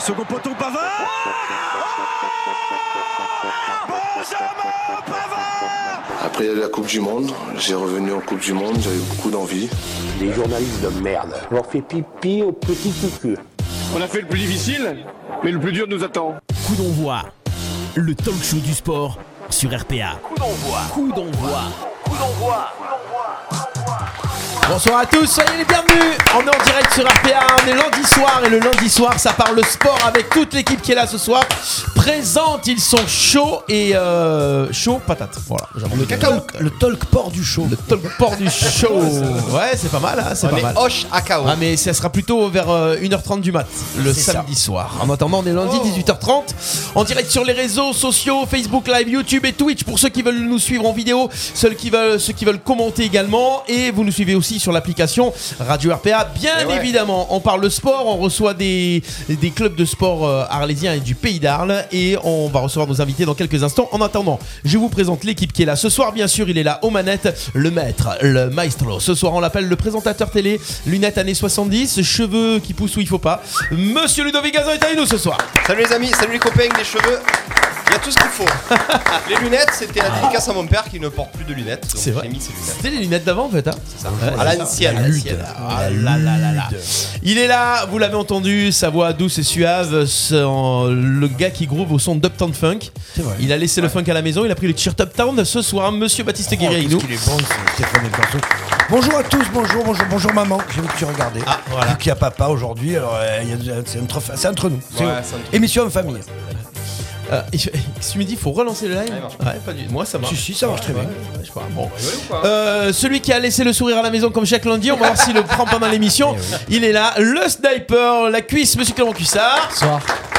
Second poteau, Pavard. Benjamin Pavard. Après la Coupe du Monde, j'ai revenu en Coupe du Monde, j'avais beaucoup d'envie. Les journalistes de merde. On leur fait pipi au petit cul. On a fait le plus difficile, mais le plus dur nous attend. Coup d'envoi, le talk show du sport sur RPA. Coup d'envoi. Coup d'envoi. Coup d'envoi. Bonsoir à tous, soyez les bienvenus. On est en direct sur RPA, on est lundi soir et le lundi soir ça parle sport avec toute l'équipe qui est là ce soir. Présente, ils sont chauds et chaud patate. Voilà, le talk port du show. Le talk port du show. Ouais, c'est pas mal, hein, c'est pas mal. Hoche à KO. Ah mais ça sera plutôt vers 1h30 du mat le samedi soir. En attendant, on est lundi 18h30 en direct sur les réseaux sociaux, Facebook Live, YouTube et Twitch pour ceux qui veulent nous suivre en vidéo, ceux qui veulent commenter également, et vous nous suivez aussi sur l'application Radio RPA. Bien évidemment, on parle de sport, on reçoit des clubs de sport arlésiens et du Pays d'Arles, et on va recevoir nos invités dans quelques instants. En attendant, je vous présente l'équipe qui est là ce soir. Bien sûr, il est là aux manettes, le maître, le maestro. Ce soir, on l'appelle le présentateur télé, lunettes années 70, cheveux qui poussent où il faut pas. Monsieur Ludovic Gazan est avec nous ce soir. Salut les amis, salut les copains, les cheveux. Il y a tout ce qu'il faut. Les lunettes, c'était la dédicace à mon père qui ne porte plus de lunettes. C'est vrai. J'ai mis ses lunettes. C'était les lunettes d'avant en fait, hein. C'est ça. À l'ancienne. Ah là là là là. Il est là, vous l'avez entendu, sa voix douce et suave, le gars qui groove au son d'Uptown Funk. C'est vrai. Il a laissé le funk à la maison, il a pris le t-shirt Uptown. Ce soir, Monsieur Baptiste Guéry avec nous. Il est bon, Stéphane El Corso. Bonjour à tous, bonjour maman. J'ai vu que tu regardais. Ah voilà. Vu qu'il y a papa aujourd'hui, alors c'est entre nous. C'est émission en famille. Tu me dis, il faut relancer le live. Ouais, pas du. Moi, ça marche. Si, ça marche très bien. Je sais pas. Bon. Celui qui a laissé le sourire à la maison comme chaque lundi, on va voir s'il le prend pendant l'émission. Il est là, le sniper, la cuisse, Monsieur Clément Cuissard. Soir.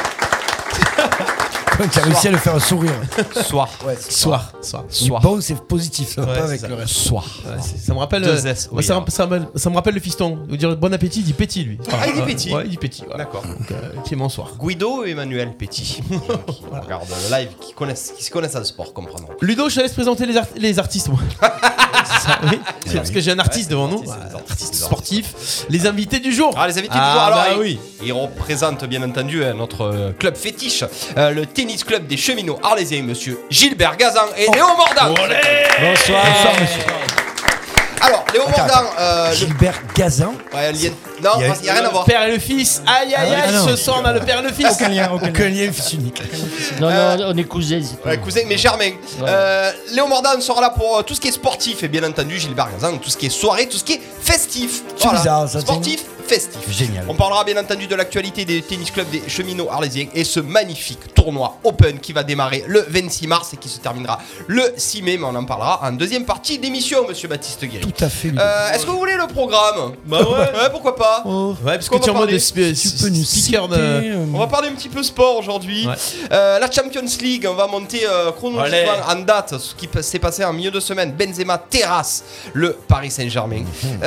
Tu as réussi à le faire un sourire. Soir. Ouais, Soir. Bon, c'est positif, ça va pas avec ça. le reste. Soir. Ouais, ça me rappelle. Oui, ça me rappelle le fiston. Vous dire bon appétit, il dit petit lui. Ah, il dit petit. Ouais, il dit petit. Voilà. D'accord. Donc, Clément Soir. Guido et Emmanuel Petit. Qui regardent le live, qui se connaissent à le sport, comprendront. Ludo, je te laisse présenter les artistes, moi. C'est ça, oui. C'est parce que j'ai un artiste devant nous. Artiste sportif. Les invités du jour. Ah, les invités du jour. Alors, oui. Ils représentent bien entendu notre club fétiche, le tennis club des cheminots arlésiens, monsieur Gilbert Gazan et Léo Mordan. Bonsoir, monsieur. Alors, Léo Mordan. Gilbert Gazan. Ouais, non, il n'y a rien à voir. Le père et le fils. Aïe, ce soir, on a le père et le fils. Aucun lien, fils unique. Non, on est cousins. Ouais, cousin, mais germain. Ouais. Léo Mordan sera là pour tout ce qui est sportif, et bien entendu, Gilbert Gazan, tout ce qui est soirée, tout ce qui est festif. C'est bizarre, ça. Sportif, festif. Génial. On parlera bien entendu de l'actualité des tennis clubs des cheminots arlésiens et ce magnifique tournoi Open qui va démarrer le 26 mars et qui se terminera le 6 mai, mais on en parlera en deuxième partie d'émission, monsieur Baptiste Guéry. Tout à fait. Est-ce que vous voulez le programme? Bah ouais. Pourquoi pas? Ouais, parce que tu es en mode speaker de. On va parler un petit peu sport aujourd'hui. La Champions League, on va monter chronologiquement en date ce qui s'est passé en milieu de semaine. Benzema terrasse le Paris Saint-Germain.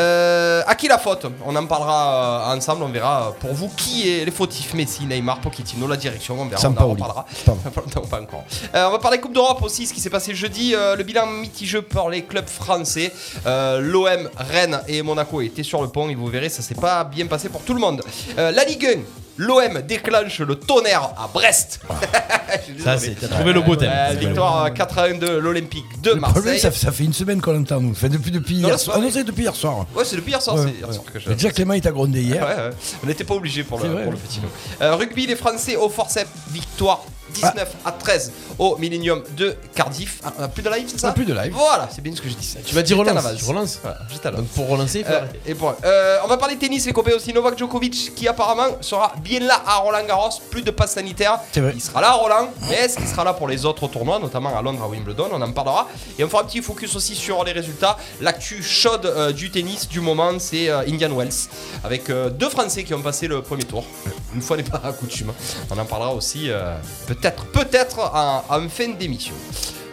À qui la faute? On en parlera ensemble, on verra pour vous qui est les fautifs. Messi, Neymar, Pochettino, la direction, on verra, on en reparlera. Non, pas encore. On va parler Coupe d'Europe aussi, ce qui s'est passé jeudi. Le bilan mitigeux pour les clubs français. L'OM, Rennes et Monaco étaient sur le pont et vous verrez, ça s'est pas bien passé pour tout le monde. La Ligue 1, l'OM déclenche le tonnerre à Brest. Ça, t'as trouvé le beau thème. Victoire 4-1 de l'Olympique de Marseille. Le problème, ça fait une semaine qu'on l'entend, nous. Enfin, depuis hier soir. Non, c'est depuis hier soir. Ouais, c'est depuis hier soir. C'est hier soir que je... Déjà, Clément, il t'a grondé hier. Ouais. On n'était pas obligé pour le petit lot. Rugby, les Français au forceps, victoire 19-13 au Millennium de Cardiff. Plus de live, c'est ça? Plus de live. Voilà, c'est bien ce que je dis. Tu m'as dit relance. Je relance. Voilà, juste à l'heure. Donc pour relancer, il faut arrêter. Et pour, on va parler tennis, les copains aussi. Novak Djokovic qui apparemment sera bien là à Roland Garros. Plus de passe sanitaire. C'est vrai. Il sera là à Roland, mais est-ce qu'il sera là pour les autres tournois, notamment à Londres, à Wimbledon? On en parlera. Et on fera un petit focus aussi sur les résultats. L'actu chaude du tennis du moment, c'est Indian Wells, avec deux Français qui ont passé le premier tour. Une fois n'est pas à coutume. On en parlera aussi peut-être en fin d'émission.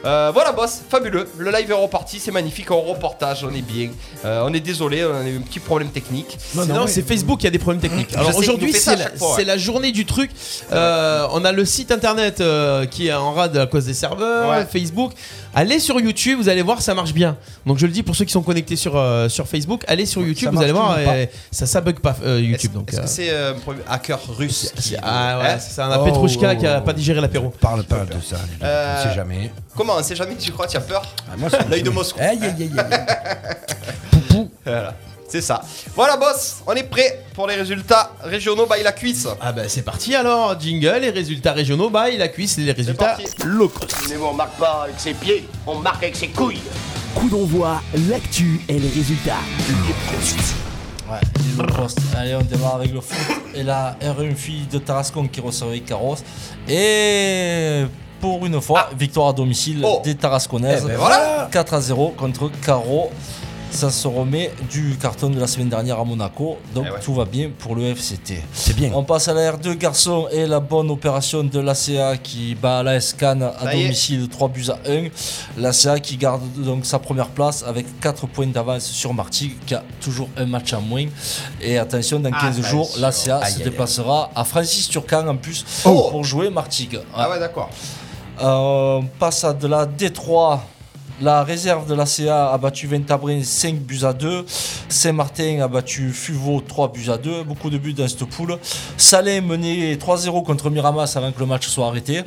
Voilà boss, fabuleux. Le live est reparti, c'est magnifique en reportage, on est bien. On est désolé, on a eu un petit problème technique. Non, c'est Facebook qui a des problèmes techniques. Alors aujourd'hui c'est la journée du truc. On a le site internet qui est en rade à cause des serveurs, Facebook. Allez sur YouTube, vous allez voir, ça marche bien. Donc je le dis pour ceux qui sont connectés sur Facebook, allez sur YouTube, vous allez voir, ça bug pas YouTube. Est-ce que c'est un hacker russe c'est un Petrouchka qui a pas digéré l'apéro. Parle pas de ça, on sait jamais. Comment on sait jamais, tu crois, tu as peur? Moi, l'œil de Moscou. Poupou. Voilà. C'est ça. Voilà boss, on est prêt pour les résultats régionaux by la cuisse. Ah bah c'est parti alors, jingle, les résultats régionaux by la cuisse, les résultats locaux. Mais on marque pas avec ses pieds, on marque avec ses couilles. Coup d'envoi, l'actu et les résultats. Ouais, le poste. Allez, on démarre avec le foot. Et la R1 fille de Tarascon qui recevait Carros. Et pour une fois, victoire à domicile des Tarasconnaises. Voilà. 4-0 contre Carreau. Ça se remet du carton de la semaine dernière à Monaco. Donc tout va bien pour le FCT. C'est bien. On passe à la R2 garçon et la bonne opération de l'ACA qui bat l'AS Cannes à domicile 3-1. L'ACA qui garde donc sa première place avec 4 points d'avance sur Martigues qui a toujours un match en moins. Et attention, dans 15 jours, l'ACA se déplacera à Francis-Turcan en plus pour jouer Martigues. Ah ouais, d'accord. On passe à de la D3. La réserve de la CA a battu Ventabrin 5-2. Saint-Martin a battu Fuveau 3-2. Beaucoup de buts dans cette poule. Salé menait 3-0 contre Miramas avant que le match soit arrêté.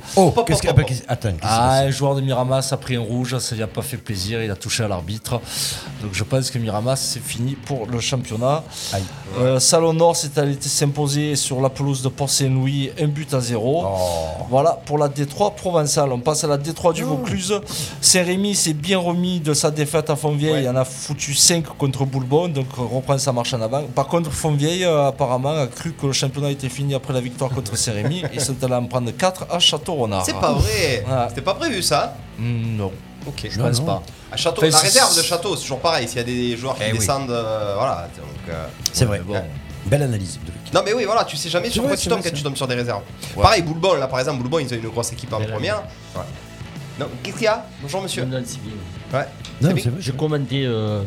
Un joueur de Miramas a pris un rouge, ça lui a pas fait plaisir, il a touché à l'arbitre. Donc je pense que Miramas c'est fini pour le championnat. Salon Nord s'est allé s'imposer sur la pelouse de Port-Saint-Louis 1-0. Voilà pour la D3 provençale. On passe à la D3 du Vaucluse. Saint-Rémy s'est bien remis de sa défaite à Fontvieille. Il en a foutu 5 contre Boulbon, donc reprend sa marche en avant. Par contre, Fontvieille apparemment a cru que le championnat était fini après la victoire contre Saint-Rémy. Ils sont allés en prendre 4 à Château-Renard. C'est pas vrai. C'était pas prévu ça. Non. Ok, je pense pas. À Château, la réserve de Château, c'est toujours pareil. S'il y a des joueurs qui descendent, voilà. C'est vrai. Bon. Belle analyse. Non mais oui, voilà, tu sais jamais sur quoi tu tombes quand tu tombes sur des réserves. Pareil, Boulbon, là par exemple, Boulbon, ils ont une grosse équipe en première. Non, qu'est-ce qu'il y a? Bonjour monsieur. Non, c'est bien. Ouais. Non, c'est bien. J'ai commenté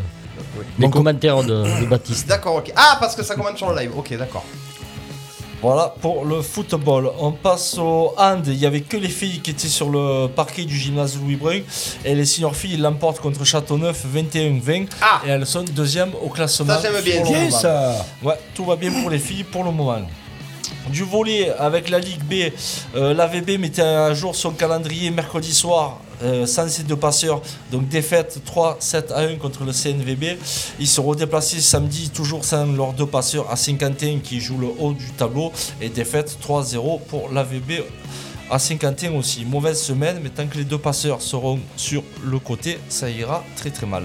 les commentaires de Baptiste. D'accord, ok. Ah, parce que ça commente sur le live. Ok, d'accord. Voilà pour le football. On passe au hand. Il n'y avait que les filles qui étaient sur le parquet du gymnase Louis Brun. Et les seniors filles l'emportent contre Châteauneuf 21-20. Et elles sont deuxième au classement. Ça, j'aime bien. Ça. Ouais, tout va bien pour les filles pour le moment. Du volley avec la Ligue B, l'AVB mettait à jour son calendrier mercredi soir sans ses deux passeurs. Donc défaite 3-7-1 contre le CNVB. Ils seront déplacés samedi toujours sans leurs deux passeurs à Saint-Quentin qui joue le haut du tableau. Et défaite 3-0 pour l'AVB à Saint-Quentin aussi. Mauvaise semaine, mais tant que les deux passeurs seront sur le côté, ça ira très très mal.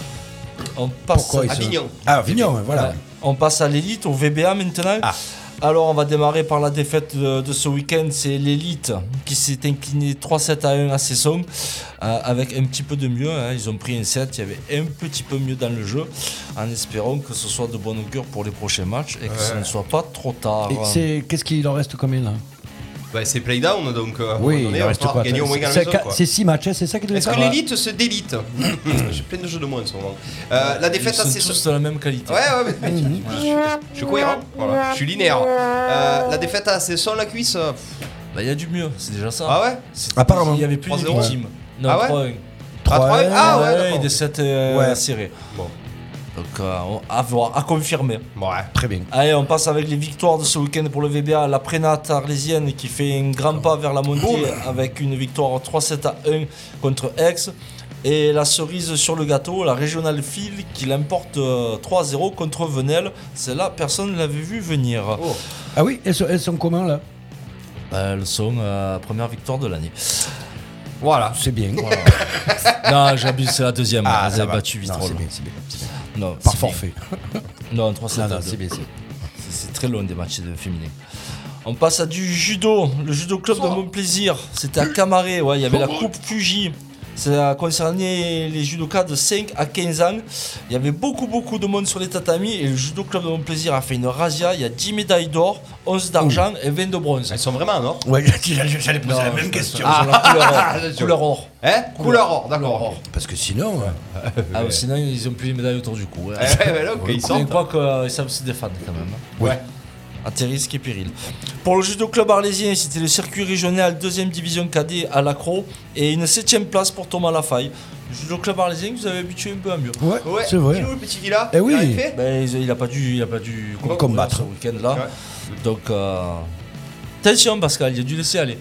On passe à Avignon. Ah, Avignon, voilà. Ouais. On passe à l'élite, au VBA maintenant. Alors on va démarrer par la défaite de ce week-end. C'est l'élite qui s'est incliné 3-7-1 à Cesson avec un petit peu de mieux. Ils ont pris un set, il y avait un petit peu mieux dans le jeu, en espérant que ce soit de bon augure pour les prochains matchs et que ce ne soit pas trop tard. Et qu'est-ce qu'il en reste combien là? Bah, c'est playdown, donc oui, il reste quoi? Gagner au moins c'est 6 matchs, c'est ça qui doit être. Est-ce que l'élite se délite? J'ai plein de jeux de mots en ce moment. La défaite à Cesson. Tous de la même qualité. Ouais, mais je suis cohérent, voilà. Je suis linéaire. La défaite à Cesson, la cuisse. Bah, il y a du mieux, c'est déjà ça. Ah ouais? Apparemment. Il y avait plus de victimes. Non, 3-1. 3-1. Ah ouais, et des 7 serrés. Bon. Donc à voir, à confirmer. Ouais, très bien. Allez, on passe avec les victoires de ce week-end pour le VBA. La Prénat arlésienne qui fait un grand pas vers la montée avec une victoire 3-7-1 contre Aix. Et la cerise sur le gâteau, la Régionale Fille qui l'emporte 3-0 contre Venelle. Celle-là, personne ne l'avait vu venir. Ah oui, elles sont comment là? Elles sont première victoire de l'année. Voilà. C'est bien. Voilà. Non, j'abuse, c'est la deuxième. Elles avaient battu Vitrolles. C'est bien. Non, par forfait. Non, 3-7. C'est bien. C'est très loin des matchs de féminins. On passe à du judo. Le judo club de Montplaisir. C'était à Camaret. Ouais, il y avait la coupe Fuji. Ça a concerné les judokas de 5 à 15 ans. Il y avait beaucoup de monde sur les tatamis et le judo club de Montplaisir a fait une razzia. Il y a 10 médailles d'or, 11 d'argent et 20 de bronze. Ils sont vraiment en or? Ouais, j'allais poser la même question. Couleur or. Hein? Couleur or, d'accord. Parce que sinon. Sinon, ils ont plus les médailles autour du cou. Ils Je crois qu'ils savent se défendre quand même. Ouais. À tes risques et périls. Pour le judo club arlésien, c'était le circuit régional 2ème division cadet à l'Accro et une 7ème place pour Thomas Lafaille. Le judo club arlésien, vous avez habitué un peu à mieux. Ouais, c'est vrai. Qui est où le petit Villa? Eh oui. Il a pas dû combattre ce week-end là. Donc attention Pascal, il a dû laisser aller.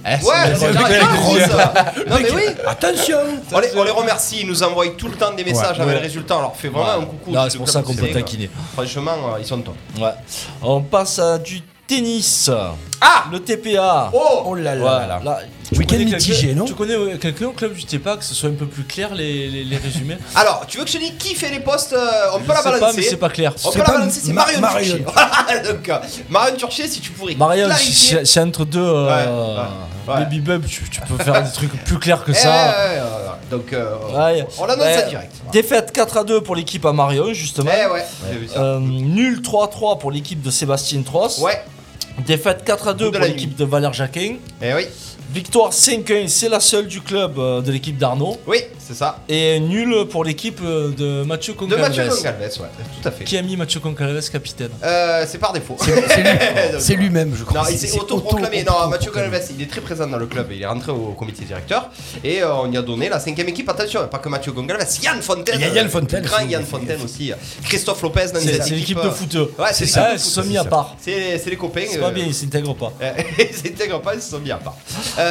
Non mais oui. Attention. On les remercie, ils nous envoient tout le temps des messages avec les résultats. On leur fait vraiment un coucou. C'est pour ça qu'on peut taquiner. Franchement, ils sont top. Ouais. On passe à du tennis. Le TPA. Oh là là. Week-end mitigé, non? Tu connais quelqu'un au club du TPA, que ce soit un peu plus clair les résumés? Alors, tu veux que je te dise qui fait les postes? On peut la balancer. Pas, mais c'est pas clair. On peut la balancer, c'est Marion Turchier. Donc, Marion Turchier, si tu pourrais clarifier. C'est entre deux Baby Bub, tu peux faire des trucs plus clairs que ça. Donc, on l'annonce ça direct. Défaite 4-2 pour l'équipe à Marion, justement. J'ai vu ça. Nul 3-3 pour l'équipe de Sébastien Tross. Ouais. Défaite 4-2 pour l'équipe de Valère Jacquin. Oui. Victoire 5-1, c'est la seule du club de l'équipe d'Arnaud. Oui, c'est ça. Et nul pour l'équipe de Mathieu Concalves. De Mathieu Concalves, ouais, tout à fait. Qui a mis Mathieu Concalves capitaine? C'est par défaut. C'est lui-même, je crois. Non, il s'est autoproclamé. Non, Mathieu Concalves, il est très présent dans le club. Il est rentré au comité directeur. Et on lui a donné la 5ème équipe. Attention, pas que Mathieu Concalves, Yann Fontaine. Il y a Yann Fontaine. Grand Yann Fontaine aussi. Christophe Lopez dans cette équipe. C'est l'équipe de foot. Ouais, c'est ça. Ils se sont mis à part. C'est les copains. C'est pas bien, ils s'intègrent pas. Ils s'intègrent pas, ils se sont mis à part.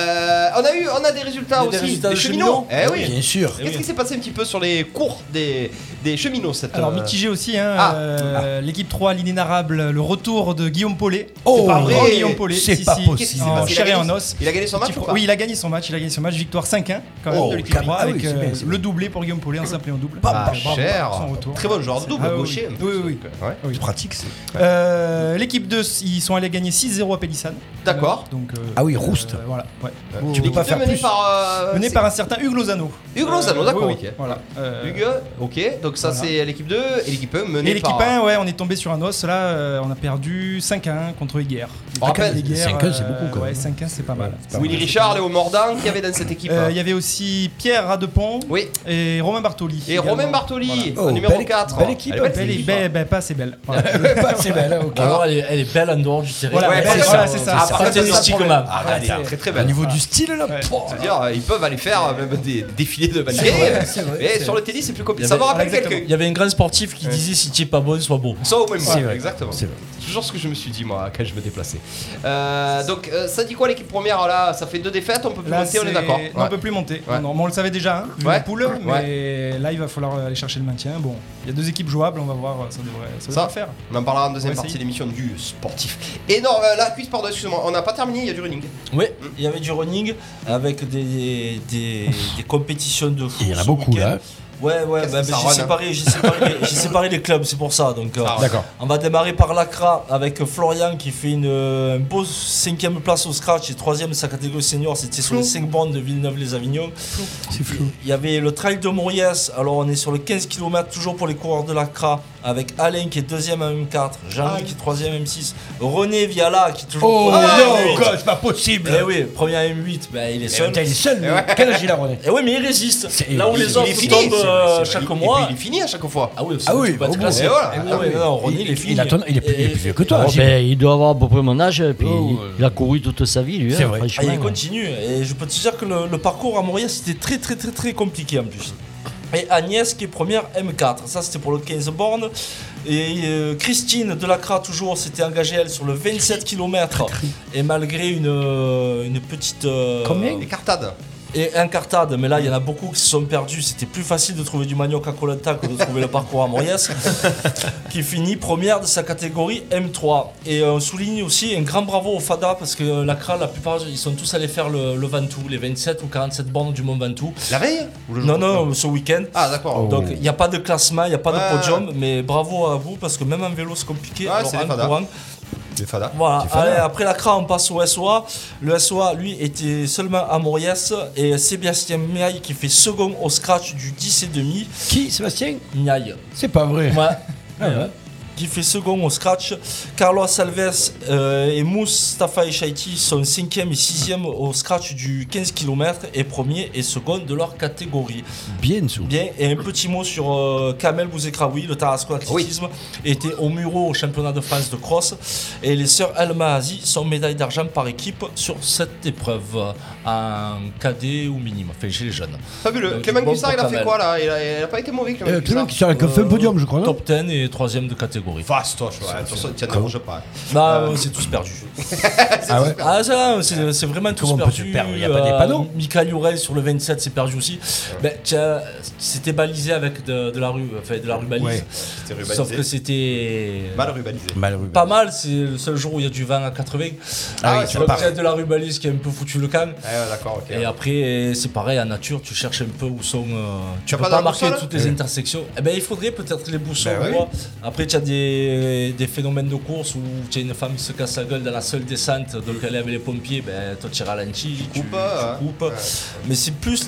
On a des résultats aussi. Des résultats des de cheminots. Oui, bien sûr. Qu'est-ce qui s'est passé un petit peu sur les cours des cheminots cette Alors mitigé aussi, l'équipe 3, l'inénarrable, le retour de Guillaume Paulet. Oh, c'est pas vrai, vrai, Guillaume Paulet. C'est pas possible. En chair et en os. Il a gagné son match ou pas? Oui, il a gagné son match. Victoire 5-1 quand même de l'équipe 3 avec le doublé pour Guillaume Paulet en simple et en double. Cher. Son retour. Très bon joueur de double, gaucher. Oui. C'est pratique. L'équipe 2, ils sont allés gagner 6-0 à Pélissane. D'accord. Donc Rouste. Voilà. Tu peux pas faire plus. Mené par un certain Hugues Lozano. Hugues Lozano, d'accord, ok. Voilà. Hugues, ok. Donc ça c'est l'équipe 2 et l'équipe 1 menée par... Et l'équipe 1, on est tombé sur un os. Là, on a perdu 5-1 contre Higuerre. 5-1, c'est beaucoup quand même. 5-1, c'est pas mal. Willy Richard, Léo Mordan, qui y avait dans cette équipe? Il y avait aussi Pierre Radepont et Romain Bartoli. Et Romain Bartoli, numéro 4. Belle équipe. Pas assez belle. Pas assez belle, ok. Alors elle est belle en dehors du terrain. Voilà, c'est ça. Tennistiquement. Très très belle. Au niveau du style, là. C'est-à-dire, ils peuvent aller faire même des défilés de mannequins. Mais sur le tennis, c'est plus compliqué. Ça me rappelle quelqu'un. Il y avait un grand sportif qui disait si tu es pas bon, sois bon. Ça au même moment. Exactement. C'est toujours ce que je me suis dit moi quand je me déplaçais. Donc ça dit quoi l'équipe première là? Ça fait 2 défaites, on peut plus monter, on est d'accord? On peut plus monter. Non, on le savait déjà, vu la poule, mais là il va falloir aller chercher le maintien. Bon, il y a 2 équipes jouables, on va voir, ça devrait le faire. On en parlera en deuxième partie de l'émission du sportif. Et non, la cuisse, pardon, excuse-moi, on n'a pas terminé, il y a du running. Oui, il y avait du running avec des compétitions de foot. Il y en a beaucoup là. Ouais, j'ai séparé les clubs, c'est pour ça. Donc, d'accord. On va démarrer par l'ACRA avec Florian qui fait une beau 5ème place au scratch et 3ème de sa catégorie senior. C'était sur les 5 bornes de Villeneuve-les-Avignon. C'est flou. Il y avait le trail de Mauriès. Alors, on est sur le 15 km, toujours pour les coureurs de l'ACRA, avec Alain qui est 2ème à M4, Jean-Louis qui est 3ème à M6, René Viala qui est toujours. Oh non, c'est pas possible. Eh oui, premier à M8, il est seul. Il est seul, quel âge il a, René? Eh oui, mais il résiste. Là où les autres tombent chaque mois. Et puis il est fini à chaque fois. Ah oui, pas de classe. René, il est fini. Il est plus vieux que toi. Il doit avoir à peu près mon âge, et puis il a couru toute sa vie, lui. C'est vrai. Il continue. Et je peux te dire que le parcours à Mauriac, c'était très très très très compliqué en plus. Et Agnès qui est première M4, ça c'était pour le 15 bornes. Et Christine de l'ACRA toujours s'était engagée elle sur le 27 km. Et malgré une petite... Combien? Écartade. Et incartade, mais là il y en a beaucoup qui se sont perdus. C'était plus facile de trouver du manioc à Koh-Lanta que de trouver le parcours à Mauriac, qui finit première de sa catégorie M3. Et on souligne aussi un grand bravo au FADA parce que l'ACRA, la plupart ils sont tous allés faire le Ventoux, les 27 ou 47 bornes du Mont Ventoux. La veille? Non, ce week-end. Ah d'accord. Donc il n'y a pas de classement, il n'y a pas de podium, mais bravo à vous parce que même en vélo c'est compliqué. Alors en courant. Les Fada. Voilà, allez, après la CRA, on passe au SOA. Le SOA, lui, était seulement à Moriès. Et Sébastien Miaille qui fait second au scratch du 10,5. Qui, Sébastien Miaille. C'est pas vrai. Ouais. Qui fait second au scratch. Carlos Alves et Moustapha Echaiti sont 5e et 6e au scratch du 15 km et premier et second de leur catégorie. Bien. Et un petit mot sur Kamel Bouzekraoui, le Tarascon Athlétisme, était au Muro au championnat de France de cross. Et les sœurs El Mahazi sont médailles d'argent par équipe sur cette épreuve en cadet ou minime, enfin chez les jeunes. Fabuleux. Donc, Clément bon Cuissard, il a pour fait Kamel. quoi là? Il a pas été mauvais, Clément Clément Cuissard. Cuissard qui a fait un podium, je crois, non? Top 10 et 3e de catégorie. Face, toi, de toute façon, tiens, ne mange pas. Non, c'est tous perdu. Ah ouais. Ah, ça, c'est vraiment tous Comment on peut perdu. se perdre? Il y a pas des panneaux. Michael Yourel sur le 27, c'est perdu aussi. Ben, c'était balisé avec de la rubalise. Ouais, c'était rubalisé. Sauf que c'était Mal rubalisé. pas mal. C'est le seul jour où il y a du vent à 80. Ah oui, tu c'est vois pareil. qu'il y a de la rubalise qui a un peu foutu le camp. Ah ouais, d'accord, ok. Et après, c'est pareil, en nature, tu cherches un peu où sont. Tu as peux pas pas la marquer boussole toutes les intersections. Eh ben, il faudrait peut-être les boussoles. Ben oui. quoi. Après, tu as des phénomènes de course où tu as une femme qui se casse la gueule dans la seule descente, donc elle est avec les pompiers, ben, toi tu ralentis, tu coupes. Ouais. Mais c'est plus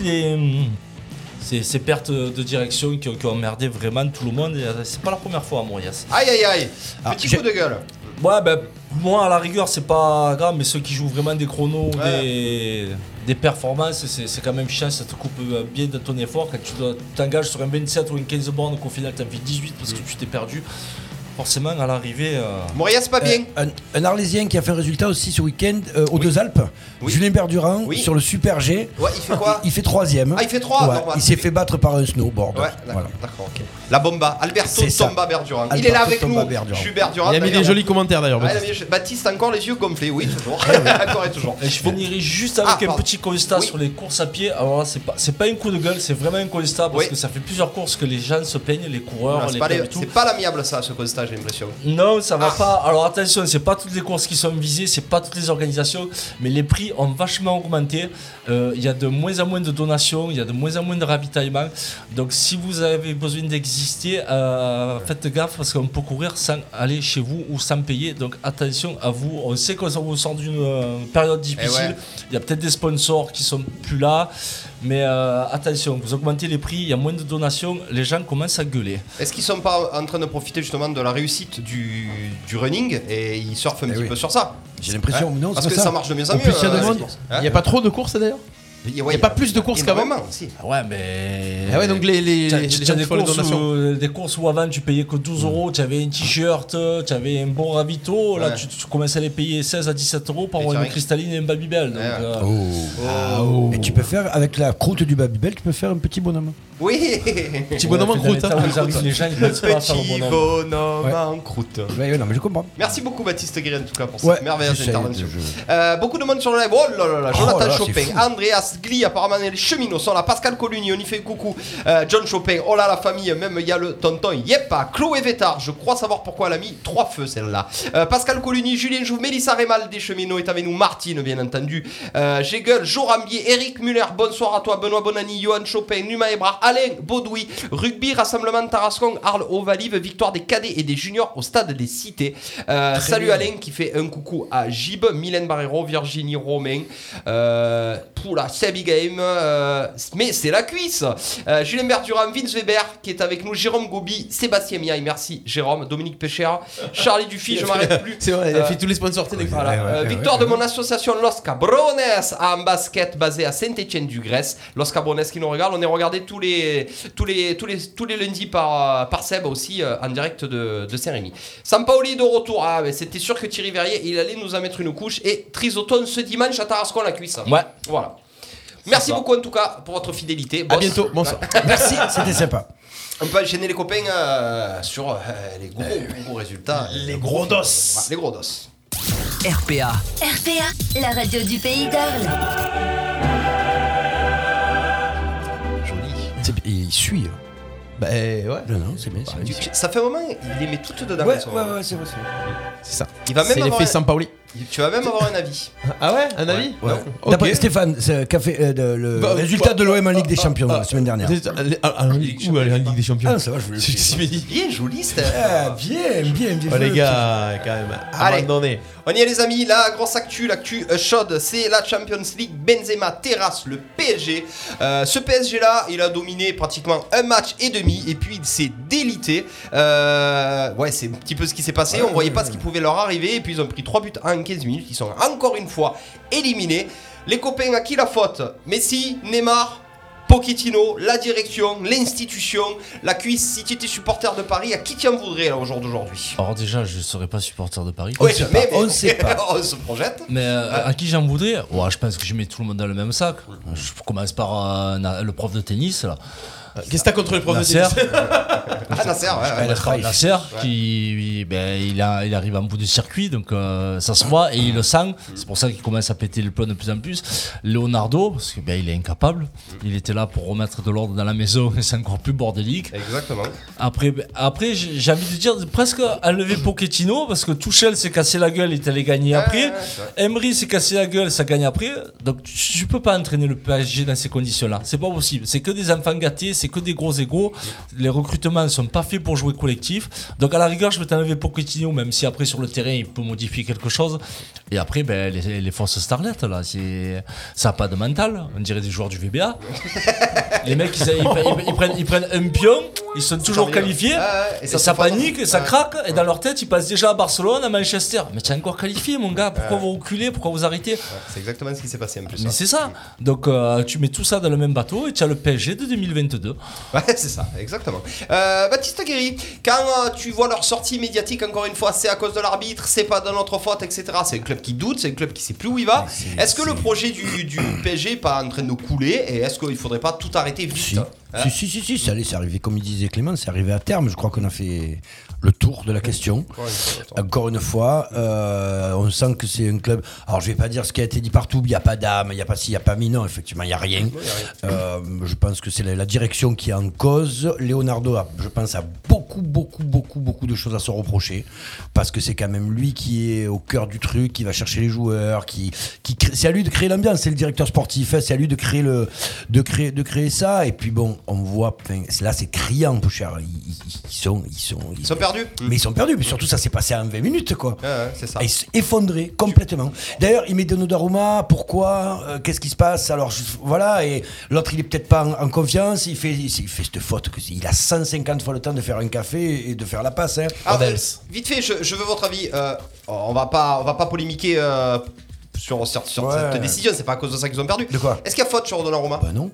ces pertes de direction qui ont emmerdé vraiment tout le monde. Et c'est pas la première fois à Morias. Aïe. Petit coup de gueule. Ouais, ben, moi à la rigueur c'est pas grave, mais ceux qui jouent vraiment des chronos, des performances, c'est quand même chiant, ça te coupe bien de ton effort quand tu t'engages sur un 27 ou une 15 bornes qu'au final t'en fais 18 parce que tu t'es perdu. Forcément à l'arrivée. Morias pas bien. Un Arlésien qui a fait un résultat aussi ce week-end aux Deux Alpes. Julien Berdurand sur le Super G. Ouais, il fait quoi? Il fait 3ème. Ah, il fait 3. Ouais, il s'est fait battre par un snowboard. Ouais, d'accord, ok. La bomba, Alberto Tomba Berdurand. Il est là avec nous. Je suis Berdurand. Il a mis des jolis commentaires d'ailleurs. Baptiste a encore les yeux gonflés, oui, toujours. Encore et toujours. Et je finirai juste avec un petit constat sur les courses à pied. Alors là, c'est pas un coup de gueule, c'est vraiment un constat parce que ça fait plusieurs courses que les gens se plaignent, les coureurs, les clubs et tout. C'est pas l'amiable ça, ce constat, j'ai l'impression. Non, ça va pas. Alors attention, c'est pas toutes les courses qui sont visées, c'est pas toutes les organisations, mais les prix ont vachement augmenté. Il y a de moins en moins de donations, il y a de moins en moins de ravitaillement. Donc si vous avez besoin d'exister, faites gaffe parce qu'on peut courir sans aller chez vous ou sans payer. Donc attention à vous. On sait qu'on vous sort d'une période difficile. Il y a peut-être des sponsors qui sont plus là. Mais attention, vous augmentez les prix, il y a moins de donations, les gens commencent à gueuler. Est-ce qu'ils sont pas en train de profiter justement de la réussite du running et ils surfent un petit peu sur ça? J'ai l'impression, non, parce que ça marche de mieux en mieux. En plus, il y a de monde. Il n'y a pas trop de courses d'ailleurs. Il n'y a pas plus de courses qu'avant. Ouais, mais. Ah ouais, donc les gens des qui font les donations. des courses où avant tu payais que 12 €, tu avais un t-shirt, tu avais un bon ravito. Là, tu commençais à les payer 16 à 17 € pour avoir une cristalline et un Babybel. Et tu peux faire, avec la croûte du Babybel, tu peux faire un petit bonhomme. Oui. Petit bonhomme en croûte. Les gens, ils pensent pas à faire Petit le bonhomme. bonhomme en croûte. Ouais, non, mais je comprends. Merci beaucoup Baptiste Guérin en tout cas pour cette merveilleuse intervention. Beaucoup de monde sur le live. Oh là là, Jonathan Chopin, Andreas Gli, apparemment les cheminots sont là. Pascal Coluni, on y fait coucou. John Chopin, oh là la famille, même il y a le tonton Yepa, Chloé Vétard, je crois savoir pourquoi elle a mis 3 feux celle-là. Pascal Coluni, Julien Jouve, Mélissa Rémal des cheminots est avec nous, Martine bien entendu. Jégel, Jorambier, Eric Muller, bonsoir à toi, Benoît Bonani, Johan Chopin, Numa Ebrard, Alain Baudoui, Rugby, Rassemblement Tarascon, Arles Ovalive, victoire des cadets et des juniors au stade des Cités. Salut bien. Alain qui fait un coucou à Gib, Mylène Barrero, Virginie Romain, pour la Sebi Game, mais c'est la cuisse. Julien Berdurand, Vince Weber qui est avec nous, Jérôme Gobi, Sébastien Miaille, merci Jérôme, Dominique Péchère, Charlie Dufy, je m'arrête plus. C'est vrai, il a fait tous les sponsors téléphoniques. Voilà. Victoire de mon association Los Cabrones en basket basée à Saint-Étienne-du-Grèce. Los Cabrones qui nous regarde, on est regardé tous les lundis par Seb aussi en direct de Saint-Rémy. Sampaoli de retour, c'était sûr que Thierry Verrier il allait nous en mettre une couche et Trisotone ce dimanche à Tarascon la cuisse. Ouais. Voilà. Merci beaucoup en tout cas pour votre fidélité. À bientôt, bonsoir. Merci, c'était sympa. On peut enchaîner les copains sur les gros résultats. Les gros dos. Les gros dos. RPA. RPA, la radio du pays d'Arles. Joli. Il suit. Bah ouais. Non, c'est bien. Ça fait un moment, il les met toutes dedans. Ouais, c'est vrai. C'est ça. Il va même c'est l'effet Sampaoli. Tu vas même avoir un avis. Ah ouais, un avis? Ouais. Ok. D'après Stéphane, le résultat de l'OM en Ligue des Champions la semaine dernière. En Ligue des Champions. Ah, ça va, je voulais le dire. Bien joli, Steph. Bien. Oh, les gars, quand même, abandonnez. On y est les amis, la grosse l'actu chaude, c'est la Champions League. Benzema terrasse le PSG. Ce PSG là, il a dominé pratiquement un match et demi et puis il s'est délité. Ouais, c'est un petit peu ce qui s'est passé. On voyait pas ce qui pouvait leur arriver et puis ils ont pris 3 buts en 15 minutes. Ils sont encore une fois éliminés. Les copains, à qui la faute? Messi, Neymar, Pochettino, la direction, l'institution, la cuisse. Si tu étais supporter de Paris, à qui tu en voudrais là, au jour d'aujourd'hui? Alors déjà, je ne serais pas supporter de Paris. On ne sait pas. On se projette. Mais à qui j'en voudrais? Je pense que je mets tout le monde dans le même sac. Je commence par le prof de tennis là. Qu'est-ce que t'as contre le prof de tennis? Nasser, Nasser, qui il arrive en bout du circuit, donc ça se voit et il le sent. C'est pour ça qu'il commence à péter le plomb de plus en plus. Leonardo, parce que il est incapable. Il était là pour remettre de l'ordre dans la maison et c'est encore plus bordélique. Exactement. Après j'ai envie de dire presque enlever Pochettino parce que Tuchel s'est cassé la gueule, il est allé gagner après. Emery s'est cassé la gueule, ça gagne après. Donc tu peux pas entraîner le PSG dans ces conditions-là. C'est pas possible. C'est que des enfants gâtés. C'est que des gros égos. Les recrutements ne sont pas faits pour jouer collectif. Donc à la rigueur, je vais t'enlever Pochettino, même si après sur le terrain il peut modifier quelque chose. Et après, les fausses starlets là, ça n'a pas de mental. On dirait des joueurs du VBA. Les mecs, ils prennent un pion, ils sont toujours qualifiés. Et ça panique, ça craque. Et dans leur tête, ils passent déjà à Barcelone, à Manchester. Mais tu es encore qualifié, mon gars. Pourquoi vous reculez? Pourquoi vous arrêtez? C'est exactement ce qui s'est passé en plus. Mais c'est ça. Donc tu mets tout ça dans le même bateau et tu as le PSG de 2022. Ouais, c'est ça, exactement. Baptiste Guéry, quand tu vois leur sortie médiatique, encore une fois, c'est à cause de l'arbitre, c'est pas de notre faute, etc. C'est un club qui doute, c'est un club qui sait plus où il va. Est-ce que le projet du PSG n'est pas en train de couler et est-ce qu'il faudrait pas tout arrêter vite? Si, c'est arrivé, comme il disait Clément, c'est arrivé à terme. Je crois qu'on a fait le tour de la question. Encore une fois, on sent que c'est un club. Alors, je vais pas dire ce qui a été dit partout. Il n'y a pas d'âme, il n'y a pas ci, il n'y a pas mi. Non, effectivement, il n'y a rien. Je pense que c'est la direction qui est en cause. Leonardo, je pense, a beaucoup de choses à se reprocher parce que c'est quand même lui qui est au cœur du truc, qui va chercher les joueurs, c'est à lui de créer l'ambiance. C'est le directeur sportif, c'est à lui de créer ça. Et puis bon, on voit, là c'est criant, peu cher. Ils sont perdus. Mais ils sont perdus. Mais surtout, ça s'est passé en 20 minutes, quoi. C'est ça. Et ils sont effondrés complètement. D'ailleurs, il met Donnarumma. Pourquoi? Qu'est-ce qui se passe? Alors, voilà. Et l'autre, il est peut-être pas en confiance. Il fait cette faute. Il a 150 fois le temps de faire un café et de faire la passe. Vite fait, je veux votre avis. On va pas polémiquer sur cette décision. C'est pas à cause de ça qu'ils ont perdu. De quoi? Est-ce qu'il y a faute sur Donnarumma? Bah non.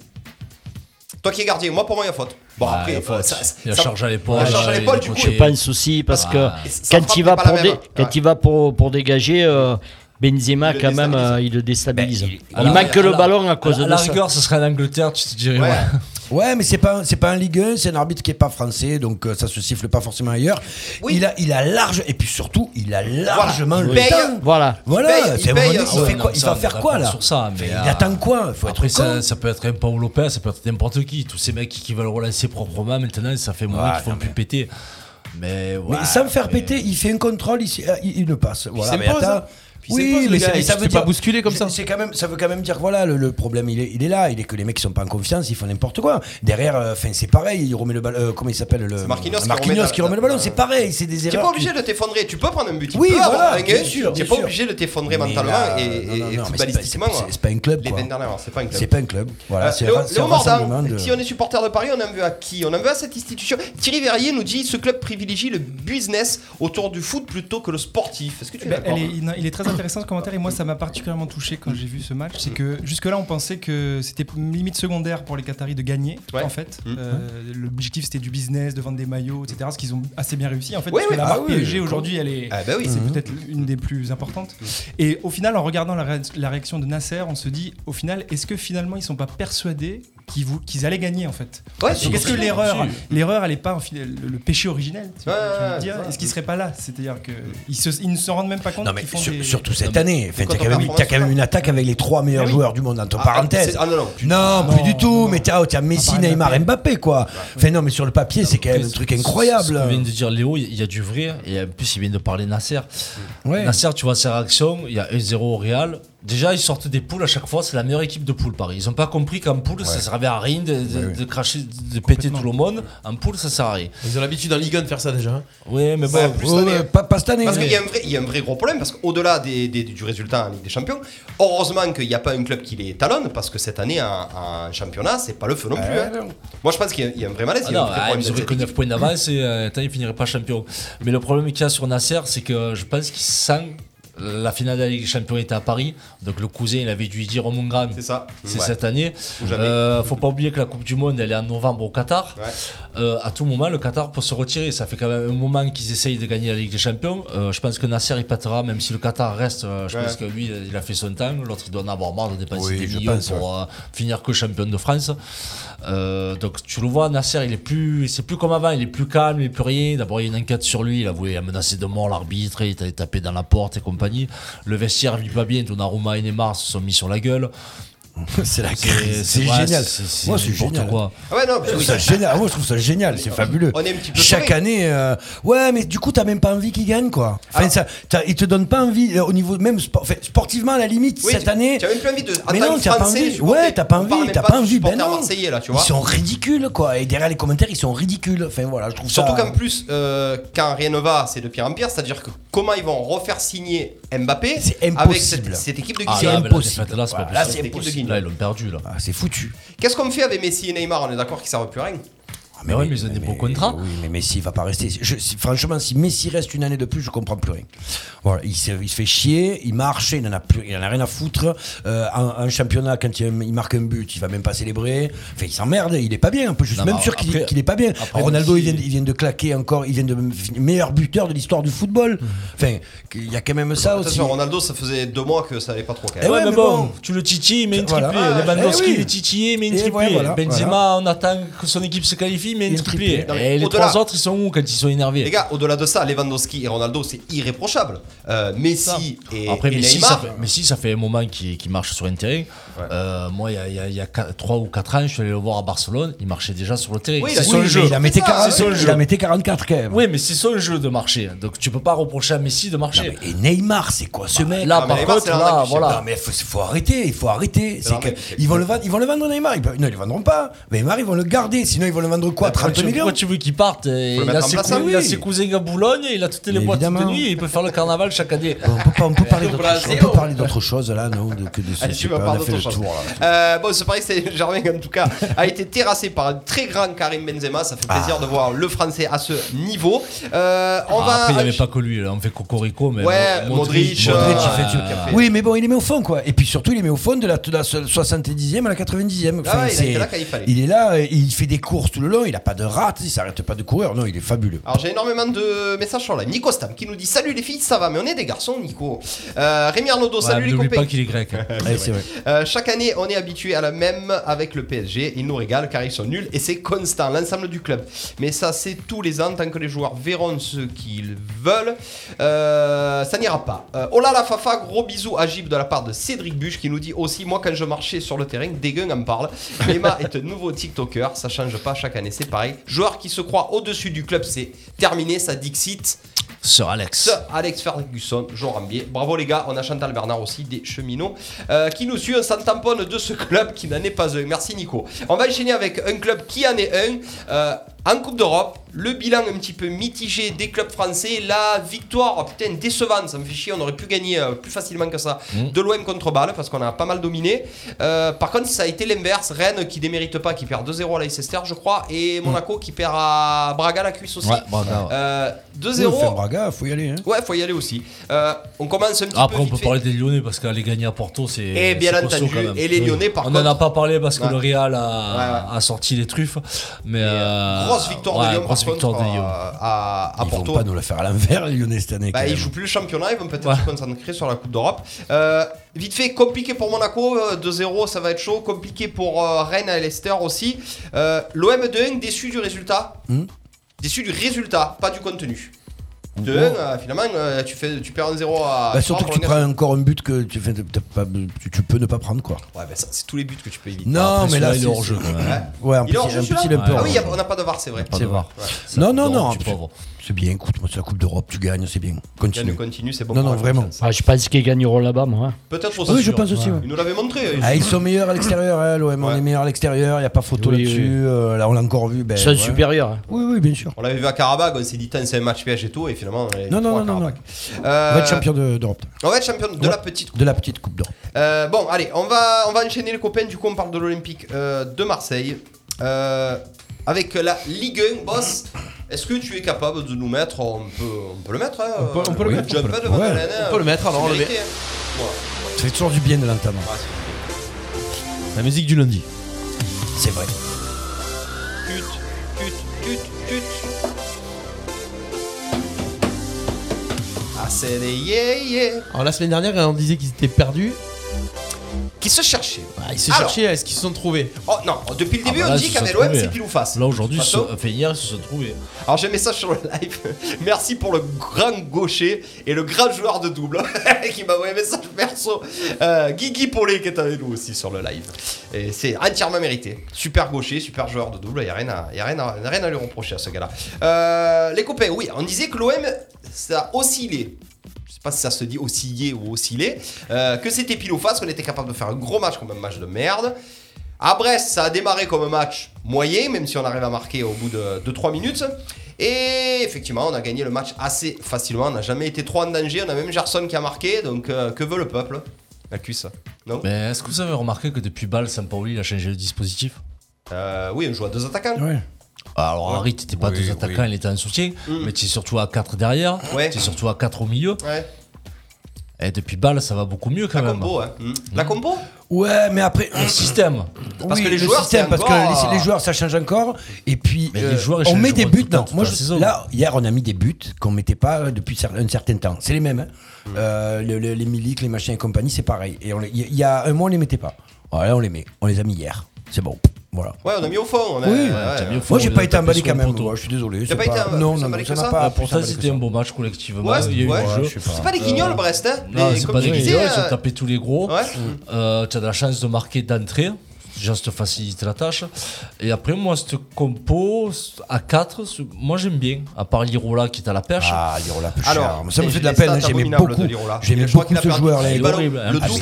Toi qui es gardien, pour moi il y a faute. Bon, après, il a charge à l'épaule. Du coup, je pas un souci parce que quand il va pour dégager, Benzema quand même il le déstabilise. Il manque le ballon à cause de ça. À la rigueur, ce serait l'Angleterre, tu te dirais. Ouais, mais c'est pas un Ligue 1, c'est un arbitre qui est pas français, donc ça se siffle pas forcément ailleurs. Oui. Il a large, et puis surtout, il a largement le temps. Voilà. Il va faire quoi là? Sur ça, mais il attend quoi? Faut après, être ça peut être un Paul Lopez, ça peut être n'importe qui. Tous ces mecs qui veulent relancer proprement, maintenant, ça fait moins qu'ils font plus péter. Mais sans me faire péter, il fait un contrôle, il ne passe. Voilà, mais Oui, mais ça veut pas bousculer comme ça. Ça veut quand même dire voilà, le problème il est là, il est que les mecs qui sont pas en confiance, ils font n'importe quoi. Derrière, c'est pareil, il remet le ballon. Comment il s'appelle le Marquinhos qui remet le ballon, c'est pareil, c'est des erreurs. Tu n'es pas obligé de t'effondrer, tu peux prendre un but. Oui, voilà, bien sûr. Tu n'es pas obligé de t'effondrer mentalement et footballistiquement. C'est pas un club. Les peines dernières, c'est pas un club. C'est pas un club. Voilà, c'est Léo Mordin, si on est supporter de Paris, on en veut à qui? On en veut à cette institution. Thierry Verrier nous dit ce club privilégie le business autour du foot plutôt que le sportif. Est-ce que tu es d'accord? Il est très intéressant ce commentaire et moi ça m'a particulièrement touché quand j'ai vu ce match. C'est que jusque-là on pensait que c'était limite secondaire pour les Qataris de gagner en fait. L'objectif c'était du business, de vendre des maillots, etc. Ce qu'ils ont assez bien réussi en fait. Parce que la marque PSG aujourd'hui elle est c'est peut-être une des plus importantes. Et au final en regardant la réaction de Nasser, on se dit au final est-ce que finalement ils sont pas persuadés qu'ils allaient gagner en fait. Ouais, Donc est-ce que l'erreur elle est pas le péché originel, tu vois, je veux dire, est-ce qu'ils seraient pas là, c'est-à-dire que ils ne se rendent même pas compte qu'ils font surtout cette année, t'as quand même une attaque avec les 3 meilleurs joueurs du monde entre parenthèses. Non, plus du tout, mais t'as Messi, Neymar, Mbappé quoi. Enfin non, mais sur le papier c'est quand même un truc incroyable. Ce que vient de dire Léo, il y a du vrai, et en plus il vient de parler Nasser. Nasser, tu vois ses réactions, il y a 1-0 au Real. Déjà, ils sortent des poules à chaque fois, c'est la meilleure équipe de poule, Paris. Ils n'ont pas compris qu'en poule, ça servait à rien de cracher, de péter tout le monde. En poule, ça sert à rien. Ils ont l'habitude en Ligue 1 de faire ça déjà. Oui, mais bon, pas cette année. Parce qu'il y a un vrai gros problème, parce qu'au-delà du résultat en Ligue des Champions, heureusement qu'il n'y a pas un club qui les talonne, parce que cette année, en championnat, c'est pas le feu non plus. Moi, je pense qu'il y a un vrai malaise. Ils auraient que 9 points d'avance et ils ne finiraient pas champion. Mais le problème qu'il y a sur Nasser, c'est que je pense qu'il sent. La finale de la Ligue des Champions était à Paris, donc le cousin il avait dû lui dire oh mon grand, c'est cette année. Faut pas oublier que la Coupe du Monde elle est en novembre au Qatar. À tout moment le Qatar peut se retirer. Ça fait quand même un moment qu'ils essayent de gagner la Ligue des Champions. Je pense que Nasser il pâtera, même si le Qatar reste. Je pense que lui il a fait son temps. L'autre il doit en avoir marre de dépenser des millions pour finir que champion de France. Donc tu le vois, Nasser c'est plus comme avant, il est plus calme, il est plus rien. D'abord il y a une enquête sur lui, il a voulu menacer de mort l'arbitre, il a tapé dans la porte et compagnie. Le vestiaire vit pas bien, Donnarumma et Neymar se sont mis sur la gueule. C'est la crise, c'est génial. Moi, c'est génial. Quoi. Ouais, non, c'est génial. Moi, je trouve ça génial, c'est fabuleux. On est un petit peu chaque année, ouais, mais du coup, t'as même pas envie qu'ils gagnent, quoi. Enfin, ils te donnent pas envie au niveau même sportivement à la limite cette année. Tu as même plus envie de. Mais non, t'as pas envie. Ouais, t'as pas envie. T'as pas envie. Ben non. Là, tu vois. Ils sont ridicules, quoi. Et derrière les commentaires, ils sont ridicules. Enfin voilà, je trouve ça. Surtout qu'en plus, quand rien ne va, c'est de pire en pire. C'est-à-dire que comment ils vont refaire signer Mbappé avec cette équipe de Guinée. C'est impossible. Là, c'est impossible. Là, ils l'ont perdu là. C'est foutu. Qu'est-ce qu'on fait avec Messi et Neymar? On est d'accord qu'ils ne servent plus à rien. Mais oui, mais ils ont des beaux contrats. Oui, mais Messi va pas rester. Franchement, si Messi reste une année de plus, je comprends plus rien. Voilà, il se fait chier, il marche, il en a rien à foutre. Un championnat, quand il marque un but, il va même pas célébrer. Enfin, il s'emmerde, il est pas bien. Je suis même sûr qu'il est pas bien. Ronaldo, il vient de claquer encore, il vient de meilleur buteur de l'histoire du football. Enfin, il y a quand même ça aussi. Attention, Ronaldo, ça faisait 2 mois que ça allait pas trop. Quand même. Ouais, mais bon, tu le titilles, il met une triplée. Lewandowski, il est titillé, il met une triplée. Benzema, on attend que son équipe se qualifie. Mais une triplée. Et les 3 autres, ils sont où quand ils sont énervés? Les gars, au-delà de ça, Lewandowski et Ronaldo, c'est irréprochable. Messi et Neymar. Messi, ça fait un moment qu'il marche sur un terrain. Moi, il y a 3 ou 4 ans, je suis allé le voir à Barcelone. Il marchait déjà sur le terrain. Oui, c'est son jeu. Il a metté 44 quand même. Oui, mais c'est son jeu de marcher. Donc tu peux pas reprocher à Messi de marcher. Et Neymar, c'est quoi ce mec? Là, par contre, là, voilà. Mais il faut arrêter. Ils vont le vendre, Neymar. Non, ils le vendront pas. Neymar, ils vont le garder. Sinon, ils vont le vendre quoi? 30 millions. Pourquoi tu veux qu'il parte? Il a ses cousins à Boulogne, il a toutes les boîtes de nuit et il peut faire le carnaval chaque année. On peut parler d'autre chose là, non? Tu vas parler d'autre chose. Bon, ce Paris Saint-Germain, en tout cas, a été terrassé par un très grand Karim Benzema. Ça fait plaisir de voir le Français à ce niveau. Après, il n'y avait pas que lui, là. On fait Cocorico, mais Modric, il fait. Oui, mais bon, il les met au fond, quoi. Et puis surtout, il les met au fond de la 70e à la 90e. Il est là, il fait des courses tout le long, il a pas de rate, il s'arrête pas de courir, non, il est fabuleux. Alors j'ai énormément de messages sur live. Nico Stam qui nous dit salut les filles, ça va, mais on est des garçons, Nico. Rémi Arnaudot, salut les copains. N'oublie pas qu'il est grec. C'est vrai. Chaque année, on est habitué à la même avec le PSG. Ils nous régalent car ils sont nuls et c'est constant, l'ensemble du club. Mais ça, c'est tous les ans, tant que les joueurs verront ce qu'ils veulent, ça n'ira pas. Oh là la Fafa, gros bisous à Gib de la part de Cédric Buche qui nous dit aussi, moi quand je marchais sur le terrain, Dégueun en parle. Emma est un nouveau TikToker, ça change pas chaque année, c'est pareil. Joueur qui se croit au-dessus du club, c'est terminé, ça dixit. Sir Alex Ferguson, Jean Rambier. Bravo les gars, on a Chantal Bernard aussi, des cheminots, qui nous suit. On s'en tamponne de ce club qui n'en est pas un. Merci Nico. On va enchaîner avec un club qui en est un. En Coupe d'Europe, le bilan un petit peu mitigé des clubs français. La victoire, décevante, ça me fait chier, on aurait pu gagner plus facilement que ça de l'OM contre Bâle parce qu'on a pas mal dominé. Par contre, ça a été l'inverse. Rennes qui démérite pas, qui perd 2-0 à Leicester, je crois, et Monaco qui perd à Braga la cuisse aussi. Ouais, Braga. 2-0. Braga, faut y aller. Hein. Ouais, faut y aller aussi. On commence un petit peu. Après, on peut parler des Lyonnais parce qu'aller gagner à Porto, c'est. Et bien entendu. Et les Lyonnais, par contre. On n'en a pas parlé parce que le Real a sorti les truffes. Mais grosse victoire de Lyon par contre à Porto. Ils vont pas nous le faire à l'envers, les Lyonnais cette année. Ils jouent plus le championnat, ils vont peut-être se concentrer sur la Coupe d'Europe. Vite fait, compliqué pour Monaco, 2-0, ça va être chaud. Compliqué pour Rennes et Leicester aussi. L'OM 2-1, déçu du résultat. Déçu du résultat, pas du contenu. Finalement, tu perds 1-0 à. Surtout que tu prends encore un but que tu peux ne pas prendre, quoi. Ouais, c'est tous les buts que tu peux éviter. Non, après, mais là, il est hors jeu quand même. Ouais, en plus, il est un peu. Ah oui, on n'a pas de VAR, c'est vrai. Pas de VAR. Non. C'est bien, écoute, moi, c'est la Coupe d'Europe, tu gagnes, c'est bien. Continue, c'est bon. Non, vraiment. Je pense qu'ils gagneront là-bas, moi. Peut-être aussi. Oui, je pense aussi. Ils nous l'avaient montré. Ils sont meilleurs à l'extérieur, l'OM, on est meilleurs à l'extérieur, il n'y a pas photo là-dessus. Là, on l'a encore vu. Ils sont supérieurs. Oui, bien sûr. On l'avait vu à Karabakh, on s'est dit, c'est un match piège et tout, et finalement. Non. On va être champion d'Europe. On va être champion de la petite coupe. De la petite coupe d'Europe. Bon, allez, on va enchaîner les copains. Du coup, on parle de l'Olympique de Marseille. Avec la Ligue 1, boss. Est-ce que tu es capable de nous mettre on peut le mettre, hein, on peut le mettre. On peut le mettre, alors on le met. Ça fait toujours du bien de l'entendre. La musique du lundi. C'est vrai. Tut. Ah, c'est des yeah. Alors la semaine dernière, on disait qu'ils étaient perdus. Qui se cherchaient. Ils se cherchaient, est-ce qu'ils se sont trouvés? Oh non, depuis le début on dit qu'à l'OM c'est pile ou face. Là aujourd'hui, hier ils se sont trouvés. Alors j'ai un message sur le live. Merci pour le grand gaucher et le grand joueur de double qui m'a envoyé un message perso. Guigui Paulet qui est avec nous aussi sur le live. Et c'est entièrement mérité. Super gaucher, super joueur de double. Il n'y a rien à lui reprocher à ce gars-là. Les copains, oui, on disait que l'OM ça a oscillé. Je sais pas si ça se dit osciller ou osciller, que c'était pile ou face, qu'on était capable de faire un gros match comme un match de merde. À Brest, ça a démarré comme un match moyen, même si on arrive à marquer au bout de 2-3 minutes. Et effectivement, on a gagné le match assez facilement. On n'a jamais été trop en danger. On a même Gerson qui a marqué. Donc, que veut le peuple? La cuisse, non? Mais est-ce que vous avez remarqué que depuis Bâle, Sampaoli il a changé le dispositif? Oui, on joue à 2 attaquants. Ouais. Alors Harry, t'étais pas 2 attaquants, il était un soutien, mais tu es surtout à 4 derrière, tu es surtout à 4 au milieu. Ouais. Et depuis Bâle, ça va beaucoup mieux quand même. Compo, La compo? Ouais, mais après le système. Parce que les joueurs, les joueurs, ça change encore. Et puis, les joueurs, on met des buts. Là, hier, on a mis des buts qu'on mettait pas depuis un certain temps. C'est les mêmes. Les Milik, les machins et compagnie, c'est pareil. Et il y a un mois, on les mettait pas. Là, on les met. On les a mis hier. C'est bon. Voilà. Ouais, on a mis au fond. Moi, j'ai pas été emballé quand même. Je suis désolé. T'as pas été emballé que ça? Pour ça, c'était un beau match collectivement. C'est pas des guignols, Brest. Non, c'est pas des guignols. Ils ont tapé tous les gros. Tu as de la chance de marquer d'entrée. Déjà, ça te facilite la tâche. Et après, moi, cette compo à 4, moi j'aime bien. À part Lirola qui est à la pêche. Ah, Lirola plus cher. Ça me fait de la peine. J'aimais beaucoup ce joueur. Il est horrible.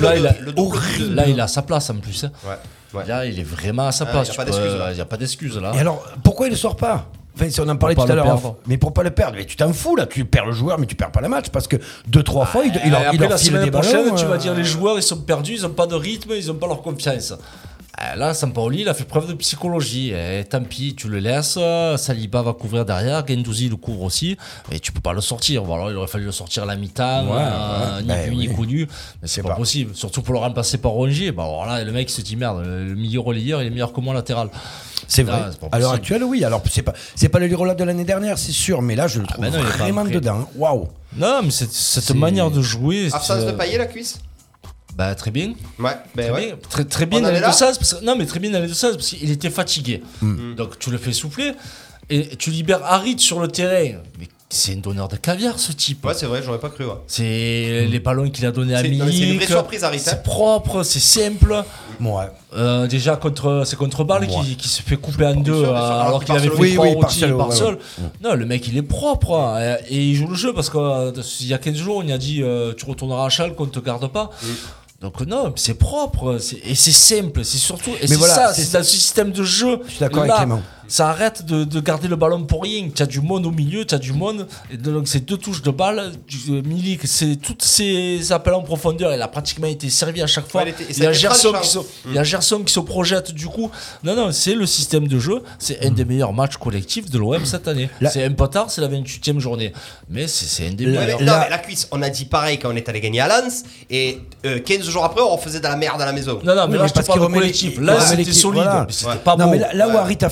Là, il a sa place en plus. Là, il est vraiment à sa place. Il n'y a pas d'excuse là. Et alors, pourquoi il ne sort pas? Enfin, si on en parlait tout à l'heure, mais pour pas le perdre, mais tu t'en fous là, tu perds le joueur, mais tu perds pas le match parce que 2-3 fois il leur file des ballons. La semaine prochaine, tu vas dire les joueurs ils sont perdus, ils n'ont pas de rythme, ils n'ont pas leur confiance. Là, Sampaoli, il a fait preuve de psychologie. Tant pis, tu le laisses. Saliba va couvrir derrière. Guendouzi le couvre aussi. Et tu peux pas le sortir. Voilà, il aurait fallu le sortir à la mi-temps. Ni vu ni connu. Mais c'est pas possible. Surtout pour le remplacer par Rongier. Voilà, le mec il se dit merde, le milieu relayeur, il est meilleur que moi latéral. C'est vrai. À l'heure actuelle, oui. Alors, c'est pas le Lirola de l'année dernière, c'est sûr. Mais là, je le trouve vraiment dedans. Waouh. Non, mais cette manière de jouer. Absence de Payet, la cuisse? Très bien. Très bien dans les deux sens. Non, mais très bien dans les deux sens parce qu'il était fatigué. Donc tu le fais souffler et tu libères Harit sur le terrain. Mais c'est un donneur de caviar ce type. Ouais, c'est vrai, j'aurais pas cru. C'est les ballons qu'il a donnés à Milik. C'est une vraie surprise, Harit. C'est propre, c'est simple. Déjà c'est contre Bâle qui se fait couper en deux alors qu'il avait fait 3 rôtis par seul. Non, le mec il est propre et il joue le jeu parce qu'il y a 15 jours on y a dit tu retourneras à Schalke, qu'on ne te garde pas. Donc non, c'est propre et c'est simple, c'est surtout et c'est ça, c'est dans ce système de jeu. Je suis d'accord avec Clément. Ça arrête de garder le ballon pour rien. Tu as du monde au milieu, tu as du monde. Et donc, c'est 2 touches de balle. Milik, c'est toutes ces appels en profondeur. Il a pratiquement été servi à chaque fois. Il y a Gerson qui se projette du coup. Non, c'est le système de jeu. C'est un des meilleurs matchs collectifs de l'OM cette année. C'est un peu tard, c'est la 28e journée. Mais c'est un des meilleurs. Mais la cuisse, on a dit pareil quand on est allé gagner à Lens. Et 15 jours après, on faisait de la merde à la maison. Non, mais là, je te parle de collectif. Là, c'était solide. C'était pas bon. Là où Harit a fait du bien,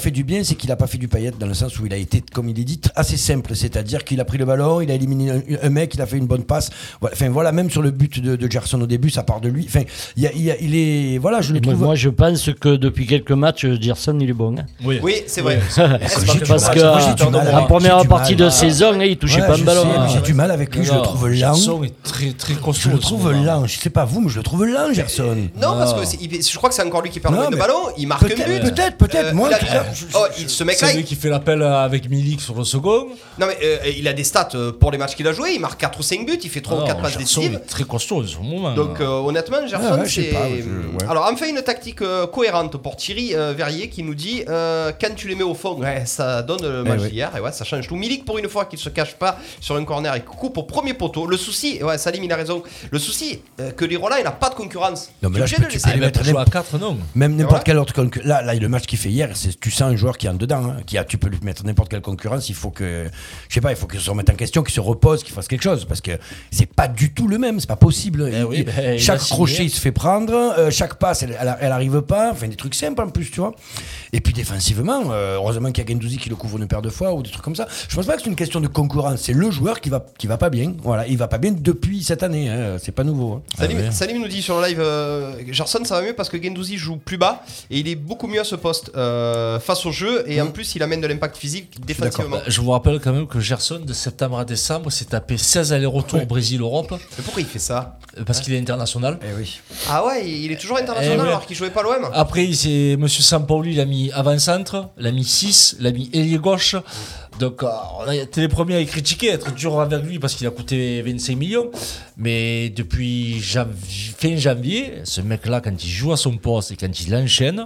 bien, c'est qu'il n'a pas fait du paillette dans le sens où il a été, comme il est dit, assez simple. C'est-à-dire qu'il a pris le ballon, il a éliminé un mec, il a fait une bonne passe. Enfin voilà, même sur le but de Gerson au début, ça part de lui. Enfin, il est, voilà, je le trouve. Moi, je pense que depuis quelques matchs, Gerson, il est bon. Hein. Oui, c'est vrai. Parce que la première partie de saison, il touchait pas le ballon. J'ai du mal avec lui, je le trouve lent. Gerson est très très costaud. Je le trouve lent. Je sais pas vous, mais je le trouve lent, Gerson. Non, parce que je crois que c'est encore lui qui perd le ballon. Il marque un but. Peut-être. Moi, ce mec-là, c'est lui qui fait l'appel avec Milik sur le second. Non mais il a des stats pour les matchs qu'il a joué. Il marque 4 ou 5 buts. Il fait 3 ou 4 passes décisives. Très costaud de son moment. Donc honnêtement, Gerson, c'est. Alors enfin une tactique cohérente pour Thierry Verrier qui nous dit quand tu les mets au fond, ça donne le match d'hier et ça change tout. Milik pour une fois qu'il se cache pas sur un corner et coupe au premier poteau. Le souci, Salim il a raison. Le souci que Lirola il n'a pas de concurrence. Non mais là je peux les mettre jouer à 4 non. Même n'importe quel autre concurrent. Là le match qu'il fait hier, tu sens un joueur qui est en dedans. Tu peux lui mettre n'importe quelle concurrence. Il faut que je sais pas, il faut qu'il se remette en question, qu'il se repose, qu'il fasse quelque chose parce que c'est pas du tout le même. C'est pas possible. Chaque crochet il se fait prendre, chaque passe elle arrive pas. Enfin des trucs simples en plus, tu vois. Et puis défensivement, heureusement qu'il y a Guendouzi qui le couvre une paire de fois ou des trucs comme ça. Je pense pas que c'est une question de concurrence. C'est le joueur qui va pas bien. Voilà, il va pas bien depuis cette année. C'est pas nouveau. Salim nous dit sur le live, Gerson ça va mieux parce que Guendouzi joue plus bas et il est beaucoup mieux à ce poste face au jeu et en plus il amène de l'impact physique défensivement. Je vous rappelle quand même que Gerson de septembre à décembre s'est tapé 16 allers-retours Brésil-Europe. Mais pourquoi il fait ça? Parce qu'il est international. Ah ouais, il est toujours international alors qu'il jouait pas à l'OM. Après, Monsieur Sampaoli l'a mis avant-centre, l'a mis 6, l'a mis ailier gauche. Donc, on a été les premiers à y critiquer, être dur avec lui parce qu'il a coûté 25 millions. Mais depuis fin janvier, ce mec-là, quand il joue à son poste et quand il enchaîne,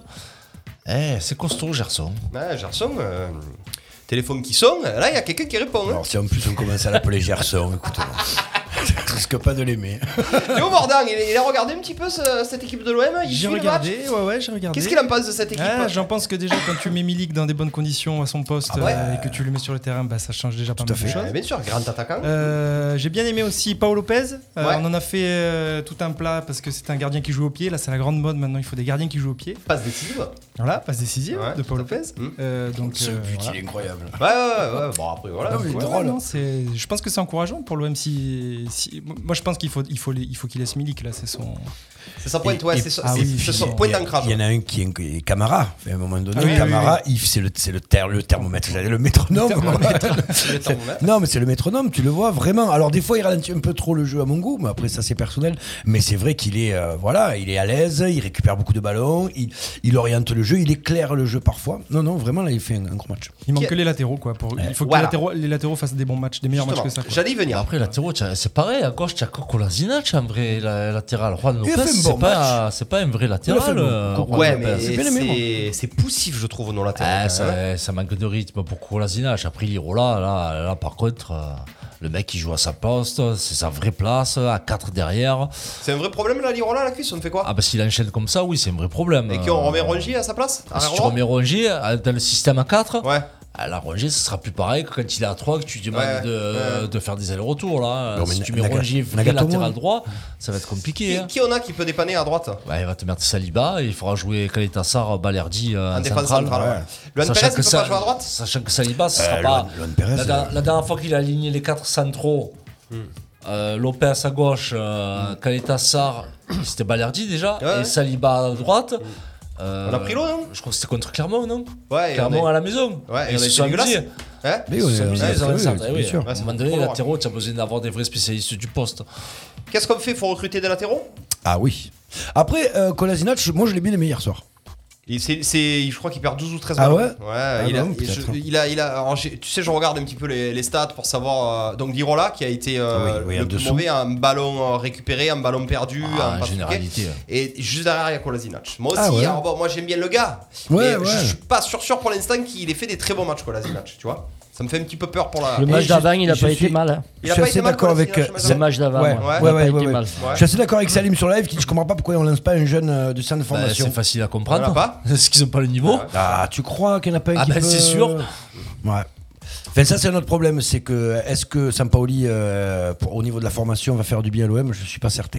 c'est costaud, Gerson. Ouais, Gerson. Téléphone qui sonne, là il y a quelqu'un qui répond. Alors si en plus on commence à l'appeler Gerson, écoute, je risque pas de l'aimer. Léo Mordan, il a regardé un petit peu cette équipe de l'OM. J'ai regardé, j'ai regardé. Qu'est-ce qu'il en pense de cette équipe? J'en pense que déjà quand tu mets Milik dans des bonnes conditions à son poste et que tu le mets sur le terrain, ça change déjà pas mal de choses. Bien sûr, grand attaquant. J'ai bien aimé aussi Paul Lopez. On en a fait tout un plat parce que c'est un gardien qui joue au pied. Là c'est la grande mode maintenant, il faut des gardiens qui jouent au pied. Passe décisive. Voilà, passe décisive de Paul Lopez. Donc ce but il est incroyable. Ouais. Bon après voilà. Je pense que c'est encourageant pour l'OM moi je pense qu'il faut qu'il laisse Milik là, c'est sa pointe, c'est son point d'ancrage. Il y en a un qui est Camara. À un moment donné, Camara, c'est le thermomètre, j'allais le métronome. Non, mais c'est le métronome, tu le vois vraiment. Alors des fois, il ralentit un peu trop le jeu à mon goût, mais après ça c'est personnel. Mais c'est vrai qu'il est, il est à l'aise, il récupère beaucoup de ballons, il oriente le jeu, il éclaire le jeu parfois. Non, vraiment là, il fait un gros match. Il manque que les latéraux quoi. Il faut que les latéraux fassent des bons matchs, des meilleurs matchs que ça. J'allais y venir. Après latéraux, c'est pareil. À gauche, tu as Kolasinac, un vrai latéral. Juan Lopez, c'est pas un vrai latéral. Mais c'est poussif, je trouve, nos latéraux. Ça manque de rythme pour Kolasinac. Après, Lirola, là, par contre, le mec qui joue à sa poste, c'est sa vraie place, à 4 derrière. C'est un vrai problème, là, Lirola, la cuisse, on fait quoi? Ah, bah s'il enchaîne comme ça, oui, c'est un vrai problème. Et qu'on remet Rongier à sa place? Si tu remets Rongier dans le système à 4, ouais. À la Rongier, ce sera plus pareil que quand il est à 3, que tu demandes de faire des allers-retours. Là. Si tu mets Rongier vrai latéral droit, ça va être compliqué. Qui on a qui peut dépanner à droite? Il va te mettre Saliba, il faudra jouer Kaletassar, Balerdi en défense centrale. Luan Pérez, il peut pas jouer à droite? Sachant que Saliba, ce sera pas. La dernière fois qu'il a aligné les 4 centraux, Lopez à gauche, Kaletassar, c'était Balerdi déjà, et Saliba à droite. On a pris l'eau, non? Je crois que c'était contre Clermont, non? Ouais. Clermont à la maison. Ouais, et ils sont amusés. Mais ils sont amusés, ils ont ça. Bien sûr. À un moment donné, les latéraux, tu as besoin d'avoir des vrais spécialistes du poste. Qu'est-ce qu'on fait? Il faut recruter des latéraux? Ah oui. Après, Kolasinac, moi je l'ai bien aimé hier soir. Je crois qu'il perd 12 ou 13 balles. Ah ouais, alors, tu sais, je regarde un petit peu les stats pour savoir. Donc Lirola qui a été le plus mauvais, un ballon récupéré, un ballon perdu, un pas généralité. Et juste derrière, il y a Kolasinac. Moi aussi, alors, moi j'aime bien le gars. Mais je suis pas sûr pour l'instant qu'il ait fait des très bons matchs, Kolasinac, tu vois. Ça me fait un petit peu peur pour la. Le match d'avant, il n'a pas été mal. Je suis assez d'accord avec. Le match d'avant, je suis assez d'accord avec Salim sur live qui dit je comprends pas pourquoi on lance pas un jeune de centre de formation. C'est facile à comprendre. Est-ce qu'ils n'ont pas le niveau? Ah, tu crois qu'il n'y en a pas un qui peut... c'est sûr. Ouais. Enfin, ça, c'est un autre problème. C'est que est-ce que Sampaoli, au niveau de la formation, va faire du bien à l'OM? Je suis pas certain.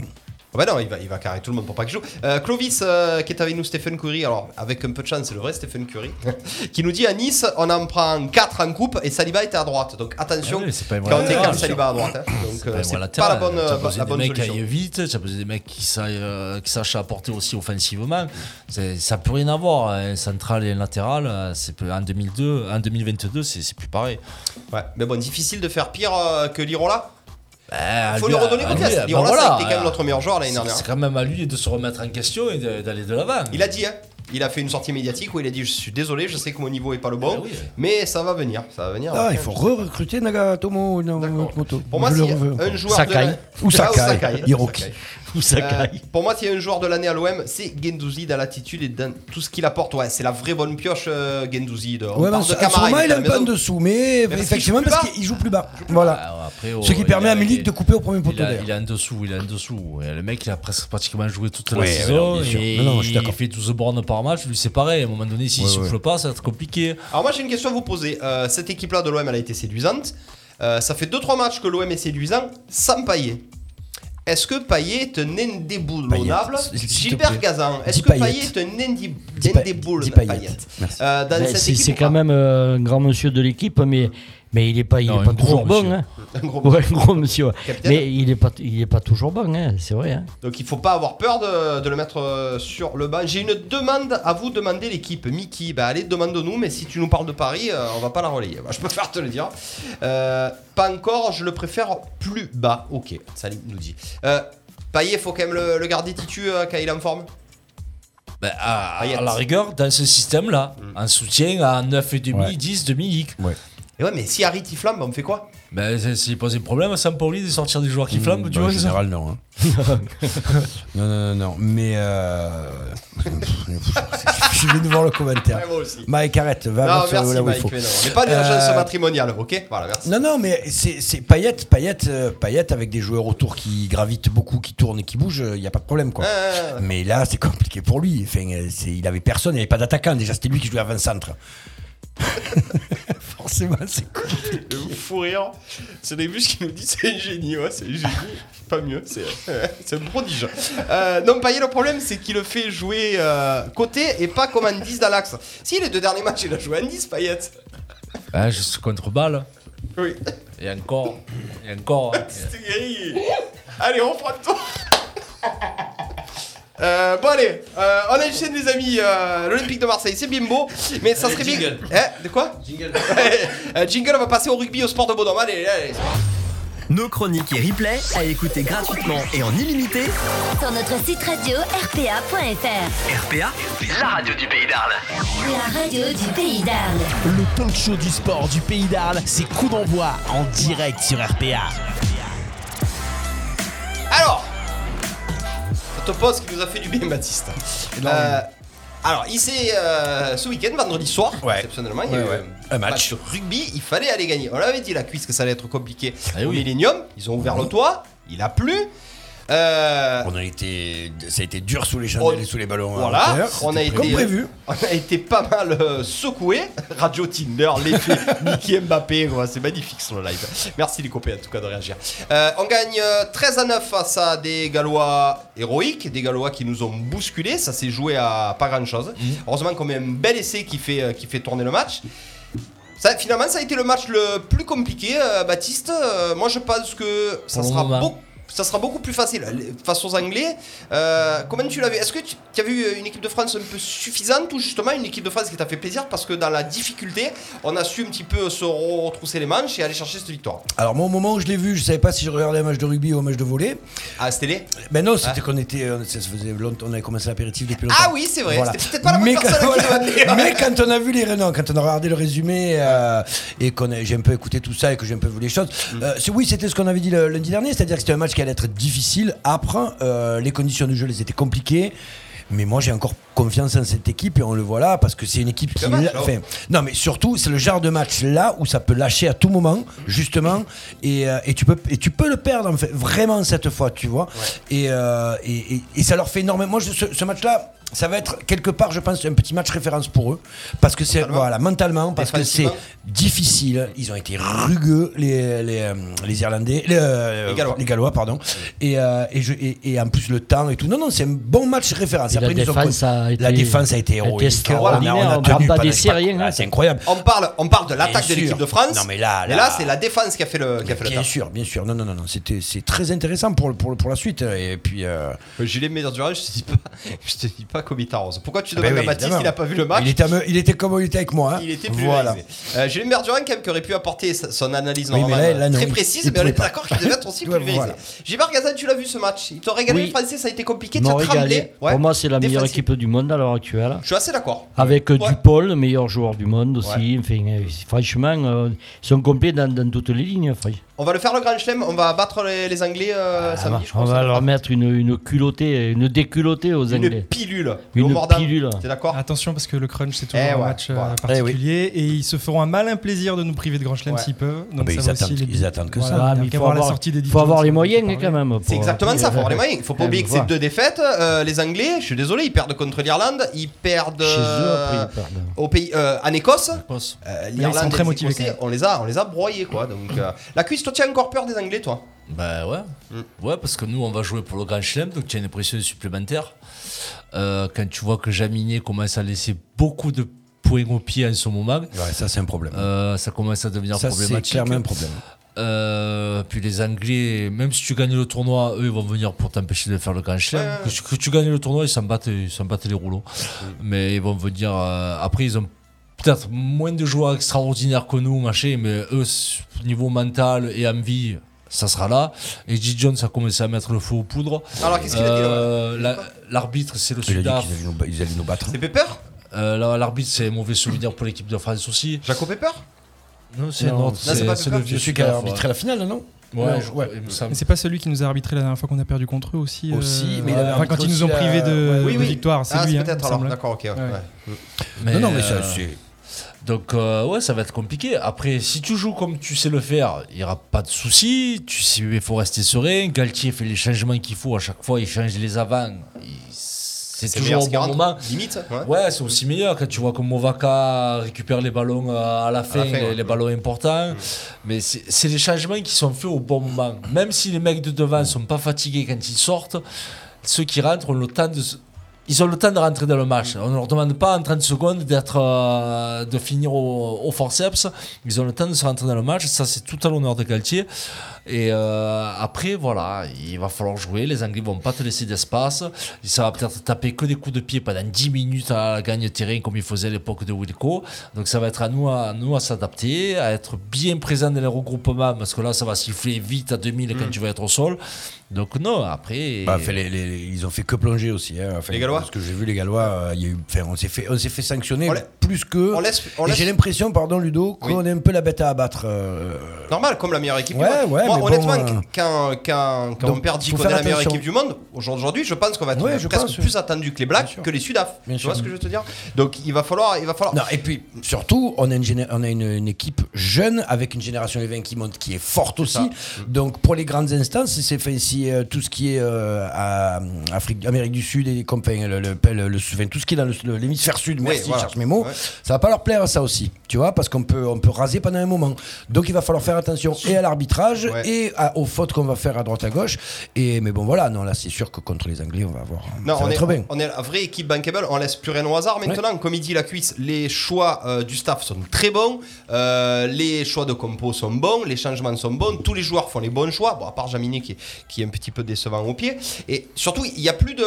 Bah non, il va carrer tout le monde pour pas qu'il joue. Clovis, qui est avec nous, Stephen Curry, alors avec un peu de chance, c'est le vrai Stephen Curry, qui nous dit à Nice, on en prend 4 en coupe et Saliba était à droite. Donc attention, quand on décale Saliba à droite. Donc c'est pas la bonne mecs qui solution. aillent vite, tu as besoin des mecs qui sachent apporter aussi offensivement. Ça peut rien avoir, un central et un latéral. En 2022, c'est plus pareil. Ouais, mais bon, difficile de faire pire que Lirola. Il faut lui redonner confiance. Lirola, ça a été quand même notre meilleur joueur l'année dernière. C'est quand même à lui de se remettre en question et d'aller de l'avant. Il a dit, il a fait une sortie médiatique où il a dit je suis désolé, je sais que mon niveau est pas le bon, mais ça va venir. Il faut recruter Nagatomo. Pour moi, c'est un joueur Sakai. Ou Sakai. Hiroki. Ou Sakai. Pour moi, s'il y a un joueur de l'année à l'OM, c'est Guendouzi dans l'attitude et dans tout ce qu'il apporte. Ouais, c'est la vraie bonne pioche, Guendouzi. Ouais, en ce moment, il a un peu en dessous, mais effectivement, parce qu'il joue plus bas. Voilà. Ce qui permet à Milik de couper au premier poteau. Il est en dessous. Et le mec, il a presque pratiquement joué toute la saison. Il fait 12 bornes par match. Lui, c'est pareil. À un moment donné, s'il souffle pas, ça va être compliqué. Alors, moi, j'ai une question à vous poser. Cette équipe-là de l'OM, elle a été séduisante. Ça fait 2-3 matchs que l'OM est séduisant sans Payet. Est-ce que Payet est un indéboulonnable Gilbert Gazan, est-ce que Payet est un indéboulonnable Payet C'est quand même un grand monsieur de l'équipe, mais il est pas toujours bon. Hein. Un gros monsieur. Mais il est pas toujours bon, hein, c'est vrai. Hein. Donc il faut pas avoir peur de le mettre sur le banc. J'ai une demande à vous demander, l'équipe. Mickey, allez, demande-nous, mais si tu nous parles de Paris, on va pas la relayer. Je peux faire te le dire. Pas encore, je le préfère plus bas. Ok, Salim nous dit. Payet, faut quand même le garder titu quand il est en forme. À la rigueur, dans ce système-là, en soutien à 9,5, 10 de Milik. Et ouais, mais si Harit il flambe, on fait quoi? S'il pose des problèmes à Sampaoli de sortir des joueurs qui flambent, tu vois. En général, non. Non. Mais. Je vais nous voir le commentaire. Moi aussi. Mike, arrête, va là où il faut. On n'est pas une agence matrimoniale, ok? Voilà, merci. Non, mais c'est Payet avec des joueurs autour qui gravitent beaucoup, qui tournent et qui bougent, il n'y a pas de problème, quoi. Mais là, c'est compliqué pour lui. Enfin, il avait personne, il n'y avait pas d'attaquant. Déjà, c'était lui qui jouait avant-centre. Forcément, c'est cool. Le fou rire. C'est des bus qui nous dit c'est un génie. Ouais, c'est un génie. Pas mieux. C'est un prodige. Non, Payet, le problème, c'est qu'il le fait jouer côté et pas comme un 10 dans l'axe. Si, les 2 derniers matchs, il a joué un 10, Payet. Juste contre balle. Oui. Et encore. C'était guéri. Allez, on prend tout. Bon allez, on enchaîne les amis, l'Olympique de Marseille, c'est bien beau, mais ça serait bien... de quoi? Jingle. Jingle, on va passer au rugby, au sport de Bodom, allez. Nos chroniques et replays à écouter gratuitement et en illimité sur notre site radio rpa.fr. RPA, la radio du Pays d'Arles. La radio du Pays d'Arles. Le talk show du sport du Pays d'Arles, c'est coup d'envoi en direct sur RPA. Alors, cette pause qui nous a fait du bien, Baptiste. Alors, il s'est ce week-end, vendredi soir, exceptionnellement, il y a eu un match de rugby. Il fallait aller gagner. On l'avait dit, la cuisse, que ça allait être compliqué au Millennium. Ils ont ouvert le toit, il a plu. Ça a été dur sous les chandelles et sous les ballons. Voilà, comme prévu. On a été pas mal secoués. Radio Tinder, l'effet Mickey Mbappé, c'est magnifique sur le live. Merci les copains en tout cas de réagir. On gagne 13-9 face à des Gallois héroïques, des Gallois qui nous ont bousculés. Ça s'est joué à pas grand chose. Heureusement qu'on met un bel essai qui fait tourner le match. Finalement, ça a été le match le plus compliqué, Baptiste. Moi, je pense que ça sera beaucoup plus facile face aux Anglais. Comment tu l'as vu? Est-ce que tu as vu une équipe de France un peu suffisante ou justement une équipe de France qui t'a fait plaisir parce que dans la difficulté, on a su un petit peu se retrousser les manches et aller chercher cette victoire? Alors moi, au moment où je l'ai vu, je savais pas si je regardais un match de rugby ou un match de volley. Ah, c'était les? Ben non, c'était qu'on était, ça se faisait longtemps, on avait commencé l'apéritif depuis longtemps. Ah oui, c'est vrai. Voilà. C'était peut-être pas la bonne personne qui l'a mais quand on a vu quand on a regardé le résumé et j'ai un peu écouté tout ça et que j'ai un peu vu les choses, c'était ce qu'on avait dit le lundi dernier, c'est-à-dire que c'était un match qui allait être difficile, âpre, les conditions du jeu les étaient compliquées. Mais moi j'ai encore confiance en cette équipe et on le voit là parce que c'est une équipe non mais surtout c'est le genre de match là où ça peut lâcher à tout moment justement et tu peux le perdre en fait vraiment cette fois tu vois et ça leur fait énormément. Moi ce match là ça va être quelque part, je pense, un petit match référence pour eux. Parce que c'est, mentalement, parce que c'est difficile. Ils ont été rugueux, les Irlandais, les Gallois, pardon. Et en plus, le temps et tout. Non, c'est un bon match référence. Après, la défense a été héroïque. On a tenu pas d'essai. C'est incroyable. On parle de l'attaque de l'équipe de France. Non, mais là, c'est la défense qui a fait le taf. Bien sûr. Non. C'est très intéressant pour la suite. Et puis. Julien Médardurand, je te dis pas comme il t'arrose. Pourquoi tu demandes à Baptiste, il n'a pas vu le match? Il était comme il était avec moi. Il était plus Julien Médardurand, quand même, qui aurait pu apporter son analyse normale très précise, mais on est d'accord qu'il devait être aussi pulvérisé. Gilbert Gazan, tu l'as vu ce match? Il t'a régalé, les Français, ça a été compliqué, tu as tremblé. Pour moi, c'est la meilleure équipe du monde à l'heure actuelle. Je suis assez d'accord. Avec Dupol, le meilleur joueur du monde aussi. Enfin, franchement, ils sont complets dans toutes les lignes. On va le faire le Grand Chelem, on va battre les Anglais samedi. On va leur mettre une culottée, une déculottée aux Anglais. Une pilule. T'es d'accord? Attention parce que le crunch c'est toujours un match particulier et ils se feront un malin plaisir de nous priver de Grand Chelem s'ils peuvent. Donc ils attendent que ça. Il faut avoir les moyens quand même. C'est exactement ça, il faut avoir les moyens. Il faut pas oublier que c'est 2 défaites. Les Anglais, je suis désolé, ils perdent contre l'Irlande, ils perdent au pays en Écosse. L'Irlande, très motivés. On les a broyés quoi. Donc la cuisse, toi tu as encore peur des Anglais toi? Bah ouais, parce que nous on va jouer pour le Grand Chelem, donc tu as une pression supplémentaire. Quand tu vois que Jaminet commence à laisser beaucoup de points au pied en ce moment, ça c'est un problème. Ça commence à devenir problématique. C'est clairement un problème. Puis les Anglais, même si tu gagnes le tournoi, eux ils vont venir pour t'empêcher de faire le Grand Chelem. Que tu gagnes le tournoi, ils s'en battent les rouleaux. Mais ils vont venir. Après, ils ont peut-être moins de joueurs extraordinaires que nous, machin, mais eux, niveau mental et envie, ça sera là. Et G. Jones a commencé à mettre le feu aux poudres. Alors qu'est-ce qu'il a dit l'arbitre, c'est le Sudaf. Ils allaient nous battre. C'est Pepper? L'arbitre, c'est un mauvais souvenir pour l'équipe de France aussi. Jaco Pepper? Non, c'est le vieux celui qui a arbitré la finale, non? Ouais. Mais c'est pas celui qui nous a arbitré la dernière fois qu'on a perdu contre eux aussi. Mais quand ils nous ont privé de victoire, c'est lui. Peut-être alors. D'accord, ok. Non, mais ça c'est. Donc ça va être compliqué. Après, si tu joues comme tu sais le faire, il n'y aura pas de souci. Il faut rester serein. Galtier fait les changements qu'il faut à chaque fois. Il change les avants. C'est toujours au bon moment. Limite. Ouais, c'est aussi meilleur quand tu vois que Movaka récupère les ballons à la fin, les ballons importants. Mais c'est les changements qui sont faits au bon moment. Même si les mecs de devant ne sont pas fatigués quand ils sortent, ceux qui rentrent ont le temps ils ont le temps de rentrer dans le match. On ne leur demande pas en 30 secondes de finir au forceps. Ils ont le temps de se rentrer dans le match. Ça, c'est tout à l'honneur de Galtier. Et après, voilà, il va falloir jouer. Les Anglais vont pas te laisser d'espace. Ça va peut-être taper que des coups de pied pendant 10 minutes à la gagne-terrain comme il faisait à l'époque de Wilco. Donc ça va être à nous à s'adapter, à être bien présent dans les regroupements parce que là, ça va siffler vite à 2000 quand tu vas être au sol. Donc non, après... ils ont fait que plonger aussi. Les Gallois? Parce que j'ai vu les Gallois, on s'est fait sanctionner plus que... Et j'ai l'impression, Ludo, qu'on est un peu la bête à abattre. Normal, comme la meilleure équipe du monde. Moi, honnêtement, quand on perd 10 qu'on est la meilleure équipe du monde, aujourd'hui, je pense qu'on va être presque plus attendu que les Blacks, que les Sudaf. Tu vois ce que je veux te dire? Donc il va falloir... Non, et puis, surtout, on a une équipe jeune, avec une génération les 20 qui monte, qui est forte aussi. Donc pour les grandes instances, c'est fait ici tout ce qui est Amérique du Sud et compagnie, tout ce qui est dans l'hémisphère sud, merci, cherche mes mots, ça va pas leur plaire ça aussi, tu vois, parce qu'on peut raser pendant un moment. Donc il va falloir faire attention et à l'arbitrage et aux fautes qu'on va faire à droite à gauche. Mais bon voilà, non là c'est sûr que contre les Anglais on va avoir. On est la vraie équipe bankable, on laisse plus rien au hasard maintenant. Comme il dit la cuisse, les choix du staff sont très bons, les choix de compo sont bons, les changements sont bons, tous les joueurs font les bons choix, bon à part Jaminet qui est un petit peu décevant au pied. Et surtout il y a plus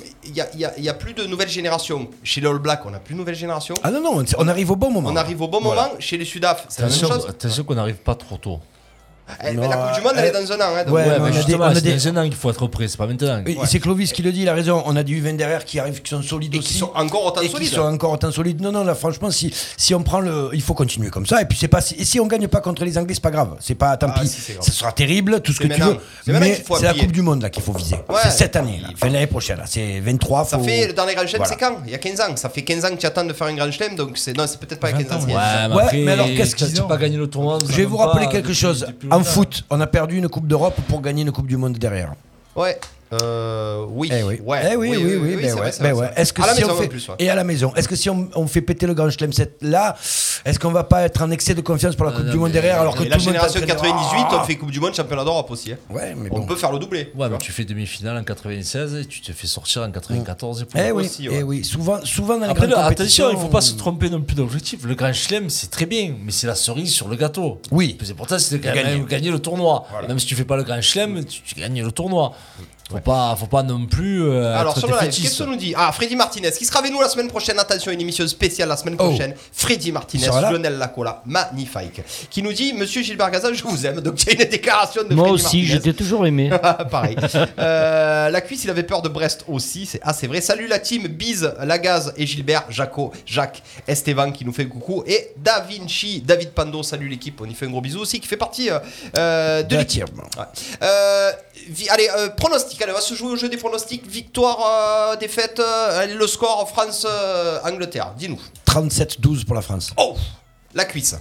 de nouvelle génération. Chez les All Blacks, on n'a plus de nouvelle génération. Ah non, on arrive au bon moment. On arrive au bon moment. Chez les Sudaf, c'est la même chose. Attention qu'on n'arrive pas trop tôt. La Coupe du Monde, elle est dans un an. Mais justement, c'est dans un an qu'il faut être prêt, c'est pas maintenant. C'est Clovis qui le dit, il a raison. On a des U20 derrière qui arrivent, qui sont solides aussi. Qui sont encore autant solides. Non, là, franchement, si on prend il faut continuer comme ça. Et puis, si on gagne pas contre les Anglais, c'est pas grave. C'est pas, tant pis. Ce sera terrible, tout ce que tu veux. Mais c'est la Coupe du Monde là qu'il faut viser. C'est cette année, l'année prochaine. C'est 23. Ça fait, dans les Grands Chelems, c'est quand? Il y a 15 ans. Ça fait 15 ans que tu attends de faire un Grand Chelem. Donc, c'est peut-être pas 15 ans. Ouais, mais alors, qu'est-ce qu'ils ont pas gagné le tournoi? Je vais vous rappeler quelque chose. En foot, on a perdu une Coupe d'Europe pour gagner une Coupe du Monde derrière. Ouais. Oui. Oui. Est-ce que à la si maison on fait en plus, ouais. et à la maison, est-ce que si on fait péter le Grand Chelem 7 là, est-ce qu'on va pas être en excès de confiance pour la Coupe du Monde derrière alors que Et tout la le monde génération est en train de- 98, on fait Coupe du Monde, Championnat d'Europe aussi. Hein. Ouais, mais on peut faire le doublé. Ouais, mais tu fais demi-finale en 96 et tu te fais sortir en 94. Oui, souvent dans les Après, grandes attention, il compétitions, faut pas se tromper non plus d'objectif. Le Grand Chelem, c'est très bien, mais c'est la cerise sur le gâteau. Oui. Le plus important, c'est de gagner le tournoi. Voilà. Même si tu fais pas le Grand Chelem, tu gagnes le tournoi. Faut pas non plus. Alors être sur le live, défaitiste. qu'est-ce qu'on nous dit? Freddy Martinez, qui sera avec nous la semaine prochaine. Attention, une émission spéciale la semaine prochaine. Freddy Martinez, Lionel Lacola, magnifique. Qui nous dit, Monsieur Gilbert Gazan, je vous aime. Donc il y a une déclaration de Moi Freddy aussi, Martinez. j'étais toujours aimé. Pareil. La cuisse, il avait peur de Brest aussi. C'est vrai. Salut la team, bise, Lagaz et Gilbert, Jaco, Jacques, Esteban qui nous fait coucou. Et Da Vinci, David Pando, salut l'équipe. On y fait un gros bisou aussi, qui fait partie de l'équipe. Ouais. Allez, pronostic. Allez, on va se jouer au jeu des pronostics. Victoire, défaite, le score France-Angleterre. Dis-nous. 37-12 pour la France. Oh, la cuisse.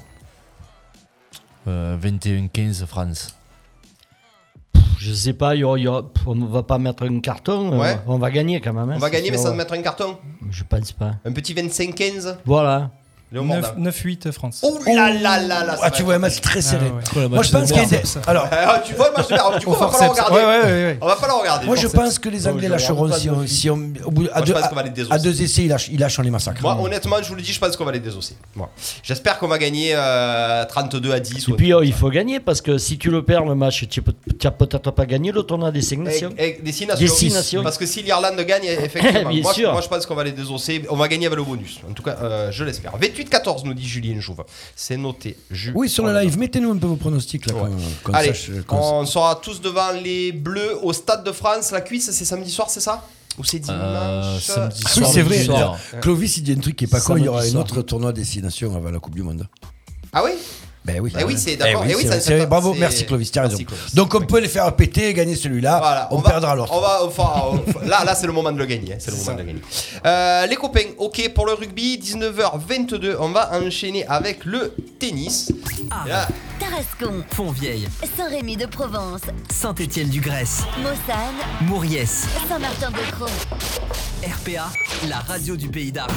21-15 France. Je sais pas, on va pas mettre un carton. Ouais. On va gagner quand même. On va gagner, mais sans mettre un carton. Je pense pas. Un petit 25-15. Voilà. 9-8 France. Oh là là là là. Tu vois un match très serré. ouais. Moi je pense qu'il y a des... Alors, tu vois le match de merde. Du coup, on va pas le regarder. Ouais. On va pas le regarder. moi je pense que les Anglais lâcheront si on au bout à deux essais ils lâchent on les massacre. Moi honnêtement, je vous le dis, je pense qu'on va les désosser. Moi, j'espère qu'on va gagner 32-10. Et puis il faut gagner parce que si tu le perds le match, tu n'as peut-être pas gagné le tournoi des 5 nations. Des 6 nations. Parce que si l'Irlande gagne, effectivement, moi je pense qu'on va les désosser. On va gagner avec le bonus. En tout cas, je l'espère. 28-14 nous dit Julien Jouve. C'est noté. Oui, sur le live, mettez-nous un peu vos pronostics là. Qu'on allez, sache, on sera tous devant les Bleus au Stade de France. La cuisse, c'est samedi soir, c'est ça? Ou c'est dimanche? Samedi Oui, soir. c'est vrai. Soir. Clovis, il dit un truc qui est pas con. Il y aura Samedi un autre tournoi destination avant la Coupe du Monde. Ah oui? Ben oui. Eh oui, c'est d'accord. Eh oui, ça, c'est bravo, merci Clovis, tu as raison. Clovis. Donc on peut les faire péter et gagner celui-là. Voilà, on perdra l'autre. Là, c'est le moment de le gagner. C'est le moment de le gagner. Les copains, ok pour le rugby, 19h22. On va enchaîner avec le tennis. Tarascon, Fontvieille, Saint-Rémy de Provence, Saint-Étienne-du-Grèce, Mossane, Mauriès, Saint-Martin-de-Croix. RPA, la radio du Pays d'Arles.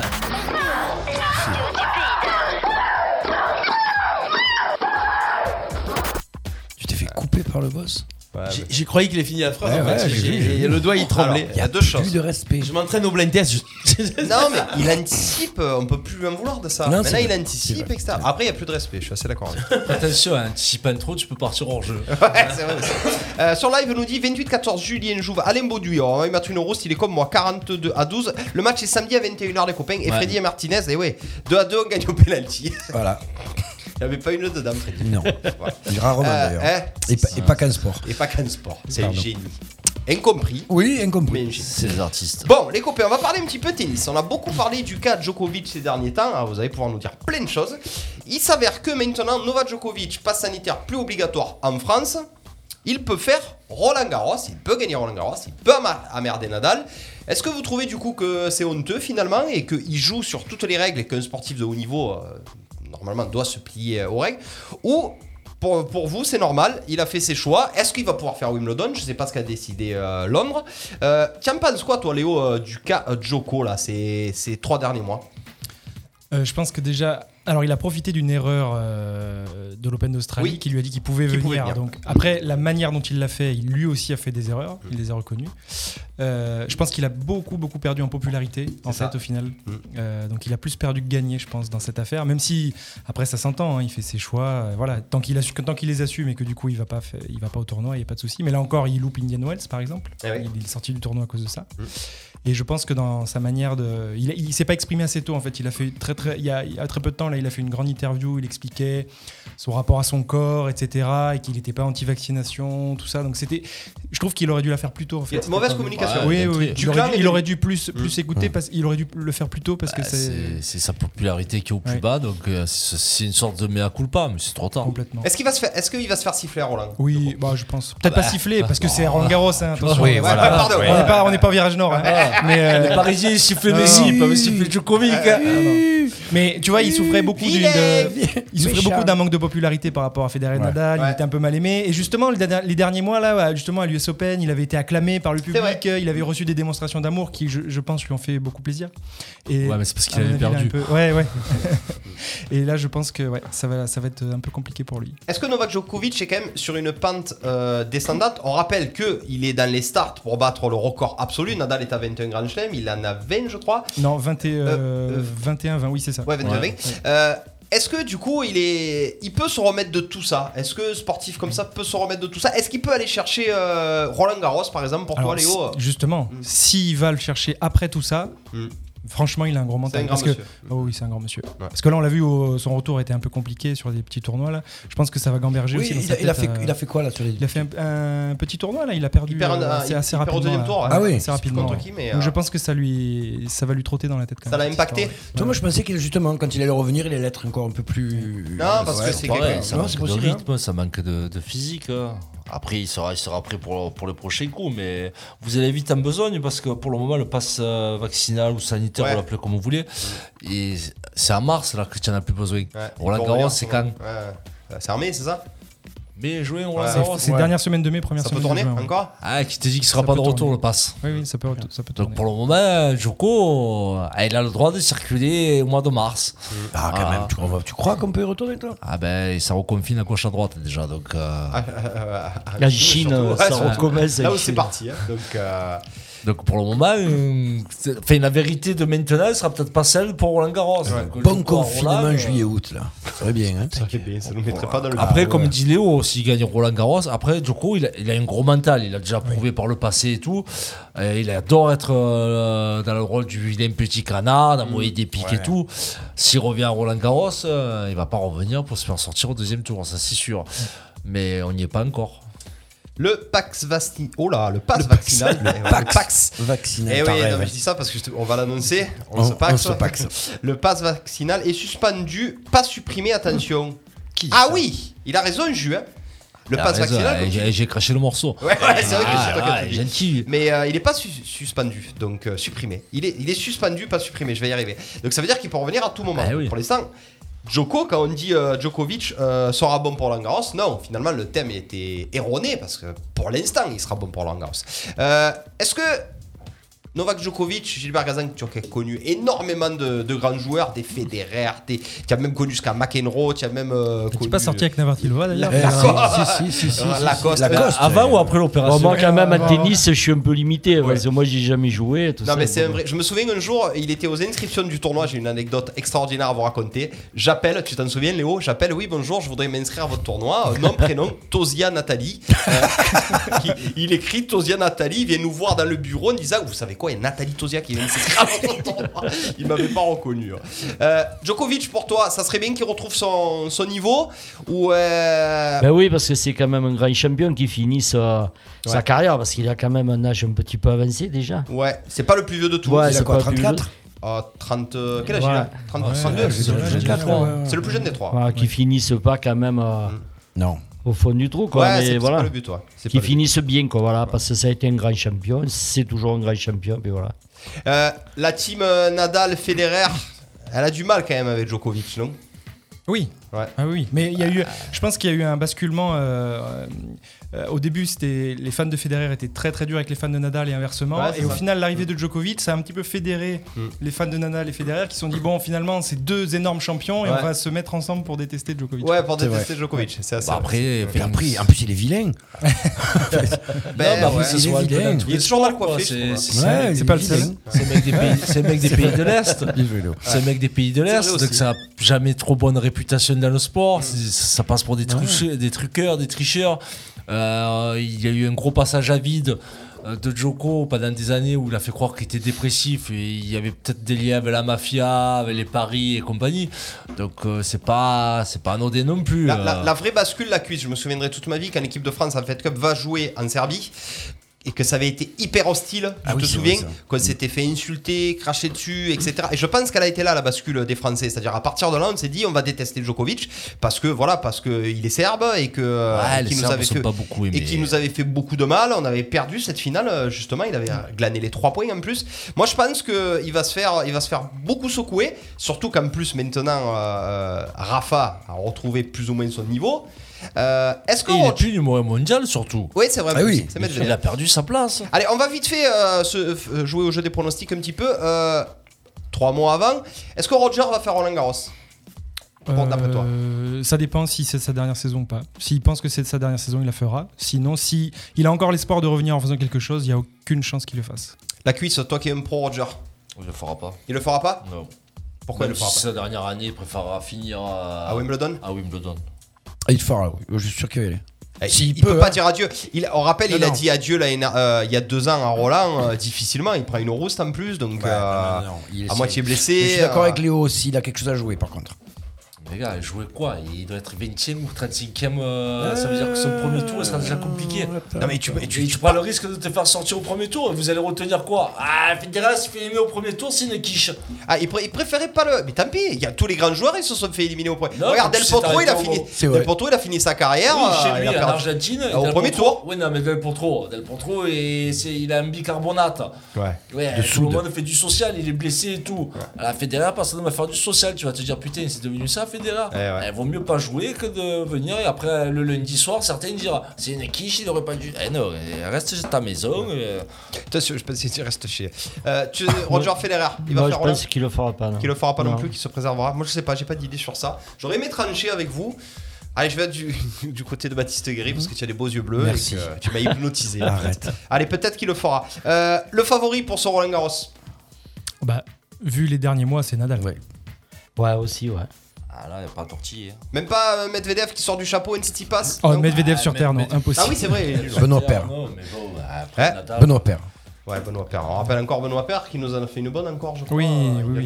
Tu t'es fait couper par le boss? J'ai croyé qu'il avait fini la phrase. Ouais, en fait. ouais, j'ai vu. Le doigt il tremblait. Il y a deux choses. Plus de respect. Je m'entraîne au blind test. Non, mais il anticipe. On peut plus lui en vouloir de ça. Non, Maintenant, il anticipe, etc. Après, il n'y a plus de respect. Je suis assez d'accord. Attention, anticipant trop, tu peux partir hors jeu. Ouais, c'est vrai aussi. Sur live, nous dit 28-14 Julien Jouve, Alain Bauduit. On va lui mettre une euro, il est comme moi, 42-12. Le match est samedi à 21h, les copains. Et Freddy et Martinez, et ouais, 2-2, on gagne au penalty. Voilà. Il n'y avait pas une dedans, Freddy. Non. Voilà. Rarement d'ailleurs. Et pas qu'un sport. Et pas qu'un sport. C'est un génie. Incompris. Oui, incompris. C'est les artistes. Bon, les copains, on va parler un petit peu tennis. On a beaucoup parlé du cas Djokovic ces derniers temps. Alors, vous allez pouvoir nous dire plein de choses. Il s'avère que maintenant, Novak Djokovic, passe sanitaire plus obligatoire en France. Il peut faire Roland Garros, il peut gagner Roland Garros, il peut emmerder Nadal. Est-ce que vous trouvez du coup que c'est honteux finalement et qu'il joue sur toutes les règles et qu'un sportif de haut niveau normalement doit se plier aux règles? Ou pour vous c'est normal, il a fait ses choix. Est-ce qu'il va pouvoir faire Wimbledon? Je ne sais pas ce qu'a décidé Londres. Tu en penses quoi toi Léo du cas Djoko là, ces 3 derniers mois? Je pense que déjà, alors il a profité d'une erreur de l'Open d'Australie qui lui a dit qu'il pouvait venir. Donc après, la manière dont il l'a fait, il lui aussi a fait des erreurs. Il les a reconnues. Je pense qu'il a beaucoup perdu en popularité en fait au final. Donc il a plus perdu que gagné, je pense, dans cette affaire. Même si après ça s'entend, il fait ses choix. Voilà, tant qu'il les assume et que du coup il va pas au tournoi, il y a pas de souci. Mais là encore, il loupe Indian Wells par exemple. Il est sorti du tournoi à cause de ça. Et je pense que dans sa manière de, il s'est pas exprimé assez tôt en fait. Il a fait il y a très peu de temps là, il a fait une grande interview. Il expliquait son rapport à son corps, etc. Et qu'il n'était pas anti-vaccination, tout ça. Donc je trouve qu'il aurait dû la faire plus tôt en fait. Mauvaise communication. Oui. Il aurait dû plus écouter parce qu'il aurait dû le faire plus tôt parce que c'est sa popularité qui est au plus bas. Donc c'est une sorte de mea culpa, mais c'est trop tard. Complètement. Est-ce qu'il va se faire siffler à Roland? Oui, je pense. Peut-être pas siffler parce que c'est Roland Garros. Attention. Oui, voilà. Pardon. On n'est pas au Virage Nord. Mais les Parisiens ils sifflent Messi, ils peuvent siffler Djokovic. Mais tu vois, il souffrait beaucoup d'un manque de popularité par rapport à Federer et Nadal. Il était un peu mal aimé. Et justement, les derniers mois, là, justement, à l'US Open, il avait été acclamé par le public. Il avait reçu des démonstrations d'amour qui, je pense, lui ont fait beaucoup plaisir. Et mais c'est parce qu'il avait perdu. Ouais. Et là, je pense que ça va être un peu compliqué pour lui. Est-ce que Novak Djokovic est quand même sur une pente descendante? On rappelle qu'il est dans les starts pour battre le record absolu. Nadal est à 21 Grand Chelem, il en a 20, je crois. Non, 21, 20, oui, c'est ça. Ouais, 21, 20. Est-ce que du coup il peut se remettre de tout ça? Est-ce que sportif comme ça peut se remettre de tout ça? Est-ce qu'il peut aller chercher Roland Garros par exemple pour toi, Léo? Justement, s'il va le chercher après tout ça, franchement, il a un gros mental. Oui, c'est un grand monsieur. Ouais. Parce que là, on l'a vu, son retour était un peu compliqué sur des petits tournois. Là. Je pense que ça va gamberger aussi. Il a fait quoi là sur les... Il a fait un petit tournoi là. Il a perdu assez rapidement. Au deuxième tour. Ah oui. Assez rapidement. Contre qui, mais donc je pense que ça va lui trotter dans la tête. Quand ça l'a impacté. Moi, je pensais que justement, quand il allait revenir, il allait être encore un peu plus. Non, parce que c'est pareil. Ça manque de rythme, ça manque de physique. Après, il sera prêt pour le prochain coup, mais vous allez vite en besogne parce que pour le moment, le pass vaccinal ou sanitaire, on l'appelle comme vous voulez, et c'est en mars là que tu en as plus besoin. Roland Garros, c'est quand c'est en mai, c'est ça? Mais jouer Roland Garros. C'est dernière semaine de mai, première semaine. Ça peut tourner encore? Qui te dit qu'il sera pas de retour le pass? Oui, ça peut tourner. Donc pour le moment, Djoko, il a le droit de circuler au mois de mars. Quand même, tu crois qu'on peut y retourner toi? Ça reconfine à gauche à droite déjà. Donc la Chine, ça recommence. Là où c'est parti. Donc pour le moment, la vérité de maintenant ne sera peut-être pas celle pour Roland Garros. Bon confinement juillet-août là. Ça serait bien. Ça nous mettrait pas dans le. Après, comme dit Léo, s'il gagne Roland Garros, après Djoko, il a un gros mental. Il a déjà prouvé par le passé et tout. Il adore être dans le rôle du vilain petit canard, d'envoyer des piques et tout. S'il revient à Roland Garros, il va pas revenir pour se faire sortir au deuxième tour, ça c'est sûr. Mais on n'y est pas encore. Le Pax vaccinal. Oh là, le pass vaccinal. Le Pax vaccinal. Eh oui, je dis ça parce qu'on va l'annoncer. On se paxe. Le pass vaccinal est suspendu, pas supprimé, attention. Oui, il a raison, Jus. Le pass vaccinal. J'ai craché le morceau. Ouais, c'est vrai que c'est toi qui as gentil. Mais il n'est pas suspendu, donc supprimé. Il est suspendu, pas supprimé. Je vais y arriver. Donc ça veut dire qu'il peut revenir à tout moment. Pour l'instant. Djoko, quand on dit Djokovic sera bon pour Roland Garros, non, finalement le thème était erroné parce que pour l'instant il sera bon pour Roland Garros. Est-ce que Novak Djokovic, Gilbert Gazan, tu as connu énormément de grands joueurs, des Federer, tu as même connu jusqu'à McEnroe, tu as même tu n'es pas sorti avec Navratilova d'ailleurs? Lacoste. Avant ou après l'opération? Moi quand même en tennis, je suis un peu limité parce que moi j'ai jamais joué. Non mais c'est vrai. Je me souviens un jour, il était aux inscriptions du tournoi. J'ai une anecdote extraordinaire à vous raconter. J'appelle, tu t'en souviens Léo? J'appelle, oui bonjour, je voudrais m'inscrire à votre tournoi. Nom, prénom, Tosia Nathalie. Il écrit Tosia Nathalie, il vient nous voir dans le bureau en disant, vous savez quoi, il y a Nathalie Tosia qui vient de s'inscrire à votre tournoi. Il m'avait pas reconnu. Djokovic, pour toi, ça serait bien qu'il retrouve son niveau ou Ben oui, parce que c'est quand même un grand champion qui finit sa carrière, parce qu'il a quand même un âge un petit peu avancé déjà. Ouais, c'est pas le plus vieux de tous. Ouais, il a quoi, 34 30, quel âge il a? 32. C'est le plus jeune des trois. Qui finissent pas quand même non. Au fond du trou, quoi. Mais voilà. C'est pas le but, qui finissent bien, quoi. Voilà, parce que ça a été un grand champion. C'est toujours un grand champion, puis voilà. La team Nadal Federer, elle a du mal quand même avec Djokovic, non? Oui. Ouais. Ah oui, mais je pense qu'il y a eu un basculement. Au début, les fans de Federer étaient très très durs avec les fans de Nadal et inversement. Et au final, l'arrivée de Djokovic, ça a un petit peu fédéré les fans de Nadal et Federer qui se sont dit bon, finalement, c'est deux énormes champions et on va se mettre ensemble pour détester Djokovic. Ouais, pour détester Djokovic. C'est assez après, en plus, il est vilain. Il est toujours mal coiffé. C'est pas le seul. C'est le mec des pays de l'Est. C'est le mec des pays de l'Est. Donc ça n'a jamais trop bonne réputation dans le sport. Ça passe pour des truqueurs, des tricheurs. Il y a eu un gros passage à vide de Djoko pendant des années où il a fait croire qu'il était dépressif et il y avait peut-être des liens avec la mafia, avec les paris et compagnie. Donc c'est pas anodin non plus. La vraie bascule, la cuisse. Je me souviendrai toute ma vie quand l'équipe de France en Fed Cup va jouer en Serbie. et que ça avait été hyper hostile, tu te souviens, qu'on s'était fait insulter, cracher dessus, etc. Et je pense qu'elle a été là la bascule des Français, c'est-à-dire à partir de là on s'est dit on va détester Djokovic parce que il est serbe et que qu'il nous avait fait beaucoup de mal. On avait perdu cette finale justement, il avait glané les 3 points en plus. Moi je pense qu'il va se faire beaucoup secouer, surtout qu'en plus maintenant Rafa a retrouvé plus ou moins son niveau. Est-ce qu'il n'est plus numéro mondial surtout? Oui, c'est vrai. Il a perdu sa place. Allez, on va vite fait jouer au jeu des pronostics un petit peu. 3 mois avant, est-ce que Roger va faire Roland Garros d'après toi? Ça dépend si c'est sa dernière saison ou pas. S'il pense que c'est sa dernière saison, il la fera. Sinon, si il a encore l'espoir de revenir en faisant quelque chose, il n'y a aucune chance qu'il le fasse. La cuisse, toi qui es un pro, Roger? Il le fera pas. Il le fera pas? Non. Pourquoi il le fera pas? Sa dernière année, il préférera finir à Wimbledon? À Wimbledon. Il le fera, oui. Je suis sûr qu'il va y aller. Il peut pas dire adieu. On rappelle, il a dit adieu là, il y a 2 ans à Roland, difficilement. Il prend une rouste en plus, donc à moitié blessé. Mais je suis d'accord avec Léo aussi, il a quelque chose à jouer par contre. Mais gars, il jouait quoi? Il doit être 20e ou 35e. Ça veut dire que son premier tour il sera déjà compliqué. Non, mais tu prends le risque de te faire sortir au premier tour. Vous allez retenir quoi? Federer s'est fait éliminer au premier tour, c'est une quiche. Il préférait pas le. Mais tant pis, il y a tous les grands joueurs, ils se sont fait éliminer au premier. Regarde, Del Potro, il a fini sa carrière. Oui, chez lui, en Argentine. Au premier tour. Oui, non, mais Del Potro, il a un bicarbonate. Ouais. Tout le monde fait du social, il est blessé et tout. À la Federer, personne ne va faire du social. Tu vas te dire, putain, c'est devenu ça, Federer. Il vaut mieux pas jouer que de venir et après le lundi soir certains diront c'est une quiche, il aurait pas dû. Non, reste chez ta maison. Attention, je pense que tu restes chez. Roger Federer, il va faire je pense qu'il le fera pas. Qu'il le fera pas non plus, qu'il se préservera. Moi je sais pas, j'ai pas d'idée sur ça. J'aurais aimé trancher avec vous. Allez, je vais être du côté de Baptiste Guéry parce que tu as des beaux yeux bleus. Merci. Et que tu m'as hypnotisé. Arrête. Allez, peut-être qu'il le fera. Le favori pour ce Roland Garros? Vu les derniers mois, c'est Nadal. Ouais, aussi, ouais. Ah là, il n'y a pas tortille. Même pas Medvedev qui sort du chapeau, Tsitsipas? Medvedev sur terre, non, impossible. Ah oui, c'est vrai. Benoît Paire. Benoît Paire. Ouais, Benoît Paire. On rappelle encore Benoît Paire qui nous en a fait une bonne encore, je crois. Oui.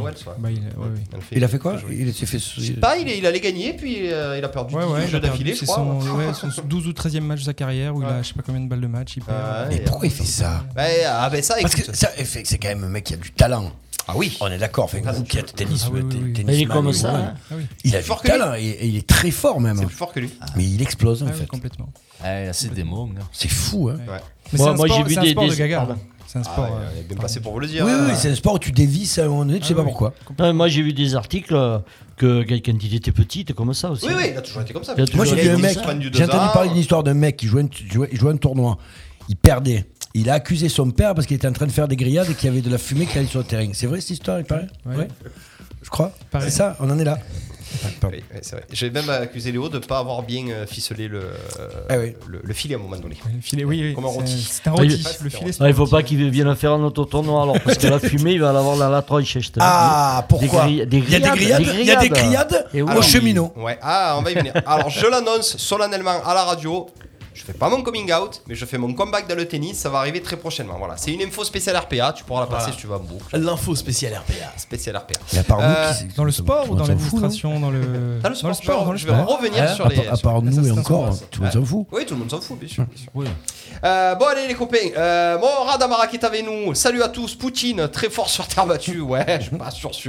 Il a fait quoi? Il s'est fait. Je sais pas, il allait gagner, puis il a perdu 10 jeux d'affilée, je crois. C'est son 12 ou 13e match de sa carrière où il a je sais pas combien de balles de match. Mais pourquoi il fait ça? Parce que c'est quand même un mec qui a du talent. Ah oui, on est d'accord. Enfin, vous qui êtes tennis, il est comme ça. Il a du talent et il est très fort même. C'est plus fort que lui. Mais il explose en fait. Complètement. C'est des mots. C'est fou, hein. Moi j'ai vu des de Gaga. C'est un sport. Il est bien passé pour vous le dire. Oui, c'est un sport où tu dévisses à un moment donné, tu sais pas pourquoi. Moi j'ai vu des articles que quand il était petit, c'était comme ça aussi. Oui, il a toujours été comme ça. Moi j'ai vu un mec, j'ai entendu parler d'une histoire d'un mec qui jouait un tournoi. Il perdait. Il a accusé son père parce qu'il était en train de faire des grillades et qu'il y avait de la fumée qui allait sur le terrain. C'est vrai cette histoire, il paraît? Ouais. Je crois. C'est ça, on en est là. Oui, c'est vrai. J'ai même accusé Léo de ne pas avoir bien ficelé le filet à un moment donné. Le filet, oui. Comme un rôti. C'est un rôti. Le filet, il ne faut pas qu'il vienne faire un autre tournoi alors, parce que la fumée, il va l'avoir dans la tronche. Pourquoi? Il y a des grillades au cheminot. Ouais. On va y venir. Alors, je l'annonce solennellement à la radio. Je fais pas mon coming out, mais je fais mon comeback dans le tennis. Ça va arriver très prochainement. Voilà, c'est une info spéciale RPA. Tu pourras la passer si tu vas à Hambourg. L'info spéciale RPA. Spéciale RPA. Et à part nous, dans le sport ou dans l'administration, dans le sport. Je vais revenir sur les. À part nous et encore, tout le monde s'en fout. Oui, tout le monde s'en fout, bien sûr. Bon, allez les copains. Rad Amara qui est avec nous. Salut à tous. Poutine, très fort sur terre battue. Ouais, je suis pas sûr.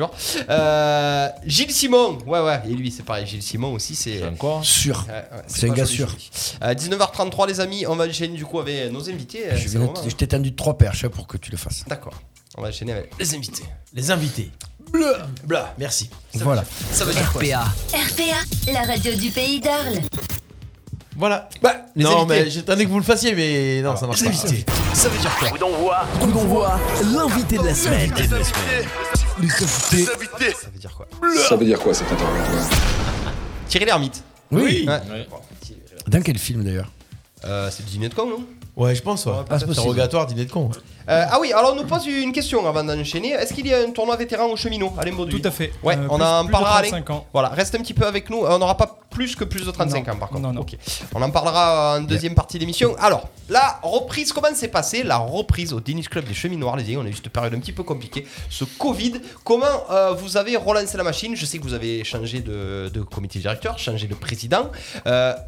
Gilles Simon. Ouais. Et lui, c'est pareil. Gilles Simon aussi, c'est encore sûr. C'est un gars sûr. 19h33 les amis, on va enchaîner du coup avec nos invités. Je t'ai tendu 3 perches pour que tu le fasses. D'accord, on va enchaîner avec les invités. Les invités. Blah, merci. Voilà. Ça veut dire quoi? RPA, la radio du pays d'Arles. Voilà. Non, mais j'attendais que vous le fassiez, mais non, ça marche pas. Ça veut dire quoi? Coup d'envoi, l'invité de la semaine. Ça veut dire quoi? Ça veut dire quoi cet interrogatoire? Thierry Lhermitte. Oui. Dans quel film d'ailleurs? C'est le dîner de con, non? Ouais, je pense. Interrogatoire, dîner de con. Ah oui, alors on nous pose une question avant d'enchaîner. Est-ce qu'il y a un tournoi vétéran au cheminot à l'Embauduit? Tout à fait. Ouais, on en parlera. Plus de 35 ans. Voilà, reste un petit peu avec nous. On n'aura pas plus de 35 ans par contre. Non. Ok. On en parlera en deuxième partie d'émission. Alors, la reprise, comment s'est passée la reprise au Tennis Club des Cheminots arlésiens? On a eu cette période un petit peu compliquée. Ce Covid, comment vous avez relancé la machine? Je sais que vous avez changé de comité directeur, changé de président.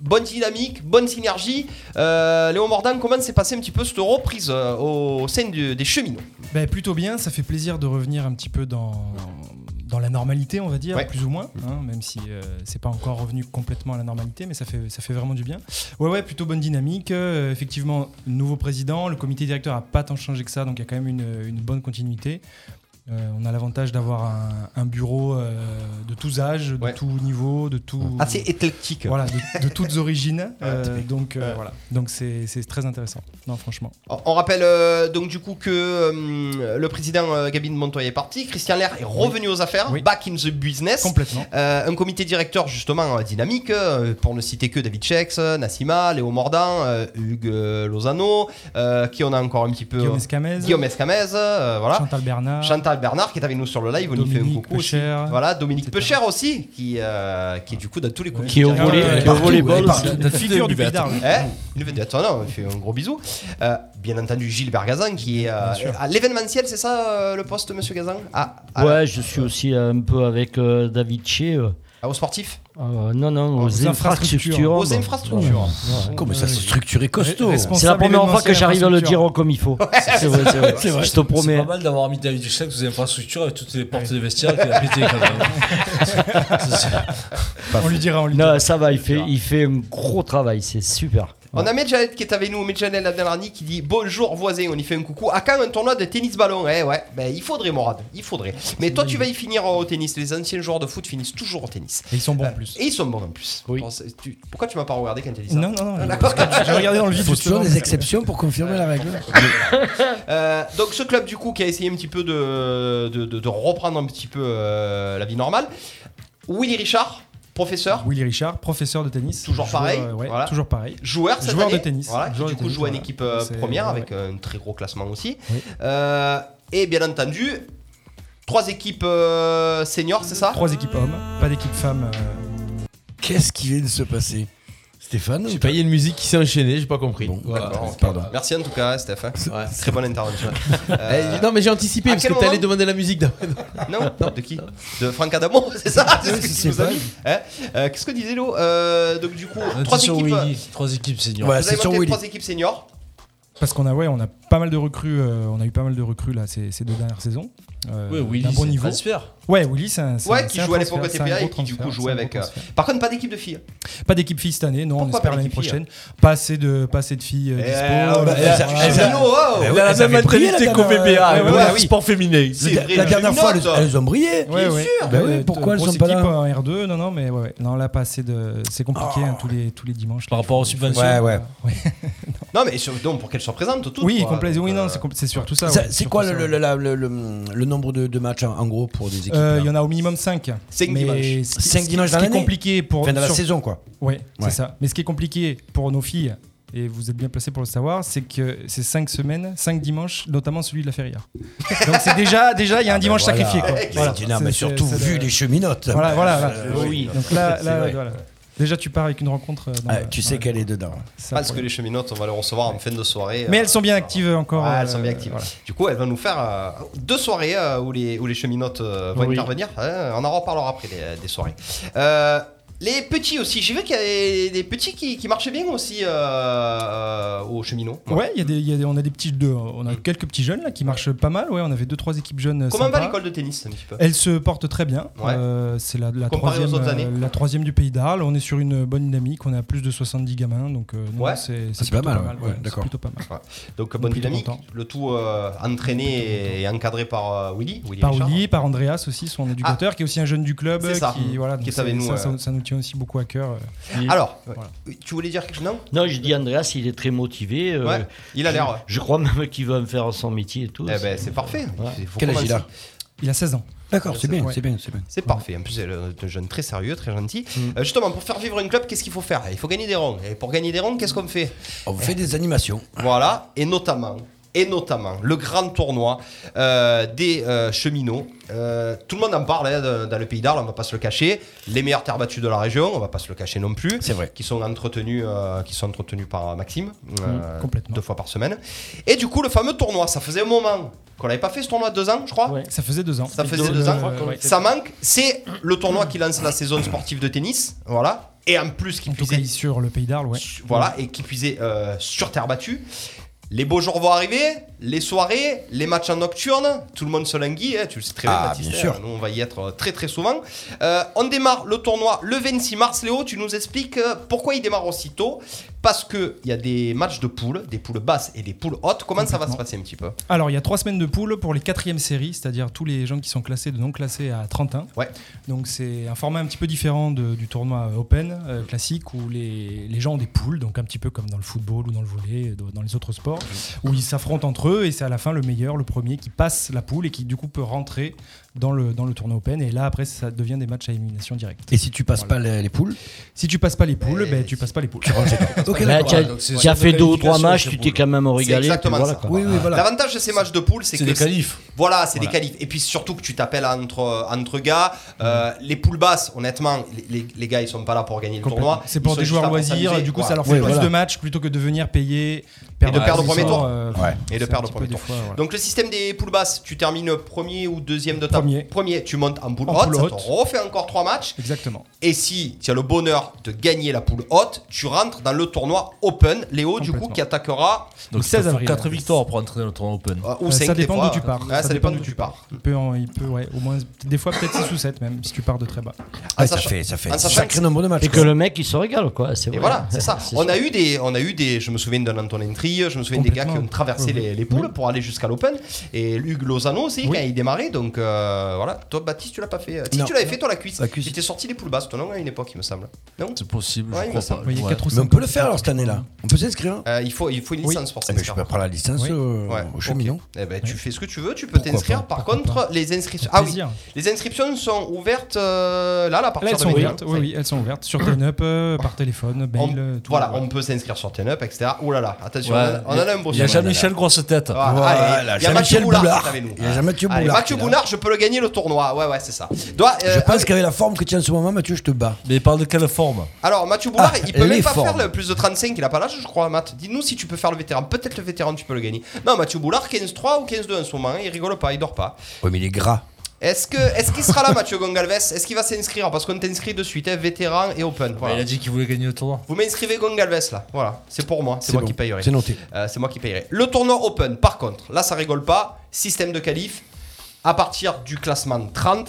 bonne dynamique, bonne synergie. Léon Mordan, comment s'est passé un petit peu cette reprise au sein des cheminots? Plutôt bien, ça fait plaisir de revenir un petit peu dans la normalité, on va dire, plus ou moins, même si c'est pas encore revenu complètement à la normalité, mais ça fait vraiment du bien. Ouais, plutôt bonne dynamique. Effectivement, nouveau président, le comité directeur a pas tant changé que ça, donc il y a quand même une bonne continuité. On a l'avantage d'avoir un bureau de tous âges, de tous niveaux, de tout. Assez éclectique. Voilà, de toutes origines. Donc voilà, donc c'est très intéressant. Non, franchement. On rappelle donc du coup que le président Gabin Montoya est parti, Christian Lerre est revenu aux affaires, back in the business. Complètement. Un comité directeur justement dynamique, pour ne citer que David Chex, Nassima, Léo Mordan, Hugues Lozano, qui on a encore un petit peu. Guillaume Escamez, voilà. Chantal Bernard qui est avec nous sur le live, on y fait un coucou aussi. Voilà, Dominique Pecher aussi, qui est du coup dans tous les comités. Qui est au volleyball. La figure du Pays d'Arles. Une vedette, on fait un gros bisou. Bien entendu, Gilbert Gazan qui est à l'événementiel, c'est ça le poste, monsieur Gazan? Ouais, je suis aussi un peu avec David Ché. Aux sportifs? Non, aux infrastructures. Aux infrastructures. Comment ça, c'est structuré costaud? C'est la première fois que j'arrive à le dire comme il faut. C'est vrai. Je te promets. C'est pas mal d'avoir mis David Chex aux infrastructures avec toutes les portes des vestiaires qu'il a pété quand même. On lui dira. Non, ça va, il fait un gros travail, c'est super. On a Medjanet qui est avec nous, Medjanet Abdelrani, qui dit bonjour voisin, on y fait un coucou. À quand un tournoi de tennis ballon? Il faudrait, Morad, il faudrait. Mais toi, tu vas y finir au tennis. Les anciens joueurs de foot finissent toujours au tennis. Et ils sont bons en plus. Et ils sont bons en plus. Oui. Pourquoi tu m'as pas regardé quand tu as dit ça? Non. D'accord. J'ai regardé dans le vide. Il faut toujours des exceptions pour confirmer la règle. Donc ce club du coup qui a essayé un petit peu de reprendre un petit peu la vie normale. Willy Richard. Willy Richard, professeur de tennis. Toujours pareil. Voilà. Toujours pareil. Joueur de tennis. Voilà, qui du coup joue en équipe première avec un très gros classement aussi. Oui. Et bien entendu, 3 équipes seniors, c'est ça? 3 équipes hommes, pas d'équipe femmes. Qu'est-ce qui vient de se passer? Stéphane? J'ai pas, il y a une musique qui s'est enchaînée, j'ai pas compris. Bon, d'accord, pardon. Merci en tout cas, Steph. Très bonne intervention. Non, mais j'ai anticipé parce que t'allais demander la musique. Non, de qui? De Franck Adamo, c'est ça? C'est ce que qu'est-ce que disait Lo? Donc du coup, 3 équipes seniors. Vous avez monté 3 équipes seniors. Parce qu'on a pas mal de recrues, on a eu pas mal de recrues là ces 2 dernières saisons. Willy, d'un bon niveau. Transfert. Willy, qui jouait à l'époque au TPA et qui du coup jouait avec. Par contre, pas d'équipe de filles. Pas d'équipe filles cette année, non. Pourquoi on espère l'année prochaine. Pas assez de filles dispo. Elle a la même mentalité qu'au VBA, sport féminin. La dernière fois, elles ont brillé. Bien sûr. Pourquoi elles sont pas là en R2? Non, mais non, là pas assez de. C'est compliqué tous les dimanches. Par rapport aux subventions. Ouais. Non, mais donc pour qu'elles soient présentes toutes. Oui, complètement. Oui, non, c'est surtout ça. C'est quoi le nombre de matchs en gros pour des équipes? Il y en a au minimum 5. 5 dimanches. 5 dimanches dans l'année. Ce qui est compliqué pour dans la saison quoi. Oui, c'est ça. Mais ce qui est compliqué pour nos filles, et vous êtes bien placés pour le savoir, c'est que c'est 5 semaines, 5 dimanches, notamment celui de la Feria. Donc c'est déjà il y a un dimanche sacrifié quoi. Non, mais surtout vu les cheminotes. Voilà. Oui. Donc là voilà. Déjà, tu pars avec une rencontre. Tu sais qu'elle est dedans. Parce que les cheminotes, on va les recevoir en fin de soirée. Mais elles sont bien actives encore. Elles sont bien actives. Voilà. Du coup, elle va nous faire 2 soirées où les cheminotes vont intervenir. On en reparlera après des soirées. Les petits aussi, j'ai vu qu'il y avait des petits qui marchaient bien aussi aux cheminots. Ouais, on a des petits on a quelques petits jeunes là qui marchent pas mal. Ouais, on avait 2-3 équipes jeunes. Comment va l'école de tennis un petit peu? Elle se porte très bien. Ouais. C'est la troisième du Pays d'Arles. On est sur une bonne dynamique. On a plus de 70 gamins, donc c'est pas mal. D'accord. Plutôt pas mal. Ouais. Donc bonne dynamique. Content. Le tout entraîné et encadré par Willy. Par Andreas aussi, son éducateur, qui est aussi un jeune du club. C'est ça. Qui est avec nous. Ça nous tient aussi beaucoup à cœur. Alors, tu voulais dire quelque chose? Non, je dis Andreas, il est très motivé. Il a l'air. Je crois même qu'il va me faire son métier et tout. C'est parfait. Quel âge il a? Il a 16 ans. D'accord, c'est bien. C'est parfait. En plus, c'est un jeune très sérieux, très gentil. Justement, pour faire vivre un club, qu'est-ce qu'il faut faire? Il faut gagner des ronds. Et pour gagner des ronds, qu'est-ce qu'on fait? On fait des animations. Voilà. Et notamment, et notamment le grand tournoi des cheminots. Tout le monde en parle dans le Pays d'Arles, on va pas se le cacher. Les meilleures terres battues de la région, on va pas se le cacher non plus. C'est vrai. Qui sont entretenues par Maxime, complètement. 2 fois par semaine. Et du coup, le fameux tournoi, ça faisait un moment qu'on n'avait pas fait ce tournoi de 2 ans, je crois. Ouais. Ça faisait 2 ans. Ça faisait 2 ans. Ça manque. C'est le tournoi qui lance la saison sportive de tennis. Voilà. Et en plus, qui puisait sur le Pays d'Arles, ouais. Voilà, et qui puisait sur terre battue. Les beaux jours vont arriver, les soirées, les matchs en nocturne, tout le monde se languit, tu le sais très bien, Baptiste. Bien sûr. Nous, on va y être très très souvent. On démarre le tournoi le 26 mars. Léo, tu nous expliques pourquoi il démarre aussitôt. Parce qu'il y a des matchs de poules, des poules basses et des poules hautes. Comment ça va se passer un petit peu ? Alors, il y a 3 semaines de poules pour les 4e séries, c'est-à-dire tous les gens qui sont classés de non classés à 31. Ouais. Donc, c'est un format un petit peu différent du tournoi Open classique où les gens ont des poules, donc un petit peu comme dans le football ou dans le volley, dans les autres sports, où ils s'affrontent entre eux et c'est à la fin le meilleur, le premier qui passe la poule et qui du coup peut rentrer dans le tournoi Open. Et là, après, ça devient des matchs à élimination directe. Et si tu passes pas les poules ? Si tu passes pas les poules, tu passes pas les poules. Tu as fait 2 ou 3 matchs, tu t'es quand même régalé. C'est exactement ça. Oui, voilà. L'avantage de ces matchs de poules, c'est que des qualifs. Voilà, c'est des qualifs. Et puis surtout que tu t'appelles entre gars. Les poules basses, honnêtement, les gars, ils sont pas là pour gagner le tournoi. C'est pour des joueurs loisirs. Du coup, ça leur fait plus de matchs plutôt que de venir payer. Et de perdre au premier tour. Et de perdre au premier tour. Voilà. Donc le système des poules basses, tu termines premier ou deuxième de ta premier, tu montes en poule haute, ça te refait encore 3 matchs. Exactement. Et si tu as le bonheur de gagner la poule haute, tu rentres dans le tournoi Open, Léo, du coup, qui attaquera le 16 avril. 4 victoires pour entrer dans le tournoi Open. Ou 5 ça dépend d'où tu pars. Ça dépend d'où tu pars. Il peut au moins des fois peut-être 6 ou 7 même si tu pars de très bas. Ça fait un sacré nombre de matchs. Et que le mec il se régale quoi. Et voilà, c'est ça. On a eu des, je me souviens d'un Anton Entry, je me souviens des gars qui ont traversé les poules pour aller jusqu'à l'Open. Et Hugues Lozano aussi quand il démarrait. Donc voilà. Toi Baptiste, tu l'as pas fait. Si tu l'avais fait toi la cuisse. Tu t'es sorti des poules basses toi non à une époque il me semble. Non ? C'est possible. Ouais, il me semble. Mais on peut le faire alors cette année-là. On peut s'inscrire. Il faut une licence pour Je s'inscrire. peux prendre la licence au cheminot. Eh ben tu fais ce que tu veux, tu peux t'inscrire. Par contre, les inscriptions. Ah oui. Les inscriptions sont ouvertes là à partir de elles sont ouvertes. Oui, elles sont ouvertes sur TNUP, par téléphone, mail. Voilà, on peut s'inscrire sur TNUP, etc. Ouh là là, attention, on en a un beau. Il y a Jean-Michel grosse tête. Il y a Mathieu Boulard. Il y a Mathieu Boulard. Mathieu Boulard, je peux le gagner le tournoi. Ouais, c'est ça. Je pense qu'avec la forme que tu as en ce moment, Mathieu, je te bats. Mais il parle de quelle forme ? Alors Mathieu Boulard, il peut même pas faire le plus de 35, il a pas l'âge, je crois, Matt. Dis-nous si tu peux faire le vétéran. Peut-être le vétéran, tu peux le gagner. Non, Mathieu Boulard, 15-3 ou 15-2 en ce moment, il rigole pas, il dort pas. Ouais, mais il est gras. Est-ce qu'il sera là, Mathieu Gongalves ? Est-ce qu'il va s'inscrire ? Parce qu'on t'inscrit de suite, vétéran et open. Voilà. Il a dit qu'il voulait gagner le tournoi. Vous m'inscrivez Gongalves là. Voilà, c'est pour moi, c'est moi qui payerai. C'est noté. C'est moi qui payerai. Le tournoi open, par contre, là ça rigole pas. Système de qualif. À partir du classement 30,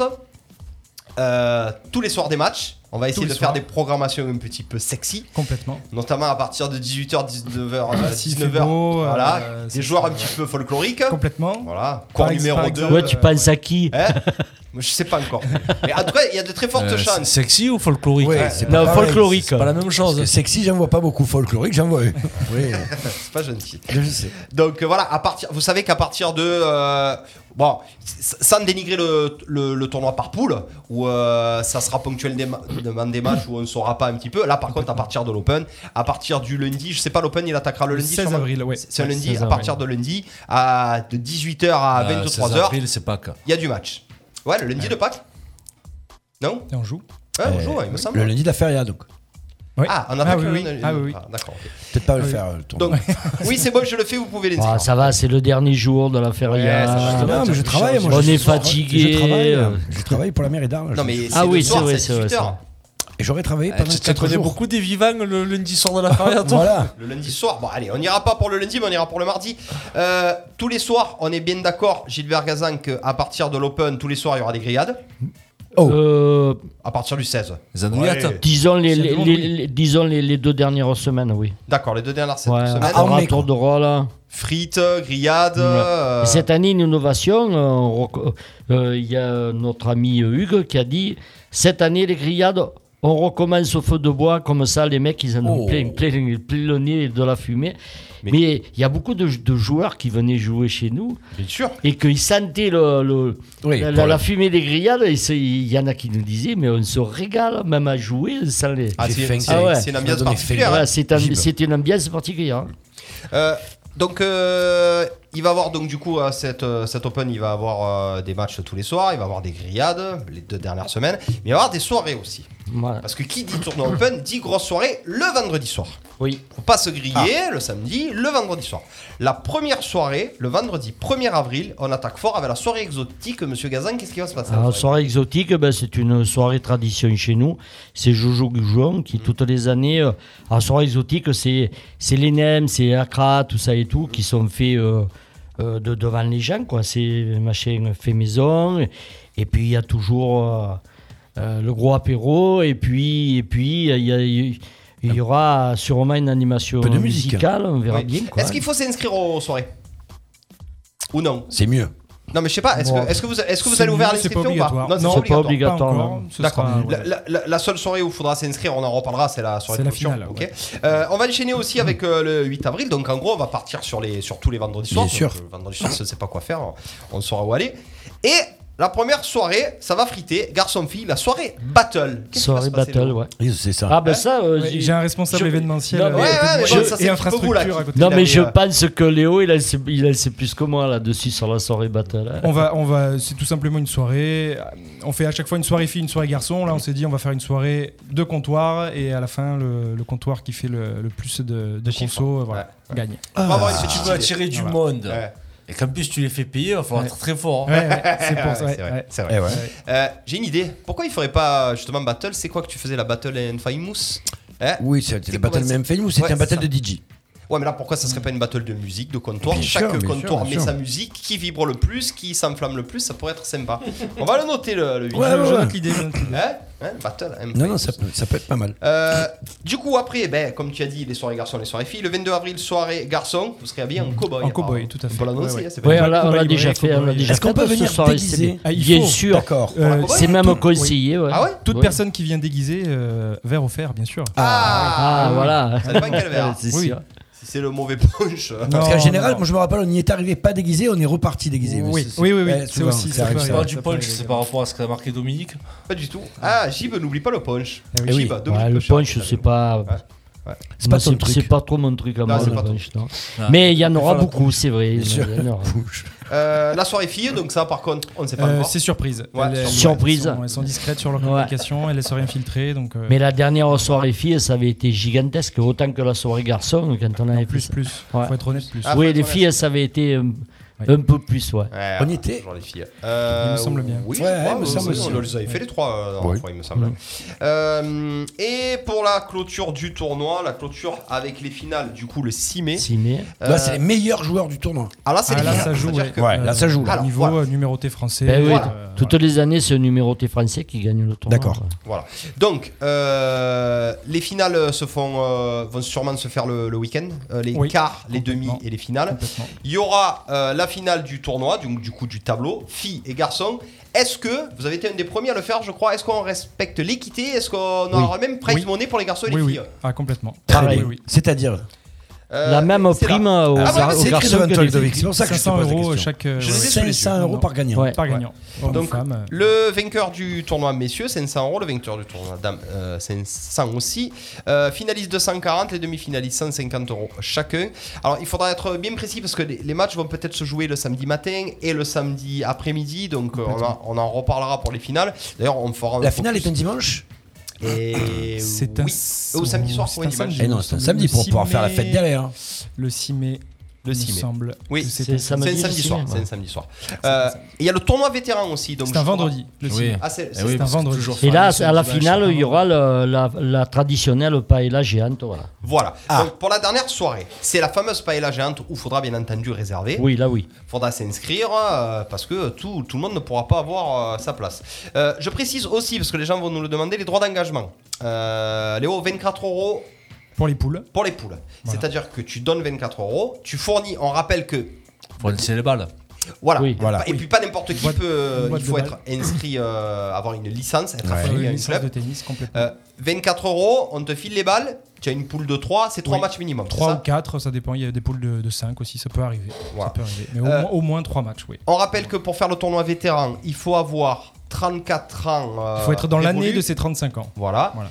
tous les soirs des matchs. On va essayer de faire des programmations un petit peu sexy. Complètement. Notamment à partir de 18h, 19h. Voilà. Des joueurs un petit peu folkloriques. Complètement. Voilà. Corps numéro 2. Ouais, tu penses à qui ? Je sais pas encore. Mais en tout cas, il y a de très fortes chances. Sexy ou folklorique ? Non, folklorique. C'est pas la même chose. Sexy, j'en vois pas beaucoup. Folklorique, j'en vois. Oui. C'est pas gentil. Je sais. Donc voilà, vous savez qu'à partir de. Bon, sans dénigrer le tournoi par poule, où ça sera ponctuellement des matchs où on ne saura pas un petit peu. Là, par contre, à partir de l'Open, à partir du lundi, je sais pas, l'Open il attaquera le lundi. 16 avril, ouais. C'est un lundi, à partir de lundi, de 18h à 23h. 16 avril, c'est Pâques. Il y a du match. Ouais, le lundi de Pâques. Non ? Et on joue. Ouais, on joue, il me semble. Le lundi de la feria, donc. Oui. Ah, on attaque oui, le oui. lundi. Ah oui. D'accord. Okay. Peut-être pas le faire le tournoi. Donc, oui, c'est bon, je le fais, vous pouvez l'inscrire. Ça va, c'est le dernier jour de la feria. Non, mais je travaille. On est fatigué. Je travaille pour la mairie d'Arles. Non, mais ah oui, c'est vrai, c'est vrai. Et j'aurais travaillé pendant 4 jours. Tu connais beaucoup des vivants le lundi soir de la feria, toi. Voilà. Le lundi soir. Bon, allez, on n'ira pas pour le lundi, mais on ira pour le mardi. Tous les soirs, on est bien d'accord, Gilbert Gazan, qu'à partir de l'Open, tous les soirs, il y aura des grillades. À partir du 16. Les andouillettes. Ouais. Disons les 2 dernières semaines, oui. D'accord, les 2 dernières ouais, semaines. Tour de rôle. Frites, grillades. Et cette année, une innovation. Il y a notre ami Hugues qui a dit cette année, les grillades, on recommence au feu de bois, comme ça, les mecs, ils en ont plein le nez de la fumée. Mais il y a beaucoup de joueurs qui venaient jouer chez nous. Bien sûr. Et qu'ils sentaient la fumée des grillades. Et il y en a qui nous disaient, mais on se régale même à jouer sans les. C'est une ambiance particulière. Ouais, c'est une ambiance particulière. Donc il va avoir donc du coup cet Open, il va avoir des matchs tous les soirs, il va avoir des grillades les 2 dernières semaines, mais il va avoir des soirées aussi. Voilà. Parce que qui dit tournoi Open dit grosse soirée le vendredi soir. Oui. Faut pas se griller le samedi, le vendredi soir. La première soirée, le vendredi 1er avril, on attaque fort avec la soirée exotique. Monsieur Gazan, qu'est-ce qui va se passer? La soirée exotique, c'est une soirée tradition chez nous. C'est Jojo Goujon qui, toutes les années, la soirée exotique, c'est les nems, c'est Accra, tout ça et tout, qui sont faits devant les gens, quoi. C'est machin fait maison. Et puis, il y a toujours le gros apéro. Et puis il y aura sûrement une animation musicale, on verra bien. Quoi. Est-ce qu'il faut s'inscrire aux soirées? Ou non? C'est mieux. Non mais je sais pas, est-ce que vous allez ouvrir l'inscription ou pas? Non, c'est pas obligatoire. Non. D'accord. La seule soirée où il faudra s'inscrire, on en reparlera, c'est la soirée de finale. Okay. On va enchaîner aussi avec le 8 avril, donc en gros on va partir sur tous les vendredis soirs. Bien sûr. Le vendredi soir, on ne sait pas quoi faire, on saura où aller. Et la première soirée, ça va friter, garçon-fille, la soirée battle. Soirée battle, ouais. C'est ça. Ah ben ça, j'ai un responsable événementiel et infrastructure à côté. Non mais je pense que Léo, il en sait plus que moi là-dessus sur la soirée battle. Hein. On va, c'est tout simplement une soirée. On fait à chaque fois une soirée fille, une soirée garçon. Là, on s'est dit on va faire une soirée de comptoir et à la fin le comptoir qui fait le plus de conso, gagne. Si tu veux attirer du monde. Et qu'en plus tu les fais payer, il va falloir être très fort. C'est pour ça. C'est vrai. J'ai une idée. Pourquoi il ferait pas justement battle? C'est quoi que tu faisais la battle in Famous? Oui, c'est la battle même Famous. C'était un battle de DJ. Ouais, mais là, pourquoi ça serait pas une battle de musique, de comptoir? Chaque comptoir met sa musique, qui vibre le plus, qui s'enflamme le plus, ça pourrait être sympa. On va le noter le 8. Je note l'idée. Battle. Non, ça peut être pas mal. Du coup, après, comme tu as dit, les soirées garçons, les soirées filles. Le 22 avril, soirée garçon, vous serez habillé en cow-boy. En cow-boy, tout à fait. On peut l'annoncer. Oui, on l'a déjà fait. Est-ce qu'on peut venir déguiser? Bien sûr. D'accord. C'est même conseillé. Ah ouais? Toute personne qui vient déguiser, verre offert, bien sûr. Ah, voilà. Ça dépend quel verre. C'est sûr. C'est le mauvais punch. Parce qu'en général, moi je me rappelle, on y est arrivé pas déguisé, on est reparti déguisé. Oui. C'est aussi ça. C'est pas du punch, c'est par rapport à ce qu'a marqué Dominique. Pas du tout. Ah, Gib, n'oublie pas le punch. Le punch, c'est pas. C'est pas ton truc. C'est pas trop mon truc à moi, c'est le pas punch. Mais il y en aura beaucoup, c'est vrai. La soirée fille, donc ça par contre, on ne sait pas encore. C'est surprise. Surprise. Elles sont discrètes sur leur communication, elles laissent rien filtrer. Mais la dernière soirée fille, ça avait été gigantesque, autant que la soirée garçon quand on avait plus. Faut être honnête, plus. Oui, les filles, ça avait été un peu plus, on y était. Les filles. Il me semble bien. Oui, il me semble aussi. On les avait fait les trois, il me semble. Et pour la clôture du tournoi, la clôture avec les finales, du coup, le 6 mai. Là, c'est les meilleurs joueurs du tournoi. Ah là, c'est ça joue. Là, ça joue. Niveau numéroté français. Ben oui, toutes les années, c'est un numéroté français qui gagne le tournoi. D'accord. Voilà. Donc, les finales vont sûrement se faire le week-end. Les quarts, les demi et les finales. Il y aura la finale du tournoi, du coup du tableau, filles et garçons. Est-ce que vous avez été un des premiers à le faire, je crois? Est-ce qu'on respecte l'équité? Est-ce qu'on aura même prize money pour les garçons et les filles? Ah, complètement. Très bien. C'est-à-dire la même prime aux garçons que les filles. C'est pour ça que 500 € chaque. 500 € par gagnant. Par gagnant. Donc, le vainqueur du tournoi messieurs, 500 €. Le vainqueur du tournoi dames, 500 aussi. Finaliste 240, les demi-finalistes 150 € chacun. Alors, il faudra être bien précis parce que les matchs vont peut-être se jouer le samedi matin et le samedi après-midi. Donc, on en reparlera pour les finales. D'ailleurs, on fera. La finale est un dimanche? Et c'est au samedi soir pour un dimanche. Non, c'est un samedi pour pouvoir faire la fête derrière. Le 6 mai. Le 6 mai. Semble. Oui, c'est un samedi soir. C'est un samedi soir. Il y a le tournoi vétéran aussi. C'est un vendredi. C'est un vendredi. Et là, à la finale, il y aura la traditionnelle paella géante. Voilà. Donc, pour la dernière soirée, c'est la fameuse paella géante où il faudra bien entendu réserver. Oui, là oui. Il faudra s'inscrire parce que tout le monde ne pourra pas avoir sa place. Je précise aussi, parce que les gens vont nous le demander, les droits d'engagement. Léo, 24 €. Pour les poules. Pour les poules. Voilà. C'est-à-dire que tu donnes 24 €, tu fournis, on rappelle que. Faut laisser les balles. Voilà. Oui. Et puis pas n'importe qui peut. Il faut être inscrit, avoir une licence, être affilié à un club. De tennis complètement. 24 €, on te file les balles. Tu as une poule de 3, c'est 3 matchs minimum. 3 ou 4, ça dépend. Il y a des poules de 5 aussi, ça peut arriver. Voilà. Ça peut arriver. Mais au moins 3 matchs, oui. On rappelle que pour faire le tournoi vétéran, il faut avoir 34 ans. Il faut être dans l'année de ses 35 ans. Voilà.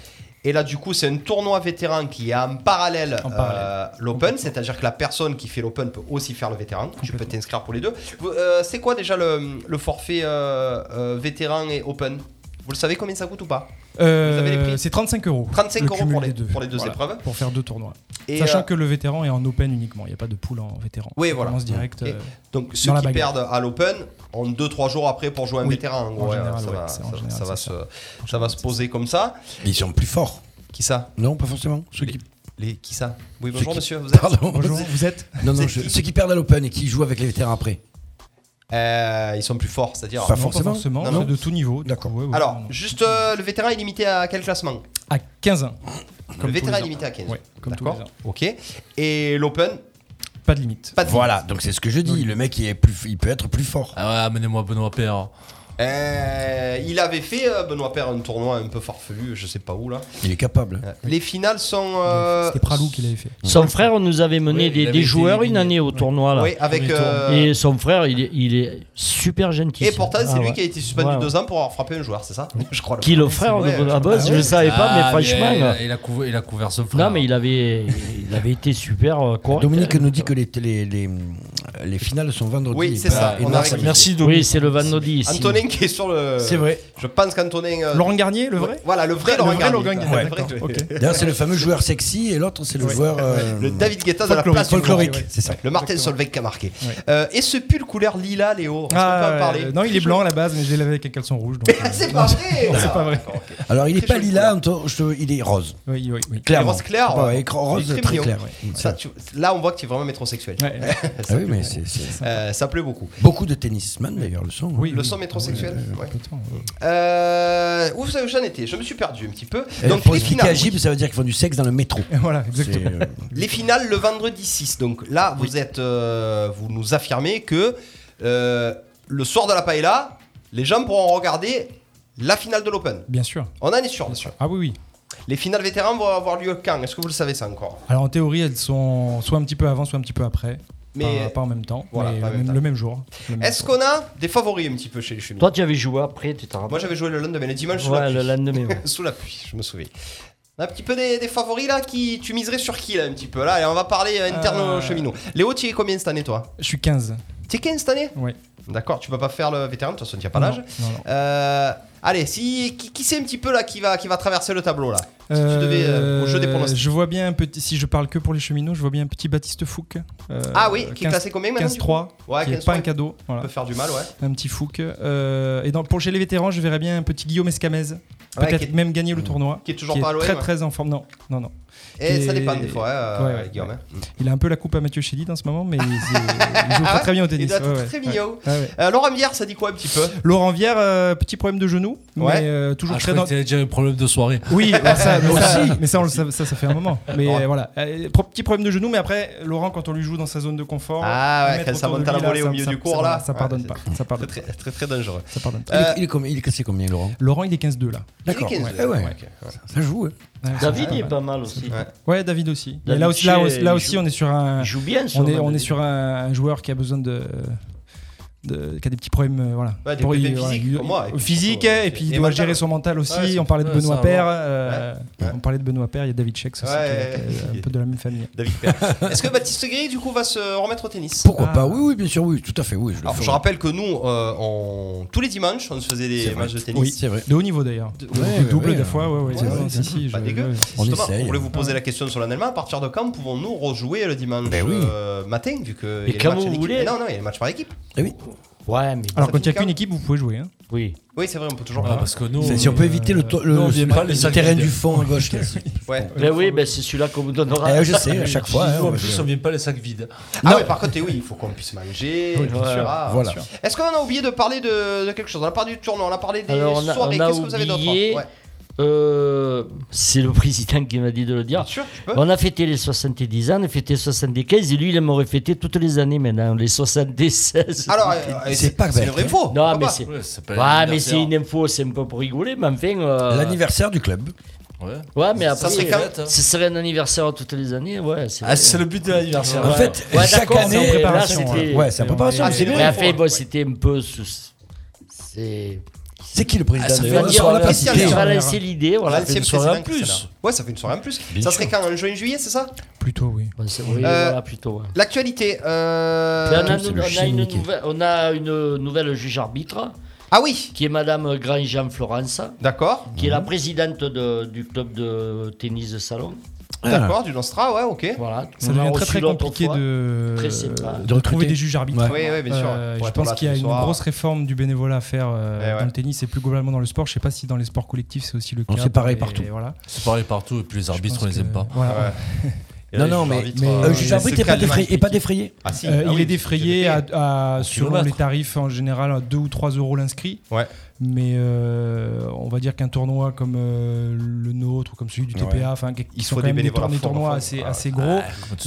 Et là, du coup, c'est un tournoi vétéran qui est en parallèle, l'Open, c'est-à-dire que la personne qui fait l'Open peut aussi faire le vétéran. Tu peux t'inscrire pour les deux. C'est quoi déjà le forfait vétéran et Open? Vous le savez combien ça coûte ou pas? Vous avez les prix? C'est 35 €. 35 € pour les deux épreuves. Pour faire 2 tournois. Et sachant que le vétéran est en Open uniquement, il n'y a pas de pool en vétéran. Oui, voilà. On commence direct. Donc ceux qui perdent à l'Open ont 2-3 jours après pour jouer un vétéran. En gros, ça va se poser comme ça. Ils sont plus forts. Qui ça? Non, pas forcément. Qui ça? Oui, bonjour monsieur, vous êtes? Pardon, bonjour, vous êtes? Non, ceux qui perdent à l'Open et qui jouent avec les vétérans après. Ils sont plus forts, c'est-à-dire. Pas forcément. Non. De tout niveau. D'accord. Alors, juste le vétéran est limité à quel classement? À 15 ans. Le vétéran est limité à 15. Oui, comme tous les ans. Ok. Et l'Open? Pas de limite. Voilà, donc c'est ce que je dis. Le mec, il peut être plus fort. Ah ouais, amenez-moi Benoît Paire. Il avait fait Benoît Paire un tournoi un peu farfelu, je sais pas où là. Il est capable. Les finales sont. C'était Pralou qui l'avait fait. Son frère nous avait mené des joueurs une année au tournoi là. Oui, avec. Et son frère, il est super gentil. Et pourtant, c'est lui qui a été suspendu 2 ans pour avoir frappé un joueur, c'est ça? Je crois. Qui le frère de Benoît Boss, je savais pas, mais franchement. Il a couvert son frère. Non, mais il avait été super correct. Dominique nous dit que les finales sont vendredi. Oui, c'est ça. Merci Dominique. Oui, c'est le vendredi ici. Antonin qui est sur le. C'est vrai. Je pense qu'Antonin. Laurent Garnier, le vrai? Voilà, le vrai Laurent Garnier. D'ailleurs, c'est le fameux joueur sexy et l'autre, c'est le joueur. Le David Guetta de la place folklorique. C'est ça. Le Martin Solveig qui a marqué. Et ce pull couleur lilas, Léo, est-ce qu'on peut en parler? Non, il est blanc à la base, mais je l'ai lavé avec un caleçon rouge. C'est pas vrai! C'est pas vrai. Alors, il est pas lilas, il est rose. Oui. Clairement. Rose clair. Rose très clair. Là, on voit que tu es vraiment métrosexuel. Ah oui, mais c'est. Ça plaît beaucoup. Beaucoup de tennisman d'ailleurs, le son. Oui, le son métrosexuel. Où j'en étais? Je me suis perdu un petit peu. Donc pour expliquer à Gilles, ça veut dire qu'ils font du sexe dans le métro. Voilà, exactement. Les finales le vendredi 6. Donc là, vous nous affirmez que le soir de la paella, les gens pourront regarder la finale de l'Open. Bien sûr. On en est sûr. Bien sûr. Ah oui. Les finales vétérans vont avoir lieu quand? Est-ce que vous le savez ça encore? Alors en théorie, elles sont soit un petit peu avant, soit un petit peu après. Mais pas en même temps, voilà, mais le même jour. Est-ce qu'on a des favoris un petit peu chez les cheminots? Toi, tu avais joué après, tu t'en rappelles? Moi, j'avais joué le lendemain, le dimanche le lendemain. sous la pluie, je me souviens. On a un petit peu des favoris là, tu miserais sur qui là un petit peu là? Et on va parler interne cheminots. Léo, tu es combien cette année toi? Je suis 15. Tu es 15 cette année? Oui. D'accord, tu peux pas faire le vétéran, de toute façon tu n'as pas l'âge. Allez, qui c'est un petit peu là qui va traverser le tableau là? Si tu devais au jeu des pronostics. Je vois bien un petit, si je parle que pour les cheminots, je vois bien un petit Baptiste Fouque. Ah oui, qui est classé combien maintenant? 15-3. Ouais, qui est pas un cadeau. Voilà. Peut faire du mal, ouais. Un petit Fouque. Et pour chez les vétérans, je verrais bien un petit Guillaume Escamez. Peut-être même gagner le tournoi. Qui est toujours pas à l'OM. Très en forme. Non. Et ça dépend des fois, Guillaume. Il a un peu la coupe à Mathieu Chédid en ce moment, mais il joue très bien au tennis. Il doit être très mignon. Laurent Vière, ça dit quoi un petit peu? Laurent Vière, petit problème de genou, mais toujours très dans. Tu avais déjà un problème de soirée. Oui, mais ça fait un moment. Mais voilà, petit problème de genou, mais après, Laurent, quand on lui joue dans sa zone de confort, quand ça monte à la volée au milieu du cours là, ça pardonne pas. Ça pardonne très très dangereux. Ça pardonne pas. Il est cassé combien, Laurent? Laurent, il est 15-2 là. D'accord. Ça joue. David il est pas mal aussi. Ouais, David aussi. Là aussi, on est sur un. Il joue bien. On est sur un joueur qui a besoin de qui a des petits problèmes physiques comme moi, physique et puis il doit gérer son mental aussi. On parlait de Benoît Paire, il y a David Chex aussi qui est un peu de la même famille. David Paire. Est-ce que Baptiste Gris du coup va se remettre au tennis? Pourquoi pas? Oui, bien sûr, oui, tout à fait, oui. Je rappelle que nous tous les dimanches on se faisait des matchs de tennis. Oui, c'est vrai. De haut niveau d'ailleurs. Double des fois, pas dégueu. On voulait vous poser la question solennellement, à partir de quand pouvons-nous rejouer le dimanche matin vu que et quand vous voulez? Non, il y a les matchs par équipe. Oui. Ouais, mais alors quand il n'y a qu'une équipe, vous pouvez jouer. Oui, c'est vrai, on peut toujours. Parce que nous, si on peut éviter le terrain du fond à gauche. C'est celui-là qu'on vous donnera. Je sais, à chaque fois. En plus, on vient pas les sacs vides. Ah ouais, par contre, il faut qu'on puisse manger. Voilà. Est-ce qu'on a oublié de parler de quelque chose? On a parlé du tournoi, on a parlé des soirées. Qu'est-ce que vous avez d'autre? C'est le président qui m'a dit de le dire. Sûr, tu peux. On a fêté les 70 ans, on a fêté 75 et lui il m'aurait fêté toutes les années maintenant, les 76. Alors, c'est une vraie info. Non, mais c'est une info, c'est un peu pour rigoler, mais enfin. L'anniversaire du club. Ouais, mais après, ça serait quand ce serait un anniversaire toutes les années, c'est le but de l'anniversaire. En fait, chaque année, c'est en préparation. C'est en préparation. Mais enfin, c'était un peu. C'est qui le président Ça d'ailleurs? va lancer l'idée, voilà. L'ancien président président en plus. Ouais, ça fait une soirée en plus. Bien Ça sûr. serait quand, en juin-juillet, c'est ça? Plutôt, oui. Voilà, plutôt. Ouais. L'actualité. On a une nouvelle juge arbitre. Ah oui. Qui est Madame Grandjean-Florence. D'accord. Qui est la présidente du club de tennis de salon. D'accord, du Nostra, ouais, ok. Voilà. Ça devient très compliqué de retrouver des juges arbitres. Oui, bien sûr. Je pense qu'il y a une grosse réforme du bénévolat à faire dans le tennis et plus globalement dans le sport. Je sais pas si dans les sports collectifs c'est aussi le cas. C'est pareil partout. Voilà. C'est pareil partout et puis les arbitres on les aime pas. Voilà. Non, mais le juge arbitre n'est pas défrayé. Il est défrayé selon les tarifs en général à 2 ou 3 euros l'inscrit. Ouais. Mais on va dire qu'un tournoi comme le nôtre ou comme celui du TPA, enfin, qui sont quand même des tournois assez gros.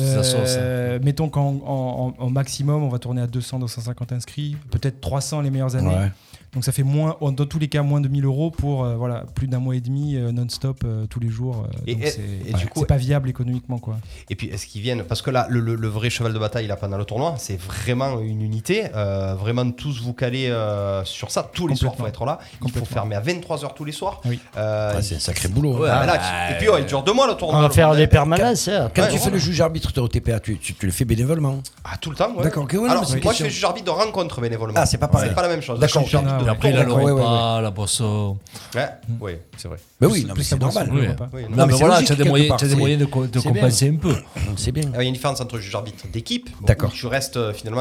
Mettons qu'en maximum, on va tourner à 200-250 inscrits, peut-être 300 les meilleures années. Ouais. Donc ça fait moins, dans tous les cas, moins de 1000 euros pour plus d'un mois et demi non-stop tous les jours. Donc c'est pas viable économiquement, quoi. Et puis est-ce qu'ils viennent, parce que là le vrai cheval de bataille là pendant le tournoi, c'est vraiment une unité, vraiment tous vous caler sur ça. Tous les soirs faut être là. Il faut fermer à 23h tous les soirs. Oui. C'est un sacré boulot. Et puis il dure 2 mois le tournoi. On va faire des permanences. Quand tu fais le juge arbitre au TPA, tu le fais bénévolement? Ah, tout le temps, ouais. D'accord, ok. Alors moi je fais juge arbitre de rencontre bénévolement. Ah, c'est pas pareil. C'est pas la même chose. D'accord. Et après la Loripa, la Bosso. Oui, c'est vrai. Mais oui, mais c'est normal. Non, mais voilà, tu as des moyens de compenser un peu. C'est bien. Il y a une différence entre juge arbitre d'équipe. D'accord. Tu restes finalement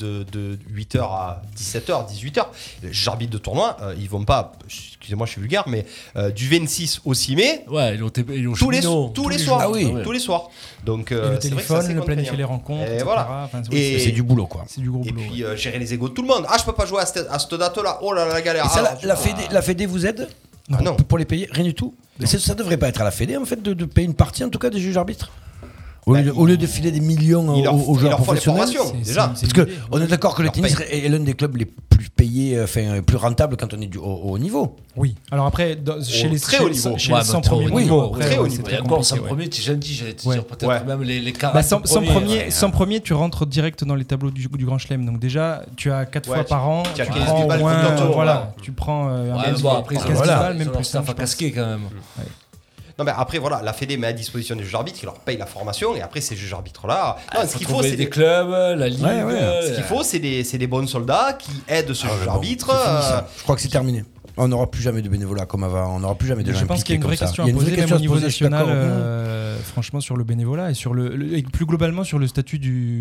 de 8h à 17h, 18h. Les juges arbitres de tournoi, ils vont pas, excusez-moi, je suis vulgaire, mais du 26 au 6 mai. Ouais, tous les soirs. Ah oui. Tous les soirs. Donc, le téléphone, le planifier les rencontres. Et voilà. Et c'est du boulot, quoi. C'est du gros boulot. Et puis gérer les égos de tout le monde. Ah, je peux pas jouer à cette date-là. Oh là là, la galère. Et ça, la Fédé vous aide? Non. Pour les payer? Rien du tout? Ça devrait pas être à la Fédé, en fait, de payer une partie, en tout cas, des juges arbitres? Au lieu de filer des millions aux joueurs professionnels. Déjà. Parce que on est d'accord que le tennis est l'un des clubs les plus payés, plus rentables quand on est au haut niveau. Oui. Alors après, chez les 100 premiers niveaux, très haut niveau. Et encore 100 premiers, tu gentil, j'allais te dire peut-être même les 40 100 premiers, tu rentres direct dans les tableaux du Grand Chelem. Donc déjà, tu as 4 fois par an, tu prends au moins, voilà, tu prends un festival, même plus ça va casquer quand même. Non, mais après, voilà, la Fédé met à disposition des juges arbitres qui leur payent la formation, et après, ces juges arbitres-là. Ce qu'il faut, c'est des clubs, la ligue. Ce qu'il faut, c'est des bons soldats qui aident ce juge arbitre. Je crois que c'est terminé. On n'aura plus jamais de bénévolat comme avant. On n'aura plus jamais de gens. Je pense qu'il y a une vraie question à poser même au niveau national, franchement, sur le bénévolat et et plus globalement sur le statut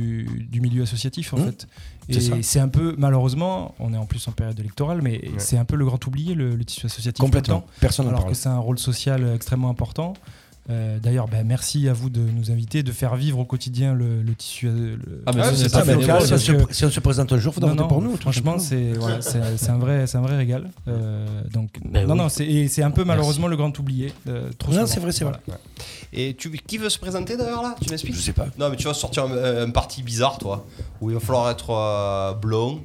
du milieu associatif, en fait. Et c'est un peu, malheureusement, on est en plus en période électorale, mais c'est un peu le grand oublié, le tissu associatif. Complètement. Personne n'en parle. Alors que c'est un rôle social extrêmement important. D'ailleurs, merci à vous de nous inviter, de faire vivre au quotidien le tissu. C'est pas local. Si on se présente un jour, il faudra voter pour nous. Franchement, c'est un vrai régal. Donc, c'est un peu malheureusement le grand oublié. Non, c'est vrai. Et qui veut se présenter d'ailleurs là? Tu m'expliques? Je sais pas. Non, mais tu vas sortir un parti bizarre, toi, où il va falloir être blond,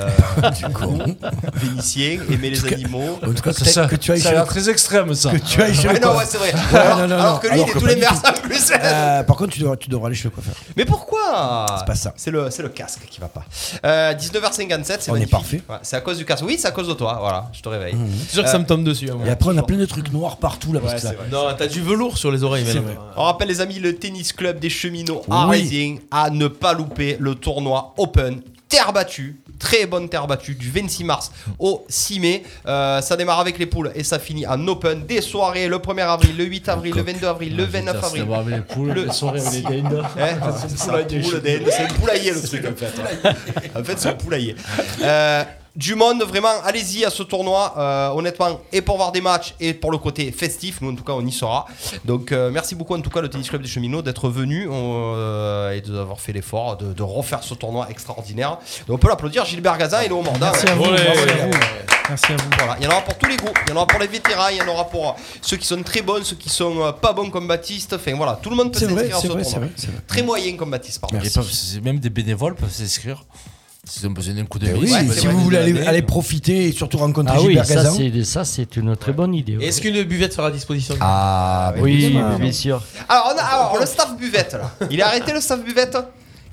vénitien, aimer les animaux. En tout cas, ça a l'air très extrême, ça. Que tu ailles chez le non, ouais, c'est vrai. Alors que lui, il est tous les mers en plus. Par contre, tu devras aller chez le coiffeur. Mais pourquoi? C'est pas ça. C'est le casque qui va pas. 19h57, c'est on magnifique. Est parfait. Ouais, c'est à cause du casque. Oui, c'est à cause de toi. Voilà, je te réveille. C'est sûr que ça me tombe dessus. Et après, on a plein de trucs noirs partout là. Non, t'as du velours sur les oreilles. On rappelle les amis, le tennis club des cheminots à Rising à ne pas louper le tournoi Open. Terre battue, très bonne terre battue, du 26 mars au 6 mai. Ça démarre avec les poules et ça finit en Open. Des soirées le 1er avril, le 8 avril, le 22 avril, le 29 avril. C'est avec les poules, les soirées avec les dindes. C'est un poulailler le truc en fait. En fait, c'est un poulailler. Du monde, vraiment, allez-y à ce tournoi, honnêtement, et pour voir des matchs et pour le côté festif, nous en tout cas on y sera. Donc merci beaucoup en tout cas le Tennis Club des Cheminots d'être venu et d'avoir fait l'effort de refaire ce tournoi extraordinaire. Donc on peut l'applaudir, Gilbert Gazin et Léo Mordan. Merci à vous. Merci à vous. Voilà, il y en aura pour tous les goûts, il y en aura pour les vétérans, il y en aura pour ceux qui sont très bons, ceux qui sont pas bons comme Baptiste, enfin voilà, tout le monde peut s'inscrire à ce tournoi. Très moyen comme Baptiste, pardon. Même des bénévoles peuvent s'inscrire. Si vous ont besoin d'un coup de si vous voulez aller profiter et surtout rencontrer Gilbert Gazan. Ça c'est une très bonne idée. Est-ce qu'une buvette sera à disposition? Oui, bien sûr. Alors, le staff buvette là. Il a arrêté le staff buvette?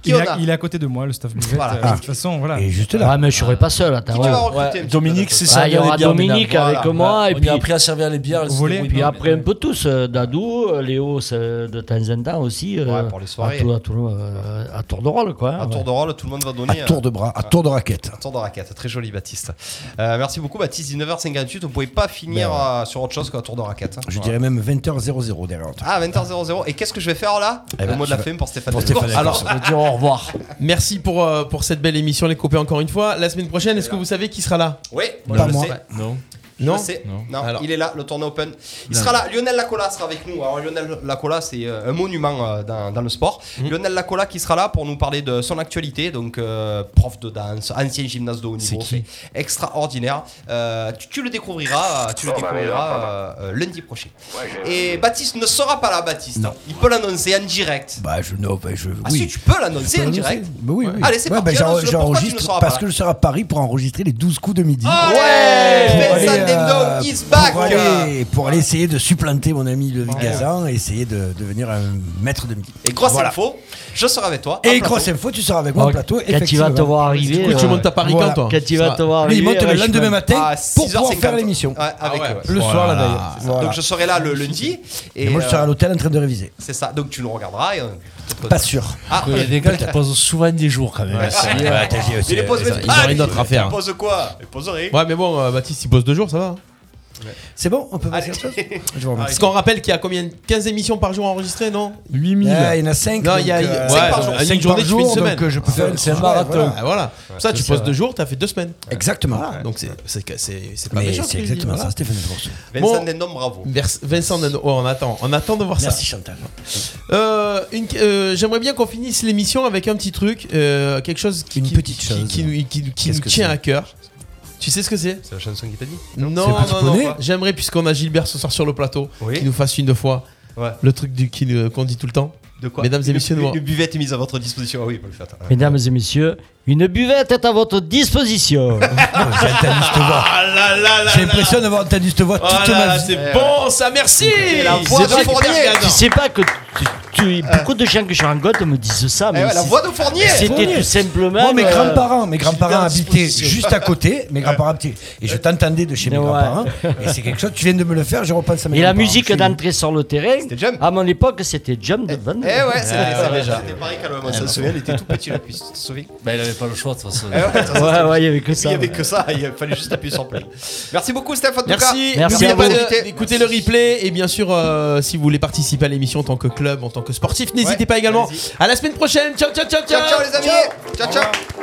Il est à côté de moi, le staff buvette. De toute façon, voilà. Et juste là. Ah, mais je serai pas seul. Attends. Dominique, c'est ça. Il y aura Dominique avec moi. Et on puis a appris à servir les bières. Et puis après, un peu tous. Dadou, Léo, de temps en temps aussi. Pour les soirées. À tour de rôle, quoi. À tour de rôle, tout le monde va donner. À tour de bras, à tour de raquette. À tour de raquette, très joli, Baptiste. Merci beaucoup, Baptiste. 19h58, vous pouvez pas finir sur autre chose qu'à tour de raquette. Je dirais même 20h00 derrière. Ah, 20h00. Et qu'est-ce que je vais faire là? Le mot de la fin pour Stéphane. Alors, je vais dire au revoir. Merci pour cette belle émission, les copains, encore une fois. La semaine prochaine, est-ce que vous savez qui sera là? Oui, moi je le sais. Non. Je le sais. Non. Alors. Il est là, le tournoi open. Il sera là. Lionel Lacola sera avec nous. Alors Lionel Lacola, c'est un monument dans le sport. Lionel Lacola qui sera là pour nous parler de son actualité. Donc prof de danse, ancien gymnaste de haut niveau, c'est extraordinaire. Tu le découvriras. Lundi prochain. Et Baptiste ne sera pas là, Baptiste. Non. Il peut l'annoncer en direct. Si tu peux l'annoncer en direct. Oui. Allez, c'est parti. J'enregistre parce que je serai à Paris pour enregistrer les 12 coups de midi. Pour aller essayer de supplanter mon ami Ludovic Gazan et essayer de devenir un maître de midi. Et grosse info, je serai avec toi. Et grosse info, tu seras avec moi au plateau. Quand tu vas te voir arriver. Du coup, tu montes à Paris quand toi? Quand tu vas te voir arriver. Il monte le lendemain matin pour pouvoir 6h50. faire l'émission. Le soir, là d'ailleurs. Donc je serai là le lundi. Et moi, je serai à l'hôtel en train de réviser. C'est ça. Donc tu nous regarderas. Pas sûr. Il y a des gars qui posent souvent des jours quand même. Il les pose ils ont une autre affaire. Il pose quoi? Il pose rien. Ouais, mais bon, Baptiste, il pose 2 jours, ça va. C'est bon, on peut passer à autre chose. Parce qu'on rappelle qu'il y a combien 15 émissions par jour enregistrées, non? 8000. Il y en a 5. Non, il y a 5 par jour. 5 journées, tu fais une semaine. Donc je peux faire un marathon. Voilà. Pour ça, tu poses 2 jours, t'as fait 2 semaines. Exactement. Donc c'est pas méchant. C'est exactement ça, Stéphane. Vincent Dendom, bravo. Vincent Dendom, on attend de voir ça. Merci Chantal. J'aimerais bien qu'on finisse l'émission avec un petit truc, quelque chose qui nous tient à cœur. Tu sais ce que c'est? C'est la chanson qui t'a dit? Non. J'aimerais, puisqu'on a Gilbert ce soir sur le plateau, qu'il nous fasse une fois le truc qu'on dit tout le temps. De quoi? Mesdames et messieurs, une buvette est mise à votre disposition. Ah oui, il peut le faire. Mesdames et messieurs, une buvette est à votre disposition. J'ai l'impression d'avoir entendu cette voix toute ma vie. C'est bon, ça, merci. La voix de Fournier. Tu sais pas que beaucoup de gens que je rencontre me disent ça. Mais la voix de Fournier. C'était tout simplement. Moi, mes grands-parents habitaient juste à côté. Mes grands-parents habitaient. Et je t'entendais de chez mes grands-parents. Et c'est quelque chose, tu viens de me le faire, je repense à mes grands-parents. Et la musique d'entrée sur le terrain, à mon époque, c'était Jump de Van. C'était pareil quand ça se souvient, il était tout petit là, puis tu te souviens? Il avait pas le choix de toute façon. Ouais, il y avait que ça. Il y avait que ça, il fallait juste appuyer sur play. Merci beaucoup, Stéphane. Merci. N'oubliez pas d'écouter le replay. Et bien sûr, si vous voulez participer à l'émission en tant que club, en tant que sportif, n'hésitez pas également. À la semaine prochaine. Ciao, ciao, ciao, ciao. Ciao les amis. Ciao, ciao.